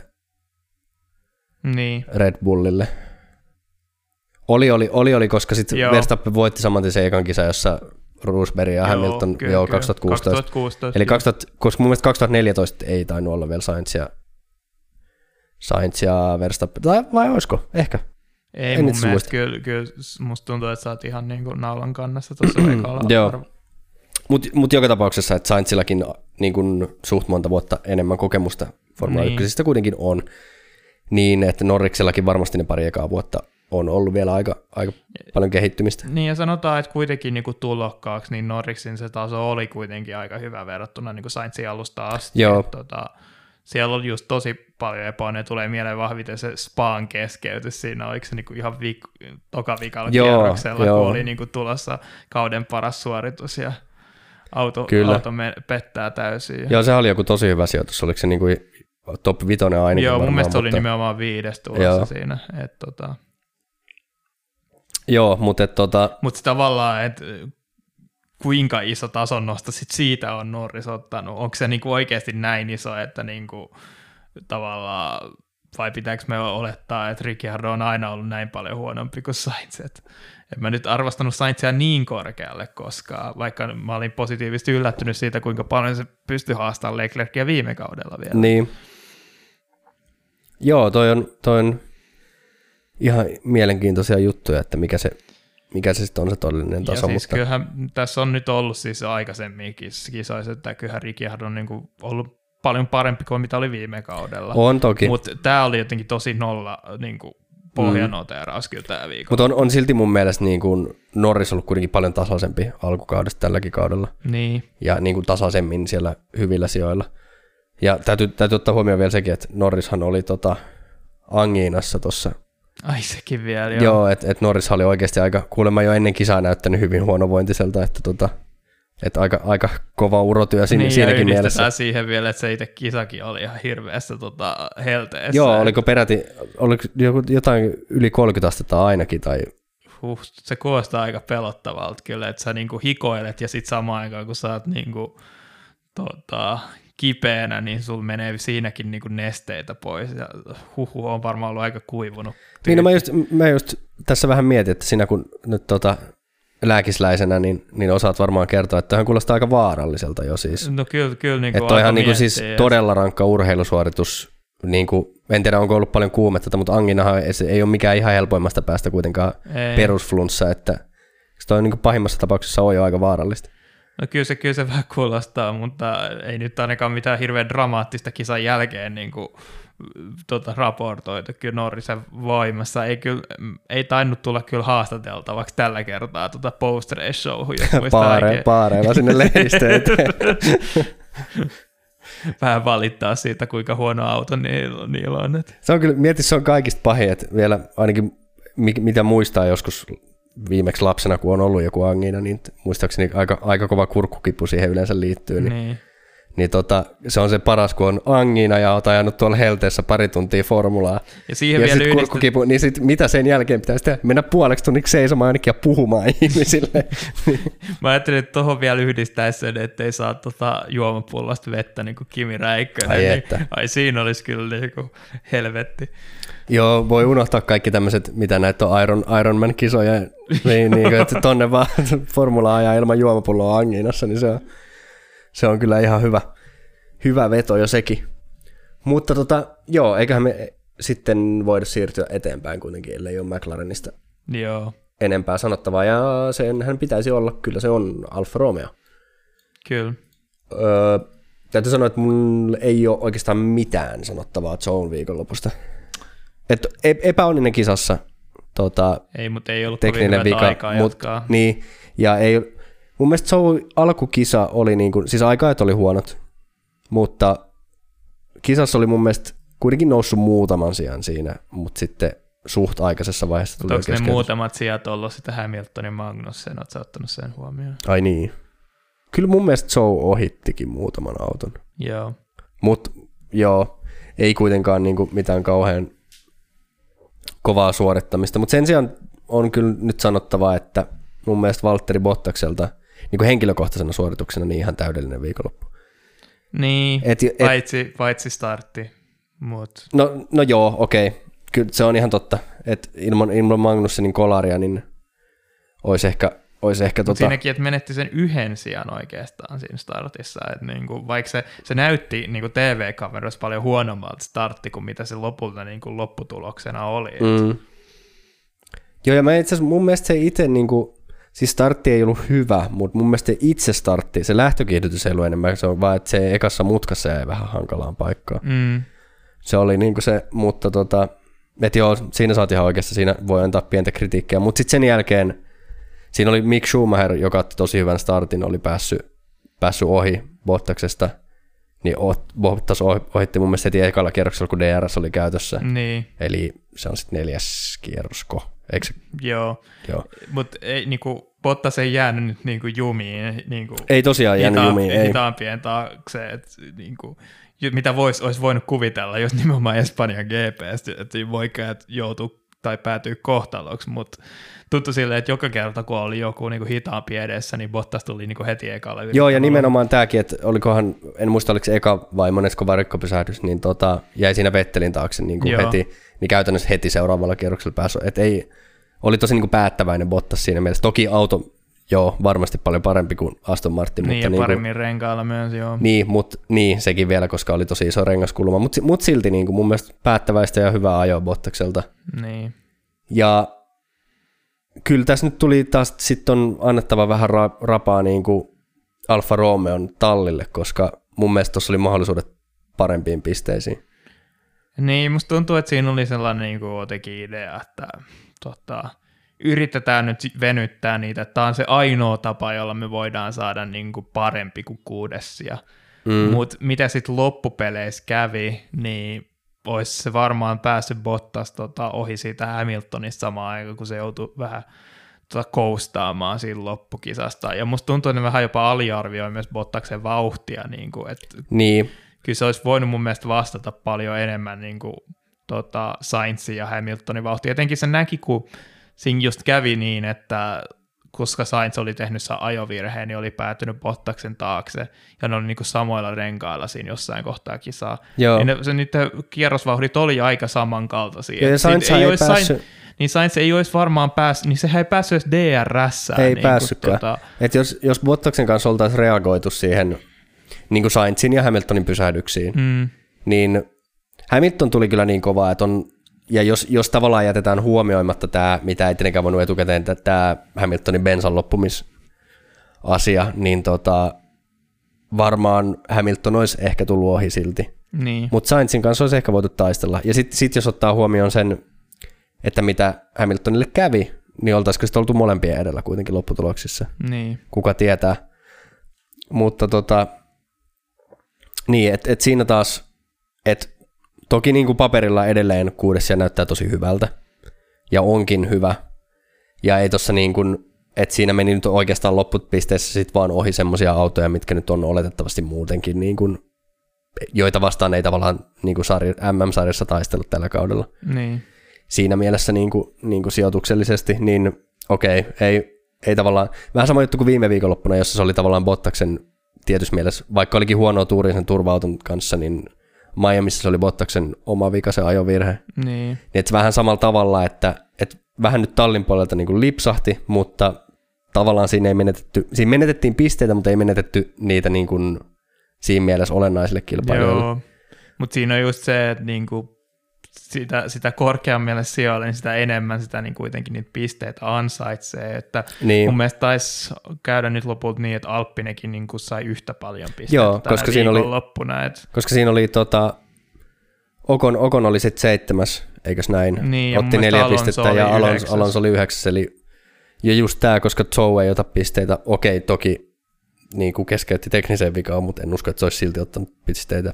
Speaker 2: niin
Speaker 1: Red Bullille. Oli, oli, oli, oli koska sitten Verstappen voitti saman sen ekan kisa, jossa Rosberg ja joo, Hamilton kyllä, joo, kaksituhattakuusitoista. kaksituhattakuusitoista. Eli kaksituhatta, koska mun mielestä kaksituhattaneljätoista ei tainnut olla vielä Sainz ja, Sainz ja Verstappen. Tai vai olisiko? Ehkä.
Speaker 2: Ei en mun mielestä, kyllä, kyllä musta tuntuu, että sä oot ihan niin kuin naulan kannassa tuossa ekalla.
Speaker 1: Joo, mutta mut joka tapauksessa, että Sainzillakin niin kuin suht monta vuotta enemmän kokemusta Formula niin. ykkösistä kuitenkin on, niin että Norriksellakin varmasti ne pari ekaa vuotta on ollut vielä aika, aika paljon kehittymistä.
Speaker 2: Niin ja sanotaan, että kuitenkin niin kuin tulokkaaksi, niin Norriksin se taso oli kuitenkin aika hyvä verrattuna niin kuin Sainzin alusta asti.
Speaker 1: Joo.
Speaker 2: Et, tota, siellä on just tosi paljon epäonneja, tulee mieleen vahviten se Spaan keskeytys siinä, oliko se niin kuin ihan viik- toka vikalla kierroksella, kun oli niin kuin tulossa kauden paras suoritus ja auto, auto me- pettää täysin. Ja...
Speaker 1: Joo, se oli joku tosi hyvä sijoitus, oliko se niin kuin top vitonen ainakin?
Speaker 2: Joo,
Speaker 1: varmaan,
Speaker 2: mun mielestä
Speaker 1: mutta...
Speaker 2: oli nimenomaan viides tulossa joo. siinä, että tota...
Speaker 1: Joo, mutta et, tota...
Speaker 2: Mut tavallaan, että kuinka iso tason nosto sit siitä on Norris ottanut? Onko se niinku oikeasti näin iso, että niinku, tavallaan vai pitääkö me olettaa, että Ricciardo on aina ollut näin paljon huonompi kuin Sainz. Et en mä nyt arvostanut Sainzia niin korkealle koskaan, vaikka mä olin positiivisesti yllättynyt siitä, kuinka paljon se pystyi haastamaan Leclercia viime kaudella vielä.
Speaker 1: Niin. Joo, toi on, toi on ihan mielenkiintoisia juttuja, että mikä se, mikä se sitten on se todellinen taso.
Speaker 2: Ja siis
Speaker 1: mutta
Speaker 2: kyllähän tässä on nyt ollut siis aikaisemminkin kisoissa, että kyllähän Ricciardo on niin kuin ollut paljon parempi kuin mitä oli viime kaudella.
Speaker 1: On toki.
Speaker 2: Mutta tämä oli jotenkin tosi nolla niin kuin pohjanoteeraus kyllä tämä viikko.
Speaker 1: Mutta on, on silti mun mielestä niin kuin Norris ollut kuitenkin paljon tasaisempi alkukaudesta tälläkin kaudella.
Speaker 2: Niin.
Speaker 1: Ja niin kuin tasaisemmin siellä hyvillä sijoilla. Ja täytyy, täytyy ottaa huomioon vielä sekin, että Norrishan oli tota Angiinassa tuossa.
Speaker 2: Ai sekin vielä, joo.
Speaker 1: Joo, että et Norris oli oikeasti aika, kuulemma jo ennen kisaa näyttänyt hyvin huonovointiselta, että tota, et aika, aika kova urotyö siinä,
Speaker 2: niin,
Speaker 1: siinäkin
Speaker 2: ja
Speaker 1: mielessä.
Speaker 2: siihen vielä, että se itse kisakin oli ihan hirveässä tota, helteessä.
Speaker 1: Joo, oliko peräti, oliko jotain yli kolmekymmentä astetta ainakin, tai
Speaker 2: Huh, se kuulostaa aika pelottavalta kyllä, että sä niinku hikoilet ja sitten samaan aikaan, kun sä oot niinku, tota, kipeänä, niin sulla menee siinäkin niinku nesteitä pois. Ja huhu on varmaan ollut aika kuivunut.
Speaker 1: Niin, no mä, just, mä just tässä vähän mietin, että sinä kun nyt tota, lääkisläisenä, niin, niin osaat varmaan kertoa, että toihan kuulostaa aika vaaralliselta jo siis.
Speaker 2: No kyllä, kyllä niin
Speaker 1: että toihan niin siis todella rankka urheilusuoritus. Niin kuin, en tiedä, onko ollut paljon kuumetta, mutta anginahan ei, ei ole mikään ihan helpoimmasta päästä kuitenkaan ei. Perusflunssa, että toi niin kuin pahimmassa tapauksessa on jo aika vaarallista.
Speaker 2: No kyllä se, kyllä se vähän kuulostaa, mutta ei nyt ainakaan mitään hirveän dramaattista kisan jälkeen niin kuin, tota, raportoitu. Kyllä Norrisen voimassa ei, kyllä, ei tainnut tulla kyllä haastateltavaksi tällä kertaa tuota post-race showhun.
Speaker 1: Paare, paareilla sinne lehdistöön.
Speaker 2: Vähän valittaa siitä, kuinka huono auto niillä, niillä on.
Speaker 1: Se on kyllä, mieti, se on kaikista pahin, että vielä ainakin mitä muistaa joskus viimeksi lapsena, kun on ollut joku angina, niin muistaakseni aika, aika kova kurkkukipu siihen yleensä liittyy. Niin,
Speaker 2: niin.
Speaker 1: niin tota, se on se paras, kun on angina ja oot ajanut tuolla helteessä pari tuntia formulaa.
Speaker 2: Ja, siihen
Speaker 1: ja
Speaker 2: vielä
Speaker 1: sitten
Speaker 2: yhdistet...
Speaker 1: kurkkukipu, niin sit mitä sen jälkeen pitäisi tehdä? Mennä puoleksi tunniksi seisomaan ainakin ja puhumaan ihmisille.
Speaker 2: Mä ajattelin, että tuohon vielä yhdistäisi sen, ettei saa tota juomapullosta vettä niin kuin Kimi Räikkönen.
Speaker 1: Ai,
Speaker 2: niin,
Speaker 1: että.
Speaker 2: ai siinä olisi kyllä niin kuin helvetti.
Speaker 1: Joo, voi unohtaa kaikki tämmöiset, mitä näitä on Iron, Ironman-kisoja, niin, niin kuin, että tonne vaan formulaa ajaa ilman juomapulloa anginassa, niin se on, se on kyllä ihan hyvä, hyvä veto jo sekin. Mutta tota, joo, eiköhän me sitten voida siirtyä eteenpäin kuitenkin, ellei ole McLarenista
Speaker 2: joo.
Speaker 1: enempää sanottavaa, ja senhän pitäisi olla, kyllä se on Alfa Romeo.
Speaker 2: Kyllä.
Speaker 1: Öö, täytyy sanoa, että mun ei ole oikeastaan mitään sanottavaa Zone viikonlopusta. Et epäonninen kisassa tota,
Speaker 2: ei, mutta ei ollut
Speaker 1: tekninen
Speaker 2: kovin
Speaker 1: vika,
Speaker 2: aikaa
Speaker 1: mut,
Speaker 2: jatkaa.
Speaker 1: Niin, ja ei, mun mielestä Zone alkukisa oli, niinku, siis aikaajat oli huonot, mutta kisassa oli mun mielestä kuitenkin noussut muutaman sijan siinä, mutta sitten suht aikaisessa vaiheessa tuli
Speaker 2: onko ne muutamat sijat ollut sitä Hamiltonin Magnussen, oletko sä ottanut sen huomioon?
Speaker 1: Ai niin. Kyllä mun mielestä Zone ohittikin muutaman auton.
Speaker 2: Joo.
Speaker 1: Mutta joo, ei kuitenkaan niinku mitään kauhean kovaa suorittamista, mutta sen sijaan on kyllä nyt sanottava, että mun mielestä Valtteri Bottakselta niin kuin henkilökohtaisena suorituksena niin ihan täydellinen viikonloppu.
Speaker 2: Niin, et, et, paitsi, paitsi startti. Mut.
Speaker 1: No, no joo, okei. Kyllä se on ihan totta, että ilman, ilman Magnussenin kolaria niin olisi ehkä, olisi ehkä tota...
Speaker 2: Siinäkin, että menetti sen yhden sijaan oikeastaan siinä startissa, että niinku, vaikka se, se näytti niinku T V-kamerassa paljon huonommalta startti kuin mitä se lopulta niinku lopputuloksena oli.
Speaker 1: Mm. Joo, ja mä itse asiassa mun mielestä se itse, niinku, siis startti ei ollut hyvä, mutta mun mielestä se itse startti, se lähtökiihdytys ei ollut enemmän, se on vaan, että se ekassa mutkassa jäi vähän hankalaan paikkaan.
Speaker 2: Mm.
Speaker 1: Se oli niinku se, mutta tota, että joo, siinä saatiin ihan oikeassa, siinä voi antaa pientä kritiikkiä, mutta sitten sen jälkeen siinä oli Mick Schumacher, joka otti tosi hyvän startin, oli päässyt, päässyt ohi Bottaksesta, niin Bottas ohitti mun mielestä heti ekalla kierroksella, kun D R S oli käytössä.
Speaker 2: Niin.
Speaker 1: Eli se on sitten neljäs kierrosko, eikö se?
Speaker 2: Joo,
Speaker 1: joo.
Speaker 2: Mutta niinku, Bottas ei jäänyt nyt niinku jumiin. Niinku,
Speaker 1: ei tosiaan jäänyt
Speaker 2: hita-
Speaker 1: jumiin, ei.
Speaker 2: Hitaampien taakse, että niinku, mitä vois, olisi voinut kuvitella, jos nimenomaan Espanjan G P, että voi joutuu tai päätyä kohtaloksi, mutta tuntui silleen, että joka kerta kun oli joku niin kuin hitaampi edessä, niin Bottas tuli niin kuin heti ekalla.
Speaker 1: Joo, ja nimenomaan tämäkin, että olikohan, en muista oliko se eka vai monesko varikkopysähdys, niin tota, jäi siinä Vettelin taakse niin kuin heti, niin käytännössä heti seuraavalla kierroksella pääsi. Että ei, oli tosi niin kuin päättäväinen Bottas siinä mielessä. Toki auto, joo, varmasti paljon parempi kuin Aston Martin.
Speaker 2: Niin,
Speaker 1: mutta
Speaker 2: ja
Speaker 1: niin
Speaker 2: paremmin
Speaker 1: kuin,
Speaker 2: renkailla myös, joo.
Speaker 1: Niin, mutta niin, sekin vielä, koska oli tosi iso rengaskulma. Mutta mut silti niin kuin mun mielestä päättäväistä ja hyvää ajoa Bottakselta.
Speaker 2: Niin.
Speaker 1: Ja kyllä tässä nyt tuli taas, sitten on annettava vähän ra- rapaa niin kuin Alfa Romeon tallille, koska mun mielestä tuossa oli mahdollisuudet parempiin pisteisiin.
Speaker 2: Niin, musta tuntuu, että siinä oli sellainen niin kuin jotenkin idea, että tota, yritetään nyt venyttää niitä, että tämä on se ainoa tapa, jolla me voidaan saada niin kuin parempi kuin kuudes. Mm. Mutta mitä sitten loppupeleissä kävi, niin olisi se varmaan päässyt Bottas tota, ohi siitä Hamiltonista samaan aikaan, kun se joutui vähän tota, koustaamaan siinä loppukisasta. Ja musta tuntuu, että ne vähän jopa aliarvioi myös Bottaksen vauhtia. Niin kuin, että
Speaker 1: niin.
Speaker 2: Kyllä se olisi voinut mun mielestä vastata paljon enemmän niin kuin, tota, Sainzin ja Hamiltonin vauhtia. Jotenkin se näki, kun siinä just kävi niin, että koska Sainz oli tehnyt sen ajovirheen, niin oli päätynyt Bottaksen taakse, ja ne oli niin kuin samoilla renkailla siinä jossain kohtaa kisaa. Ja ne, se, niiden kierrosvauhdit oli aika samankaltaisia.
Speaker 1: Ja, ja Sainz ei, ei päässyt.
Speaker 2: Sain, niin Sainz ei olisi varmaan päässyt, niin sehän ei päässyt edes D R S:ään.
Speaker 1: Ei
Speaker 2: niin
Speaker 1: päässytkään.
Speaker 2: Tota...
Speaker 1: Et jos, jos Bottaksen kanssa oltaisiin reagoitu siihen niin kuin Sainzin ja Hamiltonin pysähdyksiin, mm. niin Hamilton tuli kyllä niin kovaa, että on ja jos, jos tavallaan jätetään huomioimatta tämä, mitä ei tietenkään voinut etukäteen, tämä Hamiltonin bensan loppumisasia, niin tota, varmaan Hamilton olisi ehkä tullut ohi silti.
Speaker 2: Niin.
Speaker 1: Mutta Sainzin kanssa olisi ehkä voitu taistella. Ja sitten sit jos ottaa huomioon sen, että mitä Hamiltonille kävi, niin oltaisiko sitten oltu molempien edellä kuitenkin lopputuloksissa.
Speaker 2: Niin.
Speaker 1: Kuka tietää. Mutta tota, niin, että et siinä taas, että toki niin kuin paperilla edelleen kuudes ja näyttää tosi hyvältä, ja onkin hyvä, ja ei tossa niin kuin, että siinä meni nyt oikeastaan loppupisteessä sit vaan ohi semmoisia autoja, mitkä nyt on oletettavasti muutenkin, niin kuin, joita vastaan ei tavallaan niin kuin sarja, M M-sarjassa taistellut tällä kaudella.
Speaker 2: Niin.
Speaker 1: Siinä mielessä niin kuin, niin kuin sijoituksellisesti, niin okei, ei, ei tavallaan, vähän sama juttu kuin viime viikonloppuna, jossa se oli tavallaan Bottaksen tietyssä mielessä, vaikka olikin huonoa tuuria sen turva-auton kanssa, niin Miamiissa se oli Bottaksen oma vika, se ajovirhe.
Speaker 2: Niin.
Speaker 1: Niin että vähän samalla tavalla, että, että vähän nyt tallin puolelta niin kuin lipsahti, mutta tavallaan siinä ei menetetty, siinä menetettiin pisteitä, mutta ei menetetty niitä niin kuin siinä mielessä olennaisille kilpailijoille.
Speaker 2: Joo, mutta siinä on just se, että niin kuin sitä, sitä korkeammalle sijoille, niin sitä enemmän sitä niin kuitenkin niitä pisteitä ansaitsee. Että niin. Mun mielestä taisi käydä nyt lopulta niin, että Alppinekin niin kuin sai yhtä paljon pisteitä.
Speaker 1: Joo, koska siinä oli,
Speaker 2: loppuna. Että...
Speaker 1: koska siinä oli tota, Okon, Okon oli sitten seitsemäs, eikös näin?
Speaker 2: Niin,
Speaker 1: otti neljä pistettä ja Alonso, Alonso oli yhdeksäs. Eli, ja just tämä, koska Zhou ei ota pisteitä, okei, toki niin kuin keskeytti tekniseen vikaan, mutta en usko, että se olisi silti ottanut pisteitä.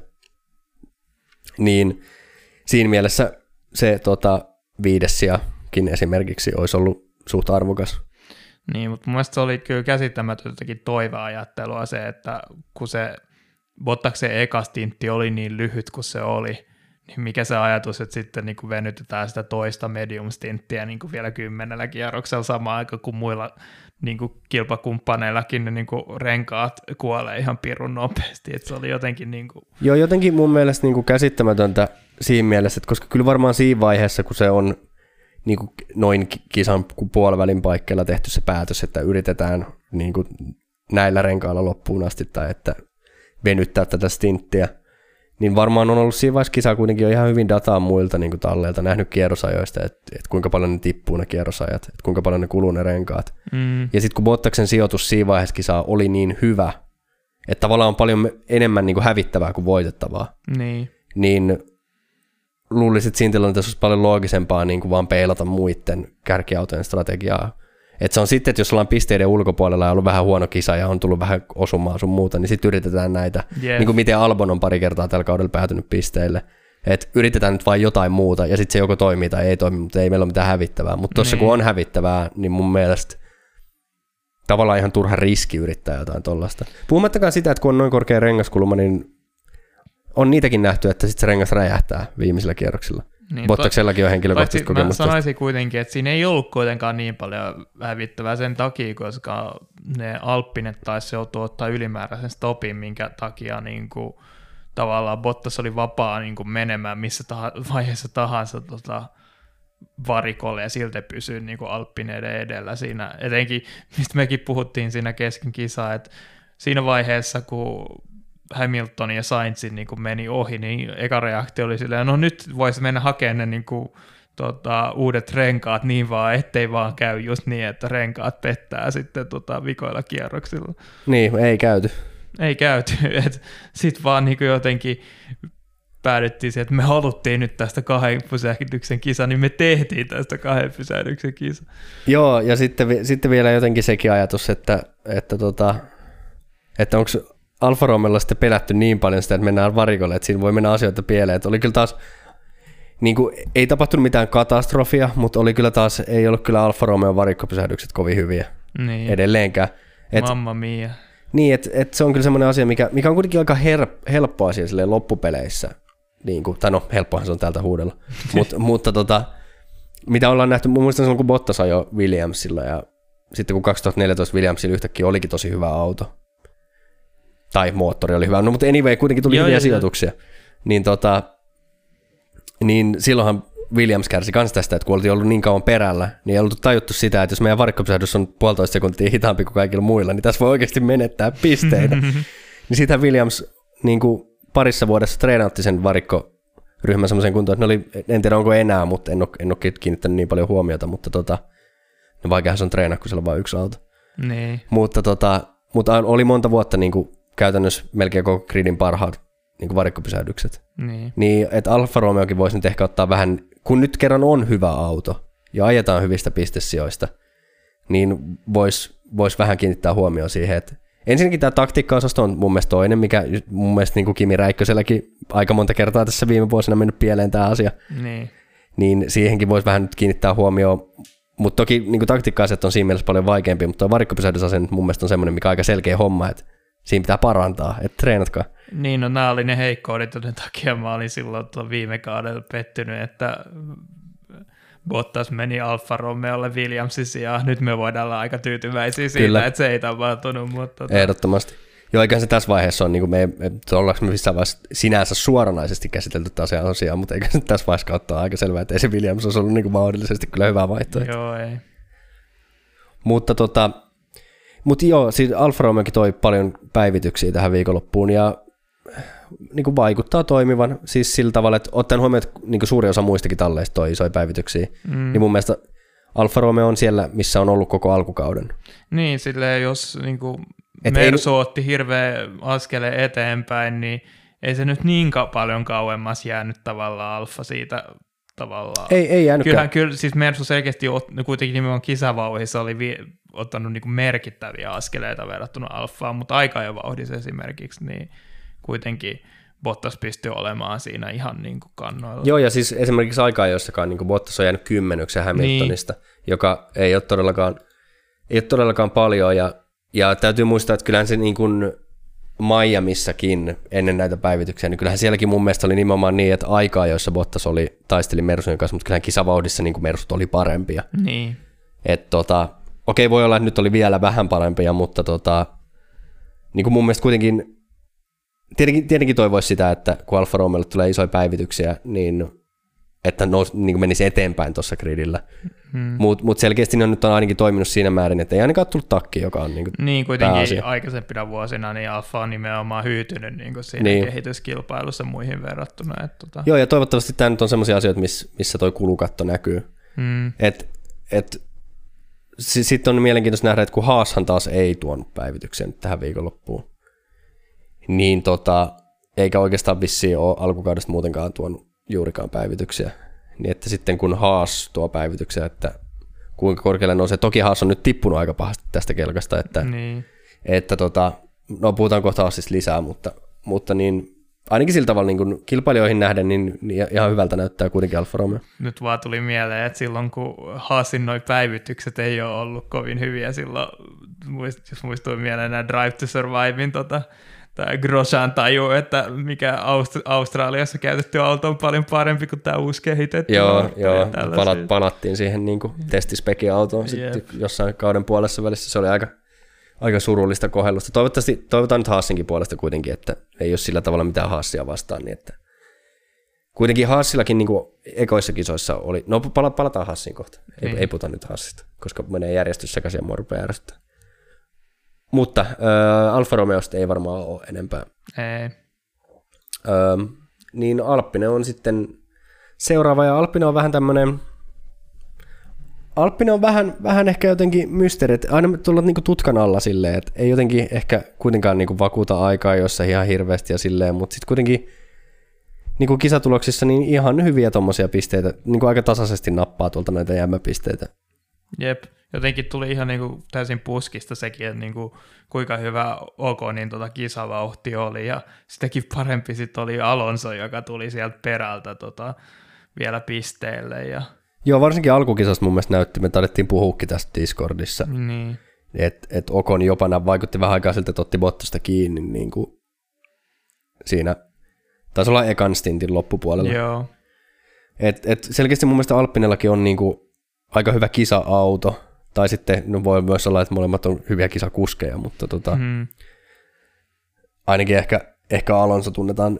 Speaker 1: Niin siinä mielessä se tota, viides sijakin esimerkiksi olisi ollut suht arvokas.
Speaker 2: Niin, mutta mun mielestä se oli kyllä käsittämätöntäkin toiveajattelua se, että kun se Bottaksen eka stintti oli niin lyhyt kuin se oli, niin mikä se ajatus, että sitten niin kuin venytetään sitä toista medium-stinttiä niin kuin vielä kymmenellä kierroksella samaan aikaan kuin muilla niin kuin kilpakumppaneillakin ne niin kuin renkaat kuolee ihan pirun nopeasti, että se oli jotenkin niin kuin...
Speaker 1: Joo, jotenkin mun mielestä niin kuin käsittämätöntä siinä mielessä, että koska kyllä varmaan siinä vaiheessa, kun se on niin kuin noin kisan puolivälin paikkeilla tehty se päätös, että yritetään niin kuin näillä renkailla loppuun asti tai että venyttää tätä stinttiä, niin varmaan on ollut siinä vaiheessa kisaa kuitenkin jo ihan hyvin dataa muilta niin kuin talleilta, nähnyt kierrosajoista, että, että kuinka paljon ne tippuu ne kierrosajat, että kuinka paljon ne kuluu ne renkaat. Mm. Ja sitten kun Bottaksen sijoitus siinä vaiheessa kisaa oli niin hyvä, että tavallaan on paljon enemmän niin kuin hävittävää kuin voitettavaa,
Speaker 2: niin,
Speaker 1: niin luulisin, että siinä tilanteessa olisi paljon loogisempaa niin kuin vaan peilata muiden kärkiautojen strategiaa. Että se on sitten, että jos ollaan pisteiden ulkopuolella ja ollut vähän huono kisa ja on tullut vähän osumaa sun muuta, niin sitten yritetään näitä, yeah. niin kuin miten Albon on pari kertaa tällä kaudella päätynyt pisteille. Että yritetään nyt vain jotain muuta ja sitten se joko toimii tai ei toimi, mutta ei meillä ole mitään hävittävää. Mutta tuossa niin. kun on hävittävää, niin mun mielestä tavallaan ihan turha riski yrittää jotain tollaista. Puhumattakaan sitä, että kun on noin korkea rengaskulma, niin on niitäkin nähty, että sitten se rengas räjähtää viimeisillä kierroksilla.
Speaker 2: Niin,
Speaker 1: Bottaksellakin on henkilökohtaisesti kokemusta.
Speaker 2: Mä sanoisin kuitenkin, että siinä ei ollut kuitenkaan niin paljon hävittävää sen takia, koska ne Alppinet taisi joutua ottaa ylimääräisen stopin, minkä takia niin kuin, tavallaan Bottas oli vapaa niin kuin menemään missä tah- vaiheessa tahansa tota, varikolle ja silti pysyy niin kuin Alppineiden edellä siinä. Etenkin, mistä mekin puhuttiin siinä kesken kisaa, että siinä vaiheessa, kun Hamilton ja Sainzin niin meni ohi, niin eka reaktio oli silleen, no nyt voisi mennä hakemaan ne niin kuin, tota, uudet renkaat niin vaan, ettei vaan käy just niin, että renkaat pettää sitten tota, vikoilla kierroksilla.
Speaker 1: Niin, ei käyty.
Speaker 2: Ei käyty, että sitten vaan niin kuin jotenkin päädyttiin siihen, että me haluttiin nyt tästä kahden pysähdyksen kisa, niin me tehtiin tästä kahden pysähdyksen kisa.
Speaker 1: Joo, ja sitten, sitten vielä jotenkin sekin ajatus, että, että, tota, että onko Alfa Romeolla sitten pelätty niin paljon sitä, että mennään varikolle, että siinä voi mennä asioita pieleen. Että oli kyllä taas, niin kuin, ei tapahtunut mitään katastrofia, mutta oli kyllä taas, ei ollut kyllä Alfa Romeon varikkopysähdykset kovin hyviä
Speaker 2: niin.
Speaker 1: edelleenkään. Et,
Speaker 2: Mamma mia.
Speaker 1: Niin, että et se on kyllä semmoinen asia, mikä, mikä on kuitenkin aika her, helppo asia silleen loppupeleissä. Niin kuin, tai no, helppohan se on täältä huudella. Mut, mutta tota, mitä ollaan nähty, mun muistan silloin, kun Bottas ajoi Williamsilla, ja sitten kun kaksituhattaneljätoista Williamsilla yhtäkkiä olikin tosi hyvä auto, tai moottori oli hyvä, no mutta anyway, kuitenkin tuli joo, hyviä sijoituksia, niin, tota, niin silloinhan Williams kärsi myös tästä, että kun oltiin ollut niin kauan perällä, niin ei ollut tajuttu sitä, että jos meidän varikkopysähdys on puolitoista sekuntia hitaampi kuin kaikilla muilla, niin tässä voi oikeasti menettää pisteitä. Niin siitä Williams niin kuin parissa vuodessa treenautti sen varikkoryhmän semmoisen kuntoon, että ne oli, en tiedä onko enää, mutta en ole, en ole kiinnittänyt niin paljon huomiota, mutta tota, no vaikeahan se on treenaa, kun siellä on vain yksi auto.
Speaker 2: Niin.
Speaker 1: Mutta, tota, mutta oli monta vuotta niin kuin käytännössä melkein koko gridin parhaat niin kuin varikkopysähdykset.
Speaker 2: Niin.
Speaker 1: Niin, että Alfa Romeokin voisi nyt ehkä ottaa vähän, kun nyt kerran on hyvä auto ja ajetaan hyvistä pistesijoista, niin voisi vois vähän kiinnittää huomioon siihen, että ensinnäkin tämä taktiikka-osasto on mun mielestä toinen, mikä mun mielestä niin kuin Kimi Räikköselläkin aika monta kertaa tässä viime vuosina mennyt pieleen tämä asia.
Speaker 2: Niin.
Speaker 1: Niin siihenkin voisi vähän nyt kiinnittää huomioon. Mutta toki niin taktiikka-asiat on siinä mielessä paljon vaikeampia, mutta tuo varikkopysähdysasia mun mielestä on semmoinen, mikä on aika selkeä homma, että siinä pitää parantaa, että treenatkaa.
Speaker 2: Niin, no nämä oli ne heikkoudet, joiden takia mä olin silloin viime kaudella pettynyt, että Bottas meni Alfa Romeolle Williamsin sijaan. Nyt me voidaan olla aika tyytyväisiä siitä, Kyllä. että se ei tapahtunut. Mutta
Speaker 1: ehdottomasti. Joo, eiköhän se tässä vaiheessa on, niin kuin me, me ollaanko me missään vaiheessa sinänsä suoranaisesti käsitelty tätä asiaa, mutta eikä se tässä vaiheessa kautta aika selvää, että ei se Williams olisi ollut niin kuin mahdollisesti kyllä hyvä vaihtoehto.
Speaker 2: Joo, ei.
Speaker 1: Mutta tota, mutta joo, siis Alfa Romeokin toi paljon päivityksiä tähän viikonloppuun ja niin kuin vaikuttaa toimivan, siis sillä tavalla, että ottaen huomioon, että niin kuin suuri osa muistakin talleista toi isoja päivityksiä, mm. niin mun mielestä Alfa Romeo on siellä, missä on ollut koko alkukauden.
Speaker 2: Niin, silleen jos niin kuin Mersu ei otti hirveän askeleen eteenpäin, niin ei se nyt niin ka- paljon kauemmas jäänyt tavallaan Alfa siitä tavallaan.
Speaker 1: Ei, ei jäänytkään.
Speaker 2: Kyllähän kyllä, siis Mersu selkeästi ot, kuitenkin nimenomaan kisavauhdissa oli vi- ottanut niin kuin merkittäviä askeleita verrattuna Alfaan, mutta aikajovauhdissa esimerkiksi, niin kuitenkin Bottas pystyi olemaan siinä ihan niin kuin kannoilla.
Speaker 1: Joo, ja siis esimerkiksi aikaa jossakaan niin kuin Bottas on jäänyt kymmenyksen Hamiltonista, niin. joka ei ole todellakaan, ei ole todellakaan paljon, ja, ja täytyy muistaa, että kyllähän se niin kuin Miamissakin ennen näitä päivityksiä, niin kyllähän sielläkin mun mielestä oli nimenomaan niin, että aikaa, joissa Bottas oli, taisteli Mersujen kanssa, mutta kyllähän kisavauhdissa niin kuin Mersut oli parempia.
Speaker 2: Niin.
Speaker 1: Että tota, okei, voi olla, että nyt oli vielä vähän parempia, mutta tota, niin kuin mun mielestä kuitenkin Tietenkin, tietenkin toivoisi sitä, että kun Alfa Romeolle tulee isoja päivityksiä, niin että nous, niin menisi eteenpäin tuossa gridillä. Hmm. Mutta mut selkeästi ne on nyt on ainakin toiminut siinä määrin, että ei ainakaan tullut takki, joka on niin
Speaker 2: Niin kuitenkin pääasia. Aikaisempina vuosina niin Alfa on nimenomaan hyytynyt niin siinä niin. kehityskilpailussa muihin verrattuna. Että tota.
Speaker 1: Joo, ja toivottavasti tämä nyt on sellaisia asioita, miss, missä toi kulukatto näkyy. Hmm. Et, et, Sitten on mielenkiintoista nähdä, että kun Haashan taas ei tuonut päivityksiä nyt tähän viikonloppuun, niin tota, eikä oikeastaan vissiin ole alkukaudesta muutenkaan tuonut juurikaan päivityksiä. Niin että sitten kun Haas tuo päivityksiä, että kuinka korkealle nousee. Toki Haas on nyt tippunut aika pahasti tästä kelkasta, että,
Speaker 2: niin.
Speaker 1: että tota, no puhutaan kohta Haasista lisää, mutta, mutta niin, ainakin sillä tavalla niin kun kilpailijoihin nähden, niin, niin ihan hyvältä näyttää kuitenkin Alfa Romeo.
Speaker 2: Nyt vaan tuli mieleen, että silloin kun Haasin noi päivitykset ei ole ollut kovin hyviä silloin, jos muistuu mieleen nämä Drive to Survivein tota, tämä Grosjean tajuu, että mikä Aust- Australiassa käytetty auto on paljon parempi kuin tämä uusi kehitetty
Speaker 1: joo,
Speaker 2: auto.
Speaker 1: Joo, palat, palattiin siihen niin kuin testispeki-autoon
Speaker 2: Jep.
Speaker 1: sitten jossain kauden puolessa välissä. Se oli aika, aika surullista kohellusta. Toivottavasti, toivotaan nyt Haasinkin puolesta kuitenkin, että ei ole sillä tavalla mitään Haasia vastaan. Niin että kuitenkin Haasillakin niin kuin ekoissa kisoissa oli, no palataan Haasiin kohta, ei,
Speaker 2: niin.
Speaker 1: ei puhuta nyt Haasista, koska menee järjestys sekaisin ja mua rupeaa järjestää. Mutta äh, Alfa Romeosta ei varmaan ole enempää.
Speaker 2: Ei.
Speaker 1: Öö, niin Alppinen on sitten seuraava, ja Alppinen on vähän tämmöinen, Alppinen on vähän, vähän ehkä jotenkin mysteeri, että aina tullaan niinku tutkan alla silleen, että ei jotenkin ehkä kuitenkaan niinku vakuuta aikaa jossain ihan hirveästi ja silleen, mutta sitten kuitenkin niinku kisatuloksissa niin ihan hyviä tommosia pisteitä, niinku aika tasaisesti nappaa tuolta näitä jäämäpisteitä.
Speaker 2: Jep, jotenkin tuli ihan niinku täysin puskista sekin, että niinku kuinka hyvä OK niin tota kisavauhti oli, ja sitäkin parempi sitten oli Alonso, joka tuli sieltä perältä tota, vielä pisteelle. Ja...
Speaker 1: Joo, varsinkin alkukisasta mun mielestä näytti, me taidettiin puhuukin tästä Discordissa,
Speaker 2: niin. että
Speaker 1: et Ocon jopa vaikutti vähän aikaa siltä, että otti Bottasta kiinni niin kuin siinä, taisi olla ekan stintin loppupuolella.
Speaker 2: Joo.
Speaker 1: Et, et selkeästi mun mielestä Alppinellakin on niin kuin aika hyvä kisa-auto, tai sitten no voi myös olla, että molemmat on hyviä kisakuskeja, mutta tota,
Speaker 2: mm.
Speaker 1: ainakin ehkä, ehkä Alonso tunnetaan,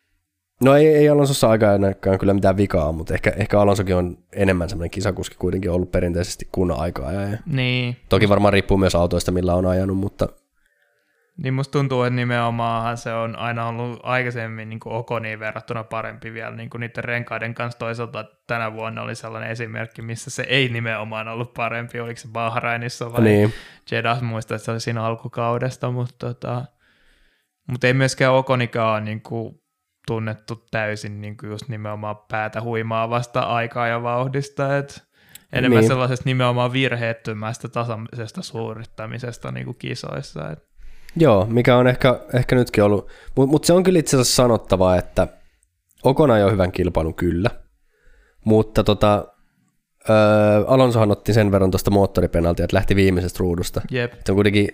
Speaker 1: no ei, ei Alonsossa aikaan kyllä mitään vikaa, mutta ehkä, ehkä Alonsokin on enemmän semmoinen kisakuski kuitenkin ollut perinteisesti kuin aikaa. Ja
Speaker 2: niin.
Speaker 1: Toki varmaan riippuu myös autoista, millä on ajanut, mutta...
Speaker 2: Niin musta tuntuu, että nimenomaan se on aina ollut aikaisemmin niin kuin Oconiin verrattuna parempi vielä niin kuin niiden renkaiden kanssa. Toisaalta tänä vuonna oli sellainen esimerkki, missä se ei nimenomaan ollut parempi. Oliko se Bahrainissa vai
Speaker 1: niin.
Speaker 2: Jeddah, muista, että se oli siinä alkukaudesta, mutta, tota, mutta ei myöskään Oconikaan ole niin kuin tunnettu täysin niin kuin just nimenomaan päätä huimaavasta aikaa ja vauhdista, että enemmän niin. sellaisesta nimenomaan virheettömästä tasaisesta suorittamisesta niin kuin kisoissa, että
Speaker 1: joo, mikä on ehkä, ehkä nytkin ollut, mutta mut se on kyllä itse asiassa sanottava, että Ocon ajoi hyvän kilpailun kyllä, mutta tota, öö, Alonsohan otti sen verran tuosta moottoripenaltia, että lähti viimeisestä ruudusta.
Speaker 2: Jep.
Speaker 1: Se on kuitenkin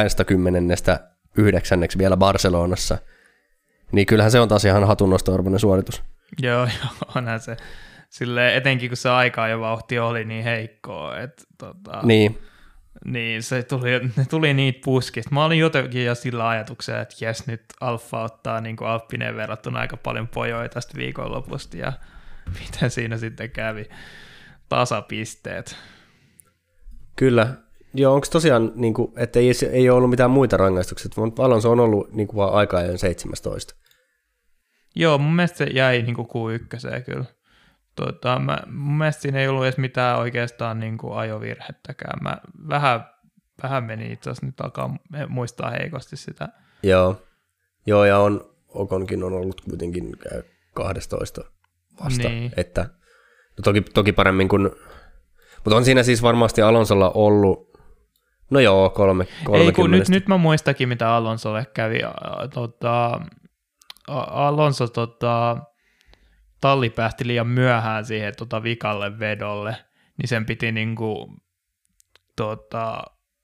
Speaker 1: kaksikymmentäyhdeksän vielä Barcelonassa, niin kyllähän se on taas ihan hatunnosto-arvoinen suoritus.
Speaker 2: Joo, joo, onhan se. Silleen, etenkin kun se aikaa ja vauhti oli niin heikkoa, että tota...
Speaker 1: Niin.
Speaker 2: Niin, se tuli, ne tuli niitä puskista. Mä olin jotenkin jo sillä ajatuksella, että jes, nyt Alfa ottaa niin kuin Alppineen verrattuna aika paljon pojoja tästä viikonlopusta, ja miten siinä sitten kävi tasapisteet.
Speaker 1: Kyllä. Joo, onko tosiaan, niin kuin, että ei, ei ole ollut mitään muita rangaistuksia, mutta Alonso on ollut niin kuin vaan aika-ajan seitsemäntoista.
Speaker 2: Joo, mun mielestä se jäi niin kuin Q yksi kyllä. Tota, mä, mun mielestä siinä ei ollut edes mitään oikeastaan niin kuin ajovirhettäkään. Mä vähän, vähän meni itse asiassa, nyt alkaa muistaa heikosti sitä.
Speaker 1: Joo, Joo ja on, Oconkin on ollut kuitenkin kaksitoista vasta,
Speaker 2: niin.
Speaker 1: että no toki, toki paremmin kuin, mutta on siinä siis varmasti Alonsolla ollut, no joo, kolme,
Speaker 2: Ei kun nyt, nyt mä muistakin, mitä Alonsolle kävi. Tota, Alonso tota, talli päähti liian myöhään siihen tota, vikalle vedolle, niin sen piti niinku, tota,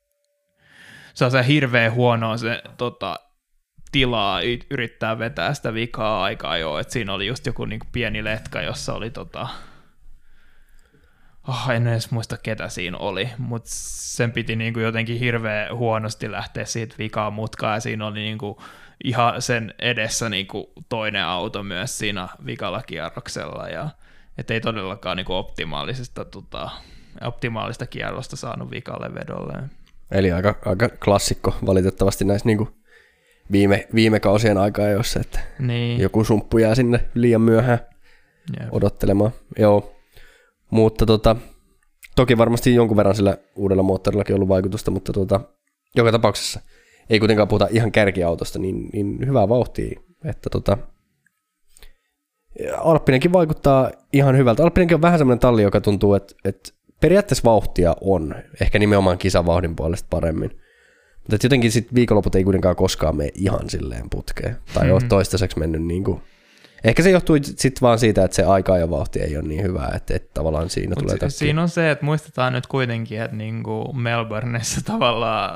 Speaker 2: se on se hirveän huonoa se tota, tilaa yrittää vetää sitä vikaa aikaa jo, että siinä oli just joku niinku pieni letka, jossa oli tota, oh, en edes muista ketä siinä oli, mutta sen piti niinku jotenkin hirveän huonosti lähteä siitä vikaa mutkaan, ja siinä oli niinku ihan sen edessä niinku toinen auto myös siinä vikalla kierroksella, ja ettei todellakaan niinku optimaalisesta, tota, optimaalista kierrosta saanut vikalle vedolle. Eli
Speaker 1: aika, aika klassikko valitettavasti näissä niinku viime, viime kausien aikaa, jossa että
Speaker 2: niin.
Speaker 1: joku sumppu jää sinne liian myöhään Jep. odottelemaan. Joo, mutta tota, toki varmasti jonkun verran sillä uudella moottorillakin ollut vaikutusta, mutta tota, joka tapauksessa ei kuitenkaan puhuta ihan kärkiautosta, niin, niin hyvää vauhtia, että tota, Alppinenkin vaikuttaa ihan hyvältä. Alppinenkin on vähän semmoinen talli, joka tuntuu, että, että periaatteessa vauhtia on, ehkä nimenomaan kisavauhdin puolesta paremmin, mutta jotenkin sitten viikonloput ei kuitenkaan koskaan mene ihan silleen putkeen, tai mm-hmm. ole toistaiseksi mennyt niin kuin. Ehkä se johtuu sitten vaan siitä, että se aika ja vauhti ei ole niin hyvää, että, että tavallaan siinä Mut tulee
Speaker 2: si- Siinä on se, että muistetaan nyt kuitenkin, että niinku Melbourneissa tavallaan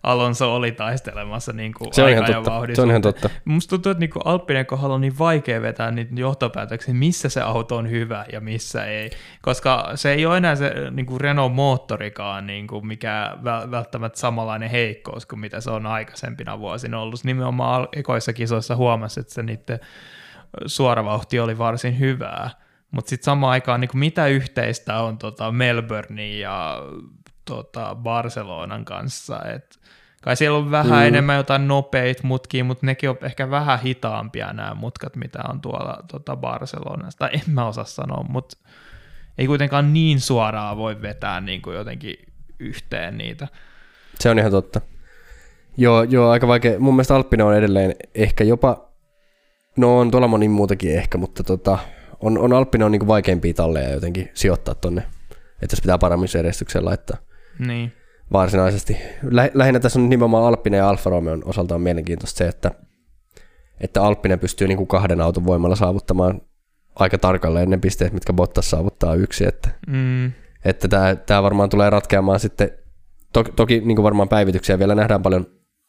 Speaker 2: Alonso oli taistelemassa niin kuin
Speaker 1: se on
Speaker 2: aikaa
Speaker 1: ihan
Speaker 2: ja
Speaker 1: totta.
Speaker 2: vauhdin
Speaker 1: Se on ihan
Speaker 2: suhteen.
Speaker 1: totta.
Speaker 2: Musta tuntuu, että niin kuin Alppinen kohdalla on niin vaikea vetää niitä johtopäätöksiä, missä se auto on hyvä ja missä ei, koska se ei ole enää se niin kuin Renault-moottorikaan, niin kuin mikä välttämättä samanlainen heikkous kuin mitä se on aikaisempina vuosina ollut. Nimenomaan ekoissa kisoissa huomasi, että se niiden suoravauhti oli varsin hyvää, mutta sitten samaan aikaan niin kuin mitä yhteistä on tota Melbournein ja tota Barcelonan kanssa, että kai siellä on vähän mm. enemmän jotain nopeita mutkia, mutta nekin on ehkä vähän hitaampia nämä mutkat, mitä on tuolla tota Barcelonasta. En mä osaa sanoa, mutta ei kuitenkaan niin suoraan voi vetää niin kuin jotenkin yhteen niitä.
Speaker 1: Se on ihan totta. Joo, joo, aika vaikea. Mun mielestä Alppinen on edelleen ehkä jopa, no on tuolla moni muutakin ehkä, mutta tota, on, on Alppinen on niin kuin vaikeimpia talleja jotenkin sijoittaa tonne, että jos pitää paremmisjärjestykseen laittaa.
Speaker 2: Niin.
Speaker 1: Varsinaisesti. Lä- lähinnä tässä on nimenomaan Alppinen ja Alfa Romeon osaltaan mielenkiintoista se, että, että Alppinen pystyy niin kuin kahden auton voimalla saavuttamaan aika tarkalleen ne pisteet, mitkä Bottas saavuttaa yksi. Että,
Speaker 2: mm.
Speaker 1: että tämä, tämä varmaan tulee ratkeamaan sitten, to, toki niin kuin varmaan päivityksiä vielä nähdään paljon,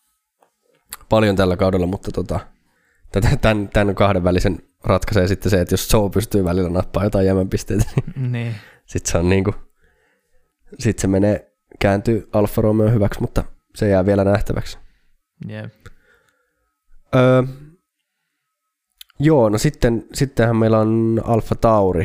Speaker 1: paljon tällä kaudella, mutta tota, tämän, tämän kahden välisen ratkaisee sitten se, että jos Zhou pystyy välillä nappaa jotain jämänpisteitä, niin,
Speaker 2: niin.
Speaker 1: sitten se on niin kuin, sitten se menee kääntyy Alfa Romeo hyväksi, mutta se jää vielä nähtäväksi.
Speaker 2: Yeah.
Speaker 1: Öö, joo, no sitten, sittenhän meillä on Alfa Tauri.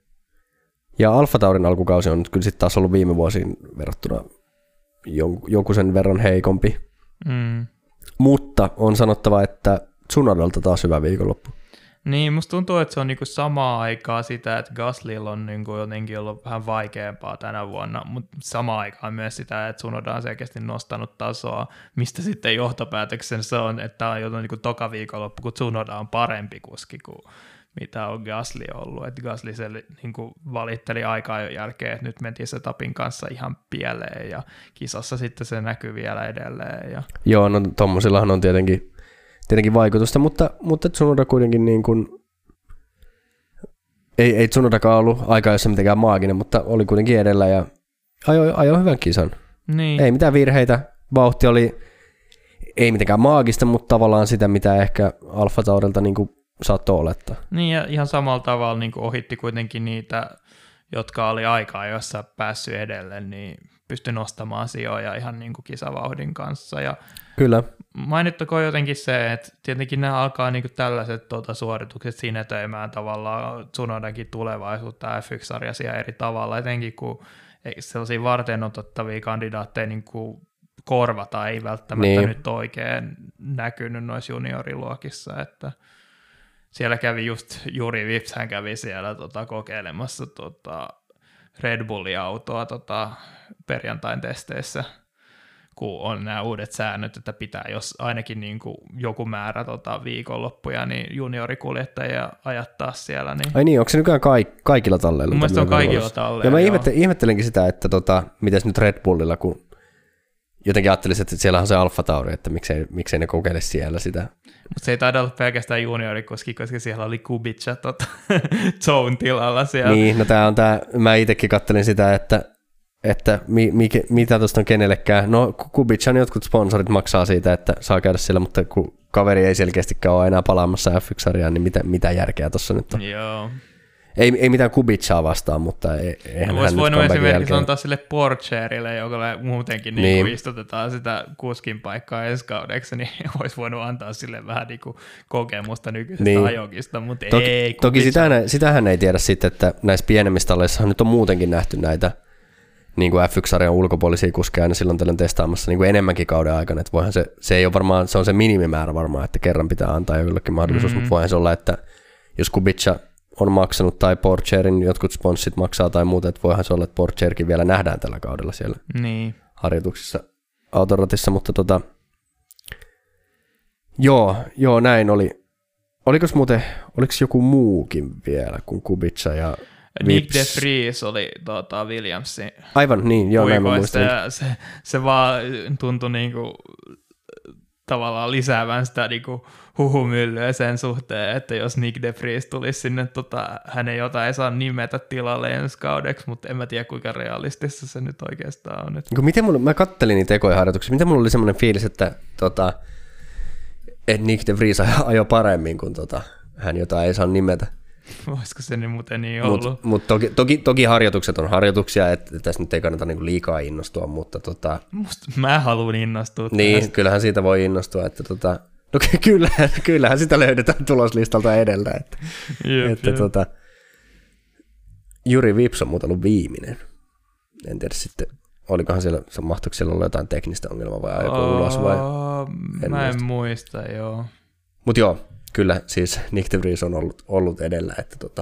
Speaker 1: Ja Alfa Taurin alkukausi on nyt kyllä sitten taas ollut viime vuosiin verrattuna jonkun sen verran heikompi.
Speaker 2: Mm.
Speaker 1: Mutta on sanottava, että Tsunodalta taas hyvä viikonloppu.
Speaker 2: Niin, musta tuntuu, että se on niinku samaa aikaa sitä, että Gaslylla on niinku jotenkin ollut vähän vaikeampaa tänä vuonna, mutta samaan aikaan myös sitä, että Tsunoda on selkeästi nostanut tasoa, mistä sitten johtopäätöksen se on, että tämä on jo niinku toka viikonloppu, kun Tsunoda on parempi kuski kuin mitä on Gasly ollut. Että Gasly se niinku valitteli aikaa jo jälkeen, että nyt mentiin se Tapin kanssa ihan pieleen ja kisassa sitten se näkyy vielä edelleen. Ja...
Speaker 1: Joo, no tommosillahan on tietenkin Tietenkin vaikutusta, mutta, mutta Tsunoda kuitenkin niin kuin, ei, ei Tsunodakaan ollut aikaa jossa mitenkään maaginen, mutta oli kuitenkin edellä ja ajoi, ajoi hyvän kisan.
Speaker 2: Niin.
Speaker 1: Ei mitään virheitä, vauhti oli ei mitenkään maagista, mutta tavallaan sitä, mitä ehkä Alfa Taurilta niin kuin saattoi olettaa.
Speaker 2: Niin ja ihan samalla tavalla niin kuin ohitti kuitenkin niitä, jotka oli aikaa jossa päässyt edelle, niin pystyi nostamaan sijoja ihan niin kuin kisavauhdin kanssa. Ja
Speaker 1: kyllä.
Speaker 2: Mainittakoon jotenkin se, että tietenkin nämä alkaa niin kuin tällaiset tuota, suoritukset sinetöimään tavallaan Tsunodankin tulevaisuutta F yksi -sarjaisia eri tavalla, etenkin kun sellaisia varten otettavia kandidaatteja niin kuin korvata ei välttämättä niin. Nyt oikein näkynyt noissa junioriluokissa, että siellä kävi just Juri Vips, hän kävi siellä tota, kokeilemassa tota, Red Bulli-autoa tota, perjantain testeissä, kun on nämä uudet säännöt, että pitää, jos ainakin niin kuin joku määrä tota, viikonloppuja, niin juniorikuljettajia ajattaa siellä. Niin...
Speaker 1: Ai niin, onko se nykyään kaik- kaikilla talleilla?
Speaker 2: Mun mielestä on kaikilla talleilla.
Speaker 1: Ja mä ihmette- ihmettelenkin sitä, että tota, mitäs nyt Red Bullilla, kun jotenkin ajattelisin, että siellä on se Alfa Tauri, että miksei, miksei ne kokeile siellä sitä.
Speaker 2: Mutta se ei taida olla pelkästään juniorikuski, koska siellä oli Kubica tota, Zone tilalla siellä.
Speaker 1: Niin, no tää on tää, mä itsekin kattelin sitä, että että mi, mi, mitä tuosta on kenellekään. No Kubican jotkut sponsorit maksaa siitä, että saa käydä siellä, mutta kun kaveri ei selkeästikään ole enää palaamassa F yksi -sarjaan, niin mitä, mitä järkeä tuossa nyt on?
Speaker 2: Joo.
Speaker 1: Ei, ei mitään Kubicaa vastaan, mutta ei, eihän
Speaker 2: no,
Speaker 1: hän nyt
Speaker 2: voinut esimerkiksi
Speaker 1: jälkeen
Speaker 2: antaa sille Porcherille, joka muutenkin niin. Niin kuin istutetaan sitä kuskin paikkaa ensi kaudeksi, niin olisi voinut antaa sille vähän niin kuin kokemusta nykyisestä niin. ajokista, mutta
Speaker 1: toki,
Speaker 2: ei.
Speaker 1: Toki sitähän, sitähän ei tiedä sitten, että näissä pienemmissä talleissahan nyt on muutenkin nähty näitä niin kuin F yksi -sarjan ulkopuolisia kuskeja aina silloin tällöin testaamassa niin kuin enemmänkin kauden aikana, että voihan se, se ei ole varmaan, se on se minimimäärä varmaan, että kerran pitää antaa jollekin mahdollisuus, mm-hmm. mutta voihan se olla, että jos Kubica on maksanut tai Porcherin jotkut sponssit maksaa tai muuta, että voihan se olla, että Porcherkin vielä nähdään tällä kaudella siellä
Speaker 2: niin.
Speaker 1: harjoituksissa autoratissa, mutta tota, joo, joo, näin oli. Olikos muuten, oliko joku muukin vielä kuin Kubica ja
Speaker 2: Nick de Vries oli tuota, Williamsin
Speaker 1: aivan, niin, joo, näin mä muistin.
Speaker 2: Se, se vaan tuntui niinku tavallaan lisäävän sitä niinku huhumyllyä sen suhteen, että jos Nick DeVries tulisi sinne, tota, hänen jota ei saa nimetä tilalle ensi kaudeksi, mutta en mä tiedä kuinka realistista se nyt oikeastaan on. Nyt.
Speaker 1: Miten mulla, mä kattelin niitä ekoja harjoituksia, miten mulla oli semmoinen fiilis, että, tota, että Nick DeVries ajoi paremmin kuin tota, hän jota ei saa nimetä.
Speaker 2: Voisiko se niin muuten niin ollut?
Speaker 1: Mutta mut toki, toki, toki harjoitukset on harjoituksia, että tässä nyt ei kannata niinku liikaa innostua, mutta tota...
Speaker 2: Musta mä haluan innostua.
Speaker 1: Niin,
Speaker 2: tästä.
Speaker 1: Kyllähän siitä voi innostua, että tota... No kyllähän, kyllähän sitä löydetään tuloslistalta edellä, että,
Speaker 2: jep,
Speaker 1: että
Speaker 2: jep.
Speaker 1: tota... Juri Vips on muuten ollut viimeinen. En tiedä sitten, olikohan siellä, mahtoiko siellä olla jotain teknistä ongelmaa vai joku
Speaker 2: oh,
Speaker 1: ulos vai... En
Speaker 2: mä en
Speaker 1: muista,
Speaker 2: muista joo.
Speaker 1: Mut joo. Kyllä, siis Nick DeVries on ollut, ollut edellä, että tota...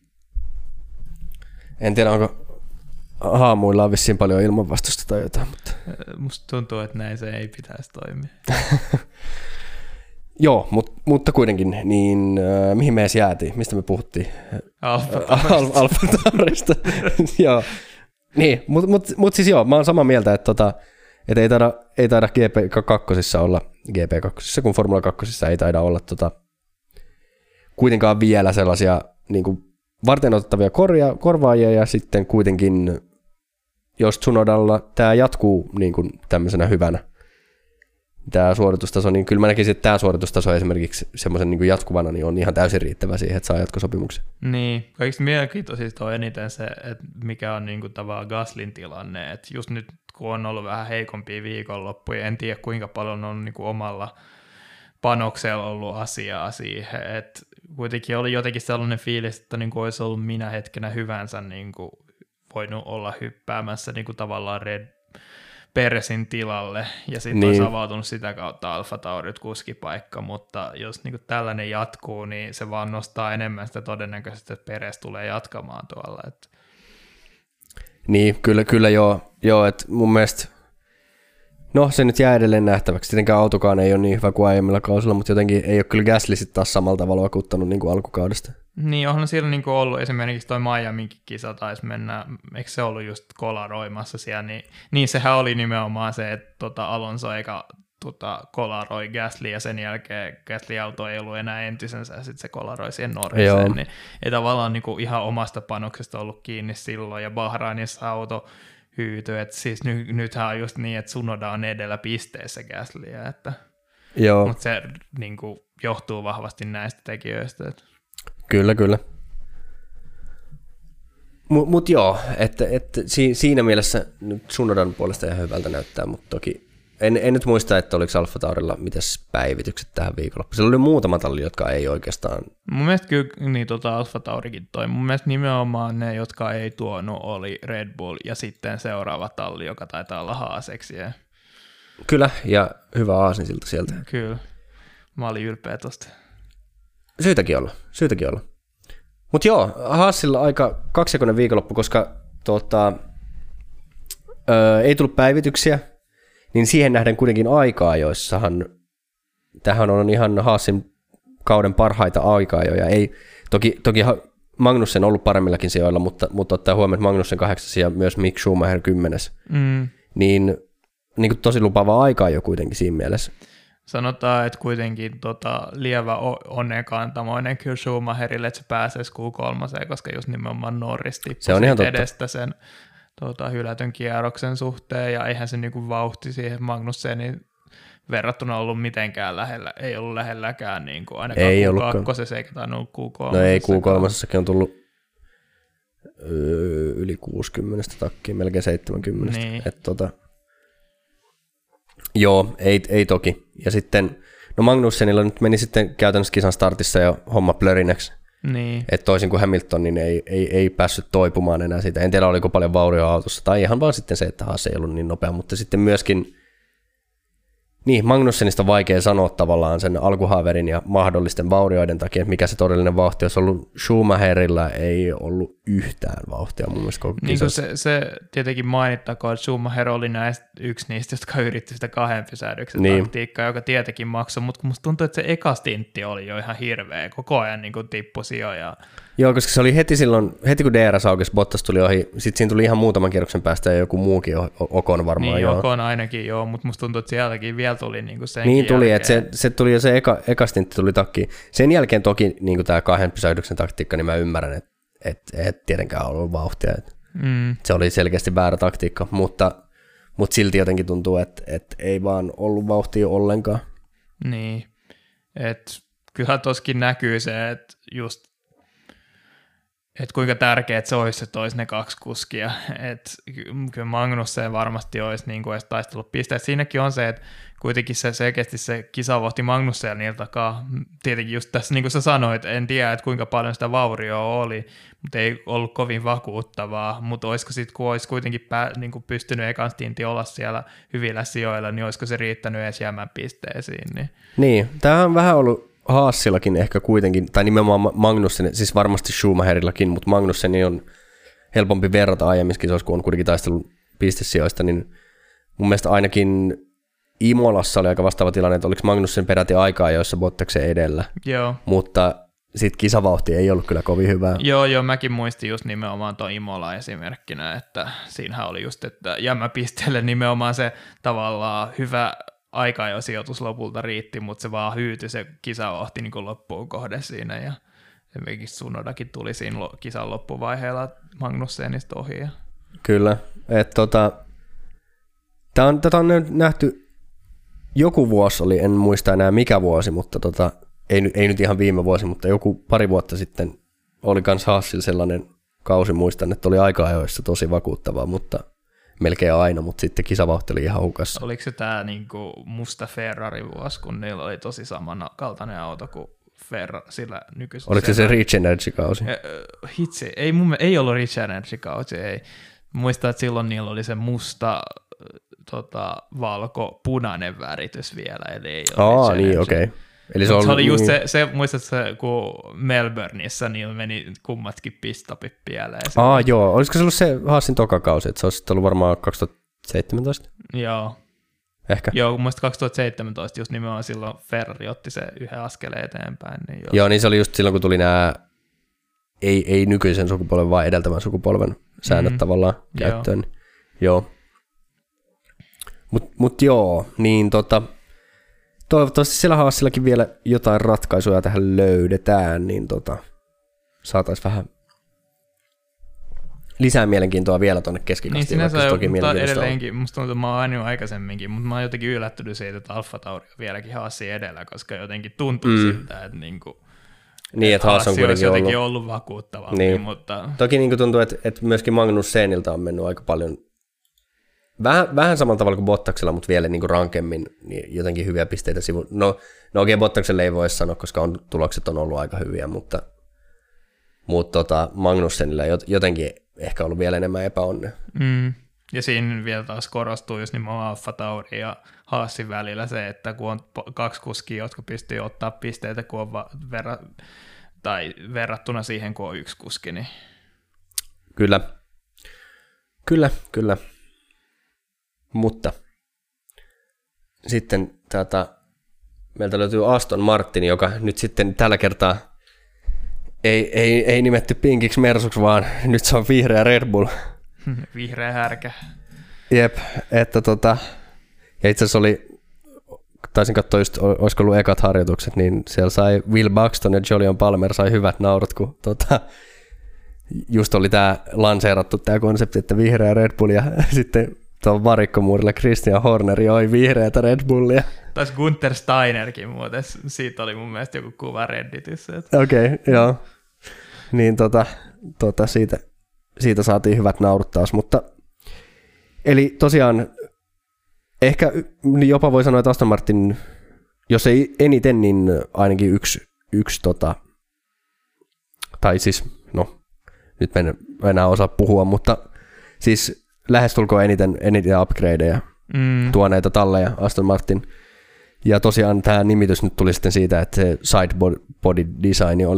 Speaker 1: En tiedä, onko haamuilla on vissiin paljon ilmanvastusta tai jotain, mutta...
Speaker 2: Musta tuntuu, että näin se ei pitäisi toimia.
Speaker 1: Joo, mut, mutta kuitenkin, niin äh, mihin me edes jäätiin? Mistä me puhuttiin?
Speaker 2: Alfa
Speaker 1: Alfa Taurista. Joo, niin, mutta mut, mut siis joo, mä oon samaa mieltä, että tota, et ei taida, ei taida G P kaksi olla, G P kaksi, kun Formula kaksi ei taida olla tota, kuitenkaan vielä sellaisia niin kuin varteenotettavia korja, korvaajia, ja sitten kuitenkin, jos Tsunodalla tämä jatkuu niin kuin tämmöisenä hyvänä, tämä suoritustaso, niin kyllä mä näkisin, että tämä suoritustaso esimerkiksi semmoisen niin kuin jatkuvana niin on ihan täysin riittävä siihen, että saa jatkosopimuksen.
Speaker 2: Niin, kaikista mielenkiintoisista on eniten se, että mikä on niin kuin tavallaan Gaslin tilanne, että just nyt kun on ollut vähän heikompia viikonloppuja, en tiedä kuinka paljon on niin kuin omalla panoksella ollut asiaa siihen, että kuitenkin oli jotenkin sellainen fiilis, että niin kuin olisi ollut minä hetkenä hyvänsä niin kuin voinut olla hyppäämässä niin kuin tavallaan Red Perezin tilalle, ja sitten niin. olisi avautunut sitä kautta Alfa Taurit kuskipaikka, mutta jos niin kuin tällainen jatkuu, niin se vaan nostaa enemmän sitä todennäköisesti, että Perez tulee jatkamaan tuolla. Että.
Speaker 1: Niin, kyllä, kyllä joo, joo että mun mielestä, no se nyt jää edelleen nähtäväksi, tietenkään autokaan ei ole niin hyvä kuin aiemmilla kausilla, mutta jotenkin ei ole kyllä Gasly sitten taas samalla tavalla vakuuttanut niin kuin alkukaudesta.
Speaker 2: Niin, onhan siellä niin kuin ollut esimerkiksi toi Miaminkin kisa taisi mennä, eikö se ollut just kolaroimassa siellä, niin, niin sehän oli nimenomaan se, että tota Alonso eikä tota, kolaroi Gasly, ja sen jälkeen Gasly-auto ei ollut enää entisensä, ja sitten se kolaroi siihen Norriseen, niin ei tavallaan niin kuin ihan omasta panoksesta ollut kiinni silloin, ja Bahrainissa auto hyytyi, että siis ny, nythän on just niin, että Tsunoda on edellä pisteessä Gaslyä, että mutta se niin kuin, johtuu vahvasti näistä tekijöistä, että
Speaker 1: Kyllä, kyllä. Mutta mut joo, että et, si, siinä mielessä nyt Tsunodan puolesta ihan hyvältä näyttää, mutta toki en, en nyt muista, että oliko Alfa Taurilla mitäs päivitykset tähän viikonloppuun. Siellä oli muutama talli, jotka ei oikeastaan...
Speaker 2: Mun mielestä kyllä niin, tota Alfa Taurikin toi. Mun mielestä nimenomaan ne, jotka ei tuonut, oli Red Bull ja sitten seuraava talli, joka taitaa olla Haaseksi.
Speaker 1: Kyllä, ja hyvä aasinsilta sieltä.
Speaker 2: Kyllä, mä olin ylpeä tosta.
Speaker 1: Syytäkin olla, syytäkin olla. Mutta joo, Haasilla aika kaksijakoinen viikonloppu, koska tuota, ö, ei tullut päivityksiä, niin siihen nähden kuitenkin aikaa, joissahan tähän on ihan Haasin kauden parhaita aikaa-ajoja. Ei, toki, toki Magnussen on ollut paremmillakin sijoilla, mutta, mutta ottaa huomioon, että Magnussen kahdeksas ja myös Mick Schumacher kymmenes,
Speaker 2: mm.
Speaker 1: niin, niin kuin tosi lupaavaa aikaa jo kuitenkin siinä mielessä.
Speaker 2: Sanotaan, että kuitenkin tota, lievä onnenkantamoinen kyllä Schumacherille, että se pääsee Q kolme, koska just nimenomaan Norris tippui edestä sen tota, hylätyn kierroksen suhteen, ja eihän se niinku vauhti siihen Magnusseniin verrattuna ollut mitenkään lähellä, ei ollut lähelläkään niin ainakaan
Speaker 1: ei
Speaker 2: Q kaksi eikä tainnut Q kolme.
Speaker 1: No ei, Q kolme on tullut öö, yli kuusikymmentä takkiin, melkein seitsemänkymmentä.
Speaker 2: Niin.
Speaker 1: Et, tota, joo, ei, ei toki. Ja sitten, no Magnussenilla nyt meni sitten käytännössä kisan startissa jo homma plörinäksi.
Speaker 2: Niin.
Speaker 1: Että toisin kuin Hamilton, niin ei, ei, ei päässyt toipumaan enää siitä. En tiedä, oliko paljon vaurioa autossa, tai ihan vaan sitten se, että Haas ei ollut niin nopea, mutta sitten myöskin, niin, Magnussenista on vaikea sanoa tavallaan sen alkuhaaverin ja mahdollisten vaurioiden takia, että mikä se todellinen vauhti olisi ollut. Schumacherilla ei ollut yhtään vauhtia mun mielestä koko
Speaker 2: niin se, se tietenkin mainittakoon, että Schumacher oli näistä, yksi niistä, jotka yritti sitä kahden pysähdyksen niin. taktiikkaa, joka tietenkin maksoi, mutta musta tuntuu, että se eka stintti oli jo ihan hirveä, koko ajan niin tippui sijoja.
Speaker 1: Joo, koska se oli heti silloin, heti kun D R S aukesi, Bottas tuli ohi, sitten siinä tuli ihan muutaman kierroksen päästä ja joku muukin, Ocon varmaan.
Speaker 2: Niin,
Speaker 1: joo.
Speaker 2: Ocon ainakin joo, mutta musta tuntuu, että sieltäkin vielä tuli niin senkin
Speaker 1: Niin tuli,
Speaker 2: jälkeen.
Speaker 1: että se, se tuli jo se eka, eka stintti tuli takkiin. Sen jälkeen toki niin tämä kahden pysähdyksen taktiikka, niin mä ymmärrän, että et, et tietenkään ollut vauhtia. Et
Speaker 2: mm.
Speaker 1: Se oli selkeästi väärä taktiikka, mutta, mutta silti jotenkin tuntuu, että et ei vaan ollut vauhtia ollenkaan.
Speaker 2: Niin, että kyllähän toskin näkyy se, että just että kuinka tärkeää se olisi, että olisi ne kaksi kuskia. Että kyllä Magnussen varmasti olisi niin kuin edes taistellut pisteet. Siinäkin on se, että kuitenkin se selkeästi se kisavauhti Magnussen niiltä takaa. Tietenkin just tässä, niin kuin sä sanoit, en tiedä, että kuinka paljon sitä vaurioa oli, mutta ei ollut kovin vakuuttavaa. Mutta olisiko sitten, kun olisi kuitenkin pää, niin kuin pystynyt ekan stinti olla siellä hyvillä sijoilla, niin olisiko se riittänyt edes jäämään pisteisiin? Niin,
Speaker 1: niin tämä on vähän ollut Haasillakin ehkä kuitenkin, tai nimenomaan Magnussen, siis varmasti Schumacherillakin, mutta Magnussen on helpompi verrata aiemmissa kisoissa, kun on kuitenkin taistellut pistesijoista, niin mun mielestä ainakin Imolassa oli aika vastaava tilanne, että oliko Magnussen peräti aikaa, joissa Bottaksen edellä,
Speaker 2: joo.
Speaker 1: Mutta sitten kisavauhti ei ollut kyllä kovin hyvää.
Speaker 2: Joo, joo, mäkin muistin just nimenomaan tuon Imola esimerkkinä, että siinähän oli just, että jämäpisteelle nimenomaan se tavallaan hyvä aika jo sijoitus lopulta riitti, mutta se vaan hyytyi se kisavauhti niin kuin loppuun kohde siinä ja esimerkiksi Tsunodakin tuli siinä kisan loppuvaiheella Magnussenista ohi. Ja...
Speaker 1: Kyllä, että tota, tätä on, tätä on nähty, joku vuosi oli, en muista enää mikä vuosi, mutta tota, ei, ei nyt ihan viime vuosi, mutta joku pari vuotta sitten oli kans Haasilla sellainen kausi, muistan, että oli aika-ajoissa tosi vakuuttavaa, mutta melkein aina, mutta sitten kisavauhti oli ihan hukassa.
Speaker 2: Oliko se tämä niinku musta Ferrari-vuosi, kun niillä oli tosi samankaltainen auto kuin Ferrari sillä nykyisellä?
Speaker 1: Oliko se se Rich Energy-kausi?
Speaker 2: Hitsi, ei, mun, ei ollut Rich Energy-kausi, ei. Muistan, että silloin niillä oli se musta, tota, valko, punainen väritys vielä, eli ei ole
Speaker 1: Aa, niin, okei. Okay. Eli se,
Speaker 2: se oli just
Speaker 1: niin...
Speaker 2: se, se muistatko se, kun Melbourneissa niillä meni kummatkin pistopit pieleen.
Speaker 1: Aa, joo. Olisiko se ollut se Haasin toka kausi, että se olisi ollut varmaan kaksituhattaseitsemäntoista?
Speaker 2: Joo.
Speaker 1: Ehkä.
Speaker 2: Joo, mun mielestä kaksituhattaseitsemäntoista just nimenomaan silloin Ferrari otti se yhden askeleen eteenpäin. Niin joo.
Speaker 1: joo, niin se oli just silloin, kun tuli nämä, ei, ei nykyisen sukupolven, vaan edeltävän sukupolven säännöt mm-hmm. tavallaan käyttöön. Joo. joo. Mut, mut joo, niin tota... Toivottavasti siellä Haasillakin vielä jotain ratkaisuja tähän löydetään, niin tota, saataisiin vähän lisää mielenkiintoa vielä tuonne keskikastiin.
Speaker 2: Niin sinänsä toki mutta edelleenkin, musta tuntuu, että mä oon aina aikaisemminkin, mutta mä oon jotenkin yllättynyt siitä, että Alfa Tauri on vieläkin Haasin edellä, koska jotenkin tuntuu mm. siltä, että, niinku,
Speaker 1: niin, että Haas on
Speaker 2: olisi jotenkin
Speaker 1: ollut,
Speaker 2: ollut vakuuttavampi.
Speaker 1: Niin.
Speaker 2: Mutta...
Speaker 1: Toki niin tuntuu, että, että myöskin Magnussenilta on mennyt aika paljon, vähän, vähän samalla tavalla kuin Bottaksella, mutta vielä niin kuin rankemmin, niin jotenkin hyviä pisteitä sivu. No, no okei, Bottakselle ei voi sanoa, koska on, tulokset on ollut aika hyviä, mutta, mutta tota, Magnussenilla jotenkin ehkä ollut vielä enemmän epäonnea.
Speaker 2: Mm. Ja siinä vielä taas korostuu just nimenomaan Alfa Tauri ja Haasin välillä se, että kun on kaksi kuskia, jotka pystyy ottaa pisteitä, kun on va- verra- tai verrattuna siihen, kun on yksi kuski. Niin...
Speaker 1: Kyllä, kyllä, kyllä. Mutta sitten tätä, meiltä löytyy Aston Martin, joka nyt sitten tällä kertaa ei, ei, ei nimetty pinkiksi Mersuksi, vaan nyt se on vihreä Red Bull.
Speaker 2: Vihreä härkä.
Speaker 1: Jep, että tota, ja itse asiassa oli, taisin katsoa just, olisiko ollut ekat harjoitukset, niin siellä sai Will Buxton ja Jolyon Palmer sai hyvät naurut, kun tota, just oli tämä lanseerattu tämä konsepti, että vihreä Red Bull ja sitten tuon varikkomuurilla Christian Horner joi vihreätä Red Bullia.
Speaker 2: Taisi Gunther Steinerkin muuten, siitä oli mun mielestä joku kuva Redditissä.
Speaker 1: Okei, okay, joo. Niin tota, tota siitä, siitä saatiin hyvät naurut taas, mutta eli tosiaan ehkä jopa voi sanoa, että Aston Martin, jos ei eniten, niin ainakin yksi, yksi tota, tai siis, no, nyt en enää osaa puhua, mutta siis lähestulkoon eniten, eniten upgradeja mm. tuoneita talleja Aston Martin. Ja tosiaan tämä nimitys nyt tuli sitten siitä, että se sidebody design oli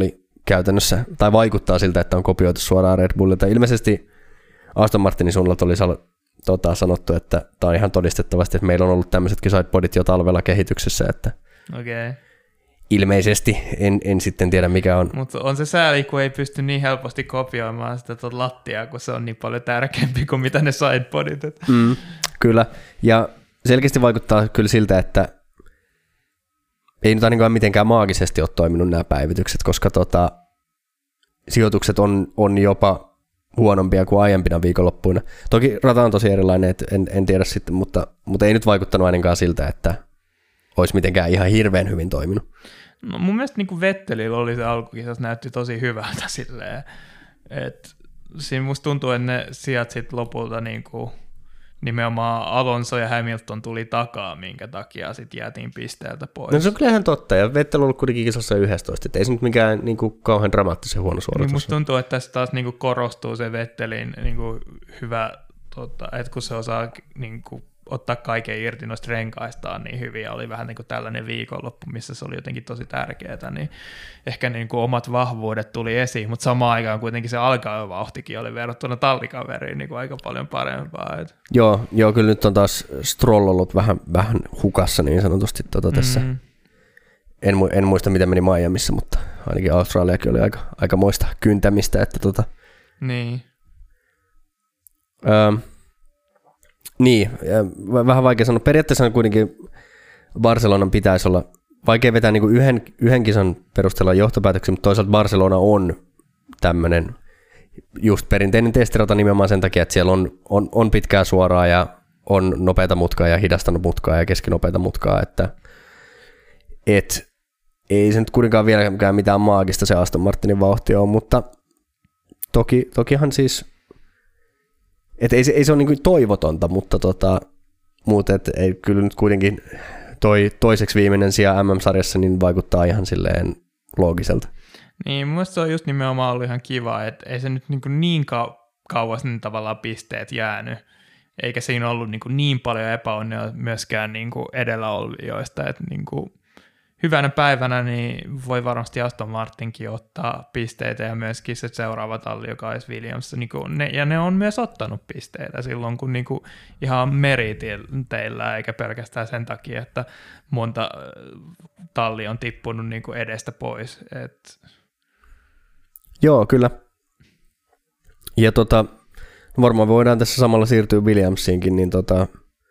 Speaker 1: käytännössä, tai vaikuttaa siltä, että on kopioitu suoraan Red Bullilta. Ilmeisesti Aston Martinin suunnalta oli tota, sanottu, että tämä on ihan todistettavasti, että meillä on ollut tämmöisetkin sidepodit jo talvella kehityksessä, että
Speaker 2: okay.
Speaker 1: ilmeisesti en, en sitten tiedä mikä on.
Speaker 2: Mutta on se sääli, kun ei pysty niin helposti kopioimaan sitä tuota lattiaa, kun se on niin paljon tärkeämpi kuin mitä ne sidepodit.
Speaker 1: Mm, kyllä, ja selkeästi vaikuttaa kyllä siltä, että ei nyt ainakaan mitenkään maagisesti ole toiminut nämä päivitykset, koska tota, sijoitukset on, on jopa huonompia kuin aiempina viikonloppuina. Toki rata on tosi erilainen, että en, en tiedä sitten, mutta, mutta ei nyt vaikuttanut ainakaan siltä, että olisi mitenkään ihan hirveän hyvin toiminut.
Speaker 2: No, mun mielestä niin kuin Vettelillä oli se alkukisassa, näytti tosi hyvältä silleen, että siinä musta tuntuu, että ne sijat sitten lopulta niin kuin nimenomaan Alonso ja Hamilton tuli takaa, minkä takia sitten jäätiin pisteeltä pois.
Speaker 1: No se on kyllä ihan totta, ja Vettel on ollut kuitenkin kisassa yksitoista, että ei se nyt mikään niin kuin, kauhean dramaattisen huono suoritus.
Speaker 2: Niin musta tuntuu, että tässä taas niin kuin korostuu se Vettelin niin kuin hyvä, tota, että kun se osaa niin kuin ottaa kaiken irti noista renkaistaan niin hyvin, ja oli vähän niin kuin tällainen viikonloppu, missä se oli jotenkin tosi tärkeää, niin ehkä niin kuin omat vahvuudet tuli esiin, mutta samaan aikaan kuitenkin se alkaa vauhtikin oli verrattuna tallikaveriin niin kuin aika paljon parempaa. Et.
Speaker 1: Joo, joo, kyllä nyt on taas Stroll ollut vähän, vähän hukassa niin sanotusti tuota tässä. Mm. En, en muista, miten meni Miamiissa, mutta ainakin Australiakin oli aika, aika moista kyntämistä. Että tota.
Speaker 2: Niin.
Speaker 1: Öö, Niin, vähän vaikea sanoa. Periaatteessa kuitenkin Barcelonan pitäisi olla, vaikea vetää niin kuin yhden, yhden kisan perusteella johtopäätöksiä, mutta toisaalta Barcelona on tämmöinen just perinteinen testirata nimenomaan sen takia, että siellä on, on, on pitkää suoraa ja on nopeata mutkaa ja hidastanut mutkaa ja keskinopeata mutkaa, että et, ei se nyt kuitenkaan vieläkään mitään maagista se Aston Martinin vauhti on, mutta toki, tokihan siis et ei se, ei se ole niin toivotonta, mutta tota, muut, et, ei, kyllä nyt kuitenkin toi toiseksi viimeinen sija M M-sarjassa niin vaikuttaa ihan silleen loogiselta.
Speaker 2: Niin, mun mielestä se on just nimenomaan ollut ihan kiva, että ei se nyt niin, niin kau- kauas niin tavallaan pisteet jäänyt, eikä siinä ollut niin, niin paljon epäonnea myöskään niin edellä olijoista, että niin hyvänä päivänä niin voi varmasti Aston Martinkin ottaa pisteitä ja myöskin se seuraava talli, joka olisi Williams. Niin ne, ja ne on myös ottanut pisteitä silloin, kun niin kuin ihan meriteillä, eikä pelkästään sen takia, että monta talli on tippunut niin kuin edestä pois. Et.
Speaker 1: Joo, kyllä. Ja tota, varmaan voidaan tässä samalla siirtyä Williamsiinkin, niin tota,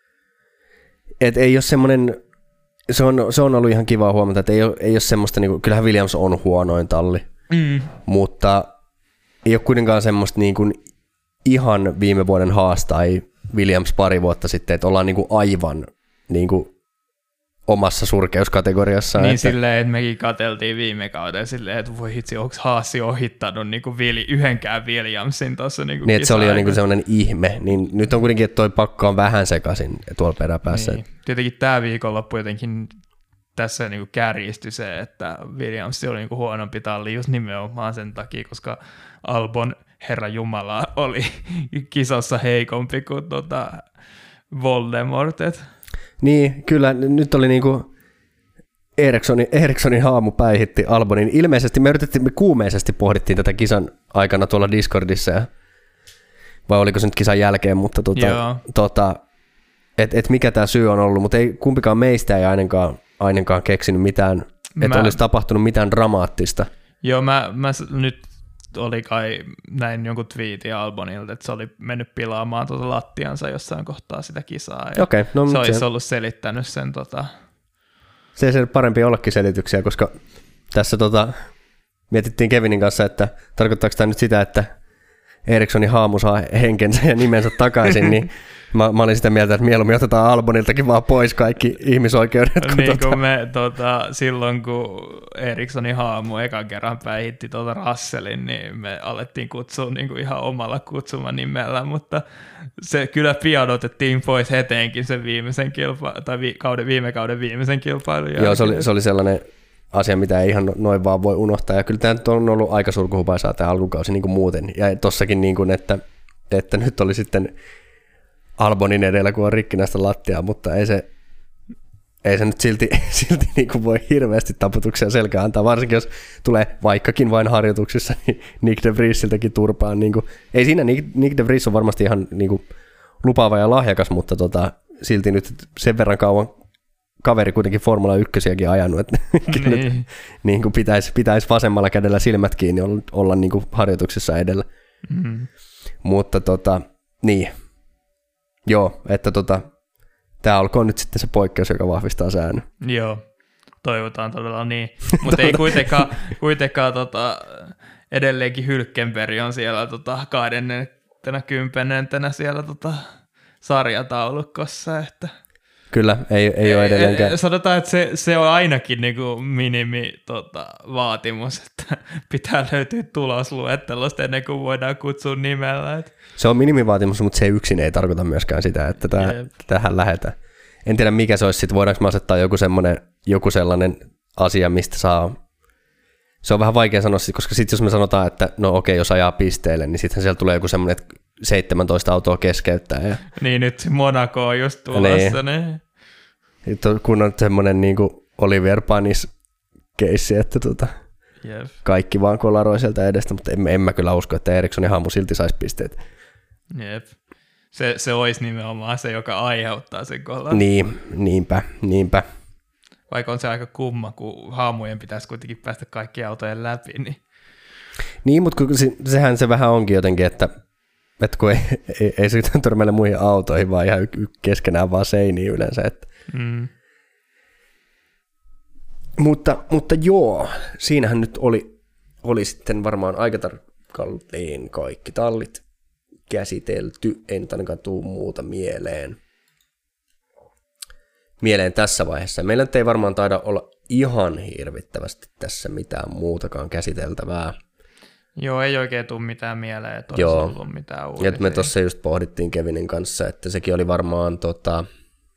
Speaker 1: et ei ole semmoinen. Se on, se on ollut ihan kiva huomata, että ei ole, ei ole semmoista, niin kuin, kyllähän Williams on huonoin talli, mm. mutta ei ole kuitenkaan semmoista niin kuin ihan viime vuoden haastai Williams pari vuotta sitten, että ollaan niin kuin aivan niin kuin omassa surkeuskategoriassa.
Speaker 2: Niin
Speaker 1: että
Speaker 2: silleen, että mekin katseltiin viime kauden silleen, että voi hitsi, onko Haasi ohittanut niin kuin Willi, yhdenkään Williamsin tuossa niin kuin
Speaker 1: niin, että se oli jo niin kuin sellainen ihme, niin nyt on kuitenkin, että toi pakka on vähän sekaisin tuolla peräpäässä.
Speaker 2: Niin. Tietenkin tämä viikonloppu jotenkin tässä niin kuin kärjistyi se, että Williams oli niin kuin huonompi talli just nimenomaan sen takia, koska Albon herra jumala oli kisassa heikompi kuin tota Voldemort.
Speaker 1: Niin, kyllä nyt oli niinku Erikssonin, Erikssonin haamu päihitti Albonin. Ilmeisesti me yritettiin, me kuumeisesti pohdittiin tätä kisan aikana tuolla Discordissa, ja, vai oliko se nyt kisan jälkeen, mutta tota, tota, että et mikä tämä syy on ollut, mutta ei kumpikaan meistä ei ainakaan, ainakaan keksinyt mitään, että olisi tapahtunut mitään dramaattista.
Speaker 2: Joo, mä, mä nyt oli kai näin jonkun twiitin Albonilta, että se oli mennyt pilaamaan tuota lattiansa jossain kohtaa sitä kisaa. Ja okay, no, se olisi se ollut selittänyt sen. Tota.
Speaker 1: Se ei parempi ollakin selityksiä, koska tässä tota, mietittiin Kevinin kanssa, että tarkoittaako tämä nyt sitä, että Erikssonin haamu saa henkensä ja nimensä takaisin, niin mä, mä olin sitä mieltä, että mieluummin otetaan Alboniltakin vaan pois kaikki ihmisoikeudet. Kun
Speaker 2: niin
Speaker 1: tota.
Speaker 2: kuin me tota, silloin, kun Erikssonin haamu ekan kerran päihitti tuota Russellin, niin me alettiin kutsua niin kuin ihan omalla kutsumanimellä, mutta se kyllä pian otettiin pois heteenkin sen viimeisen kilpa- tai vi- kauden, viime kauden viimeisen kilpailun jälkeen.
Speaker 1: Joo, se oli, se oli sellainen asia, mitä ei ihan noin vaan voi unohtaa. Ja kyllä tämä on ollut aika surkuhupaisaa tämä alkukausi niin kuin muuten. Ja tossakin, niin kuin, että, että nyt oli sitten Albonin edellä, kun on rikkinäistä lattiaa, mutta ei se, ei se nyt silti, silti niin kuin voi hirveästi taputuksia selkään antaa, varsinkin jos tulee vaikkakin vain harjoituksissa, niin Nick de Vriesiltäkin turpaan. Niin kuin, ei siinä, Nick, Nick de Vries on varmasti ihan niin kuin lupaava ja lahjakas, mutta tota, silti nyt sen verran kauan kaveri kuitenkin Formula ykkösiäkin ajanut, että niin. nyt, niin kuin pitäisi, pitäisi vasemmalla kädellä silmät kiinni olla, olla niin kuin harjoituksissa edellä. Mm-hmm. Mutta tota, niin, joo, että tota, tämä olkoon nyt sitten se poikkeus, joka vahvistaa säännön.
Speaker 2: Joo, toivotaan todella niin. Mutta ei kuitenkaan, kuitenkaan tota, edelleenkin Hülkenberg on siellä tota, kaksikymmentä siellä tota, sarjataulukossa. Että
Speaker 1: kyllä, ei, ei ole edelleenkään.
Speaker 2: Sanotaan, että se, se on ainakin niinku minimi tota, vaatimus, että pitää löytyä tulosluettelosta ennen kuin voidaan kutsua nimellä. Että
Speaker 1: se on minimivaatimus, mutta se yksin ei tarkoita myöskään sitä, että täh, tähän lähdetään. En tiedä, mikä se olisi sitten. Voidaanko me asettaa joku, joku sellainen asia, mistä saa. Se on vähän vaikea sanoa, koska sitten jos me sanotaan, että no okei, jos ajaa pisteelle, niin sitten siellä tulee joku semmoinen, että seitsemäntoista autoa keskeyttää. Ja
Speaker 2: niin, nyt Monaco on just tulossa. Niin.
Speaker 1: Nyt on, kun on semmoinen niin kuin Olivier Panis-keissi, että tota, yep. kaikki vaan kolaroi sieltä edestä, mutta en, en mä kyllä usko, että Erikssonin haamu silti saisi pisteet.
Speaker 2: Jep. Se, se olisi nimenomaan se, joka aiheuttaa sen kolan.
Speaker 1: Niin, niinpä, niinpä.
Speaker 2: Vaikka on se aika kumma, kun haamujen pitäisi kuitenkin päästä kaikkien autojen läpi. Niin,
Speaker 1: niin mutta se, sehän se vähän onkin jotenkin, että, että kun ei, ei, ei se törmäile muihin autoihin, vaan ihan keskenään vaan seiniin yleensä. Että. Mm. Mutta, mutta joo, siinähän nyt oli, oli sitten varmaan aika tarkalleen kaikki tallit käsitelty, en nyt ainakaan tuu muuta mieleen. Mieleen tässä vaiheessa. Meillä nyt ei varmaan taida olla ihan hirvittävästi tässä mitään muutakaan käsiteltävää.
Speaker 2: Joo, ei oikein tule mitään mieleen, että olisi ollut mitään uutisia.
Speaker 1: Ja me tuossa just pohdittiin Kevinin kanssa, että sekin oli varmaan, tota,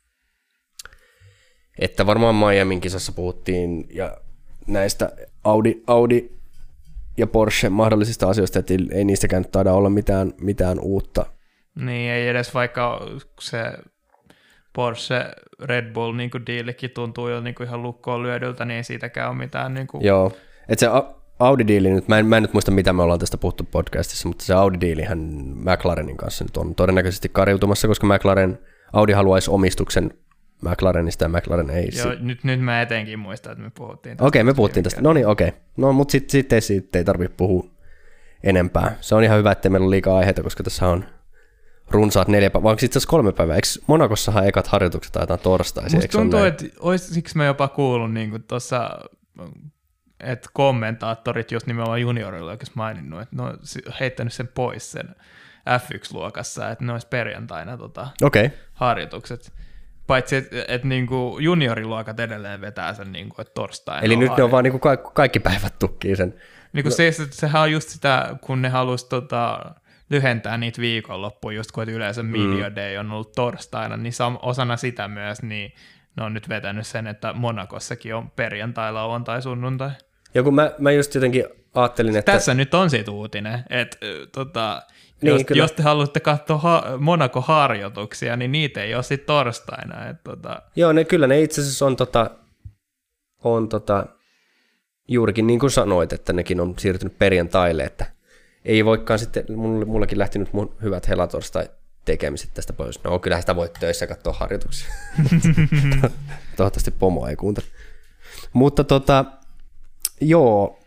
Speaker 1: että varmaan Miamin kisassa puhuttiin ja näistä Audi, Audi ja Porsche mahdollisista asioista, että ei niistäkään taida olla mitään, mitään uutta.
Speaker 2: Niin, ei edes vaikka se Porsche Red Bull niin diilikin tuntuu jo niin ihan lukkoon lyödyltä, niin ei siitäkään ole mitään. Niin kuin.
Speaker 1: Joo, että se Audi-diili nyt, mä en, mä en nyt muista mitä me ollaan tästä puhuttu podcastissa, mutta se Audi-diilihän McLarenin kanssa nyt on todennäköisesti kariutumassa, koska McLaren, Audi haluaisi omistuksen McLarenista ja McLaren ei.
Speaker 2: Joo, nyt, nyt mä etenkin muistan, että me puhuttiin tästä.
Speaker 1: Okei, okay, me puhuttiin tästä. No niin, okei. Okay. No, mutta sitten sit ei, sit ei tarvitse puhua enempää. Se on ihan hyvä, ettei meillä ole liikaa aiheita, koska tässä on runsaat neljä päivää, vaan itse asiassa kolme päivää. Eikö Monakossahan ekat harjoitukset taitaan torstaisin?
Speaker 2: Musta tuntuu, että olisiko mä jopa kuullut niin tuossa, että kommentaattorit just nimenomaan juniorilla oikeasti maininnut, että ne on heittänyt sen pois sen F yksi -luokassa, että ne olisi perjantaina tota, okay. harjoitukset. Paitsi, että et niinku junioriluokat edelleen vetää sen, niinku, että torstaina.
Speaker 1: Eli nyt ne on vaan niinku ka- kaikki päivät tukkii sen.
Speaker 2: Niinku no. se, sehän on just sitä, kun ne halusi tota, lyhentää niitä viikonloppuja, just kun yleensä media day on ollut torstaina, niin sam- osana sitä myös, niin ne on nyt vetänyt sen, että Monakossakin on perjantai, lauantai, sunnuntai. Ja
Speaker 1: kun mä, mä just jotenkin ajattelin, että
Speaker 2: tässä nyt on siitä uutinen, että tota, niin, jos, jos te haluatte katsoa ha- Monaco-harjoituksia, niin niitä ei ole sitten torstaina. Et, tota.
Speaker 1: Joo, ne, kyllä ne itse asiassa on, tota, on tota, juurikin niin kuin sanoit, että nekin on siirtynyt perjantaille, että ei voikaan sitten, mullakin lähti nyt mun hyvät helatorstai-tekemiset tästä pois. No kyllähän sitä voit töissä katsoa harjoituksia. Toivottavasti pomo ei kuuntele. Mutta tota, joo,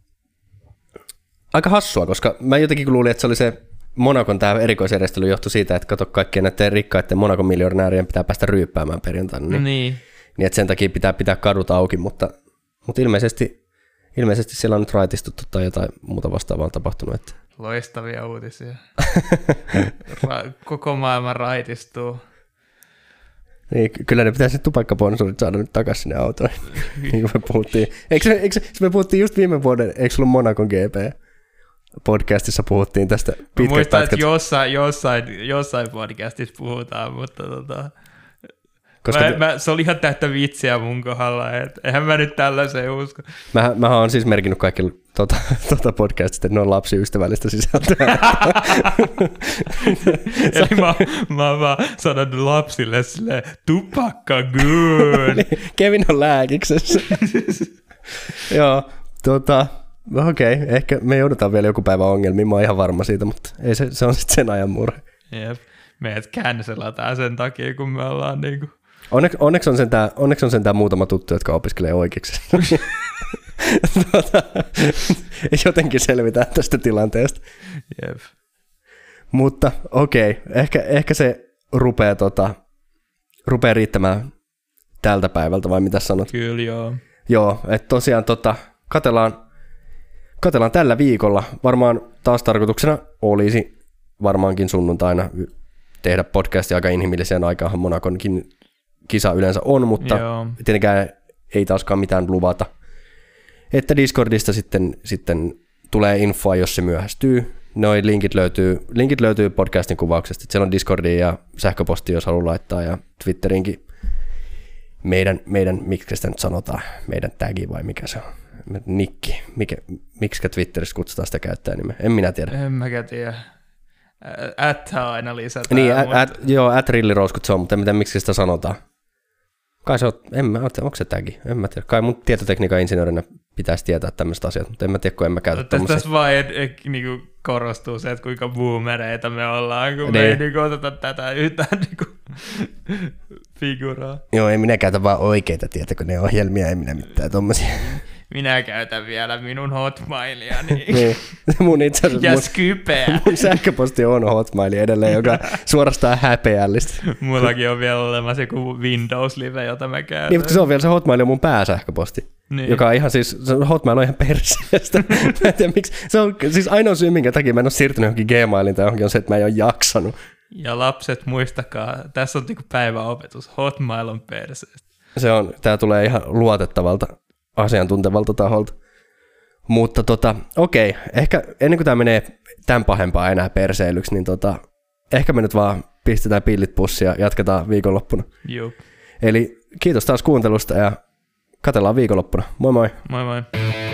Speaker 1: aika hassua, koska mä jotenkin luulin, että se oli se Monacon tämä erikoisjärjestely johtui siitä, että kato kaikkien näiden rikkaiden Monacon miljonäärien pitää päästä ryyppäämään perjantaina. Niin,
Speaker 2: niin.
Speaker 1: niin että sen takia pitää pitää kadut auki, mutta, mutta ilmeisesti, ilmeisesti siellä on nyt raitistuttu tai jotain muuta vastaavaa on tapahtunut. Että.
Speaker 2: Loistavia uutisia. Ra- koko maailma raitistuu.
Speaker 1: Niin, kyllä ne pitäisi tupakkaponsorit saada nyt takaisin sinne autoihin, niin kuin me puhuttiin. Eikö, eikö, me puhuttiin just viime vuoden, eikö sulla Monacon G P? Podcastissa puhuttiin tästä pitkästä
Speaker 2: muistan, että jossain, jossain, jossain podcastissa puhutaan, mutta tota.
Speaker 1: Koska
Speaker 2: mä,
Speaker 1: te...
Speaker 2: mä, se oli ihan täyttä vitsiä mun kohdalla, että eihän mä nyt tällaiseen usko.
Speaker 1: Mä, mä oon siis merkinnyt kaikki tuota, tuota podcastista, että ne on lapsiystävällistä sisältöä.
Speaker 2: Eli mä, mä oon vaan sanonut lapsille silleen, tupakka good.
Speaker 1: Kevin on lääkiksessä. Joo, tota, okei, okay, ehkä me joudutaan vielä joku päivä ongelmiin, mä oon ihan varma siitä, mutta ei se, se on sitten sen ajan murhe.
Speaker 2: Jep, meidät cancelataan sen takia, kun me ollaan niinku...
Speaker 1: Onneksi, onneksi on sentään, onneksi on sentään muutama tuttu, jotka opiskelee oikeiksi. tuota, jotenkin selvitään tästä tilanteesta.
Speaker 2: Jep.
Speaker 1: Mutta okei, okay, ehkä, ehkä se rupeaa, tota, rupeaa riittämään tältä päivältä, vai mitä sanot?
Speaker 2: Kyllä joo.
Speaker 1: Joo, että tosiaan tota, katellaan, katellaan tällä viikolla. Varmaan taas tarkoituksena olisi varmaankin sunnuntaina tehdä podcastia aika inhimilliseen aikaan. Monaconkin kisa yleensä on, mutta joo. Tietenkään ei taaskaan mitään luvata. Että Discordista sitten, sitten tulee infoa, jos se myöhästyy. Noi linkit löytyy, linkit löytyy podcastin kuvauksesta. Siellä on Discordia ja sähköposti, jos haluaa laittaa, ja Twitterinkin meidän, meidän miksi sitä nyt sanotaan, meidän tagi vai mikä se on, nikki, mikä, miksi Twitterissä kutsutaan sitä käyttäjänimeä, en minä tiedä.
Speaker 2: En mäkään tiedä. Ättä aina lisätään.
Speaker 1: Niin, ä,
Speaker 2: mutta...
Speaker 1: ä, joo, at rillirouskut se on, mutta en tiedä, miksi sitä sanotaan. Kai se on, en mä tiedä, onko se tagi, en mä tiedä. Kai mun tietotekniikan insinöörinä pitäisi tietää tämmöiset asiat, mutta en mä tiedä, kun en mä käytä tommosia.
Speaker 2: Tässä vaan et, et, niinku korostuu se, että kuinka boomereita me ollaan, kun ne. me ei niinku oteta tätä yhtään niinku figuraa.
Speaker 1: Joo, ei minä käytä vaan oikeita tietokoneohjelmia, ei minä mitään tommosia.
Speaker 2: Minä käytän vielä minun Hotmailia. Niin.
Speaker 1: niin. Mun itse asiassa
Speaker 2: ja
Speaker 1: mun,
Speaker 2: Skypeä.
Speaker 1: Mun sähköposti on Hotmaili edelleen, joka suorastaan häpeällistä.
Speaker 2: Mullakin on vielä olemassa joku Windows Live, jota mä käytän.
Speaker 1: Niin, mutta se on vielä se Hotmail on mun pääsähköposti, niin. Joka on ihan siis, Hotmail on ihan perseestä. Mä en tiedä, miksi. Se on siis ainoa syy, minkä takia mä en ole siirtynyt johonkin Gmailin tai johonkin on se, että mä en ole jaksanut.
Speaker 2: Ja lapset, muistakaa, tässä on niinku päiväopetus, Hotmail on perseestä.
Speaker 1: Se on, tää tulee ihan luotettavalta, asiantuntevalta taholta. Mutta tota, okei, ehkä ennen kuin tämä menee tämän pahempaa enää perseilyksi, niin tota, ehkä me nyt vaan pistetään pillit pussiin ja jatketaan viikonloppuna.
Speaker 2: Joo.
Speaker 1: Eli kiitos taas kuuntelusta ja katsellaan viikonloppuna. Moi moi!
Speaker 2: Moi moi!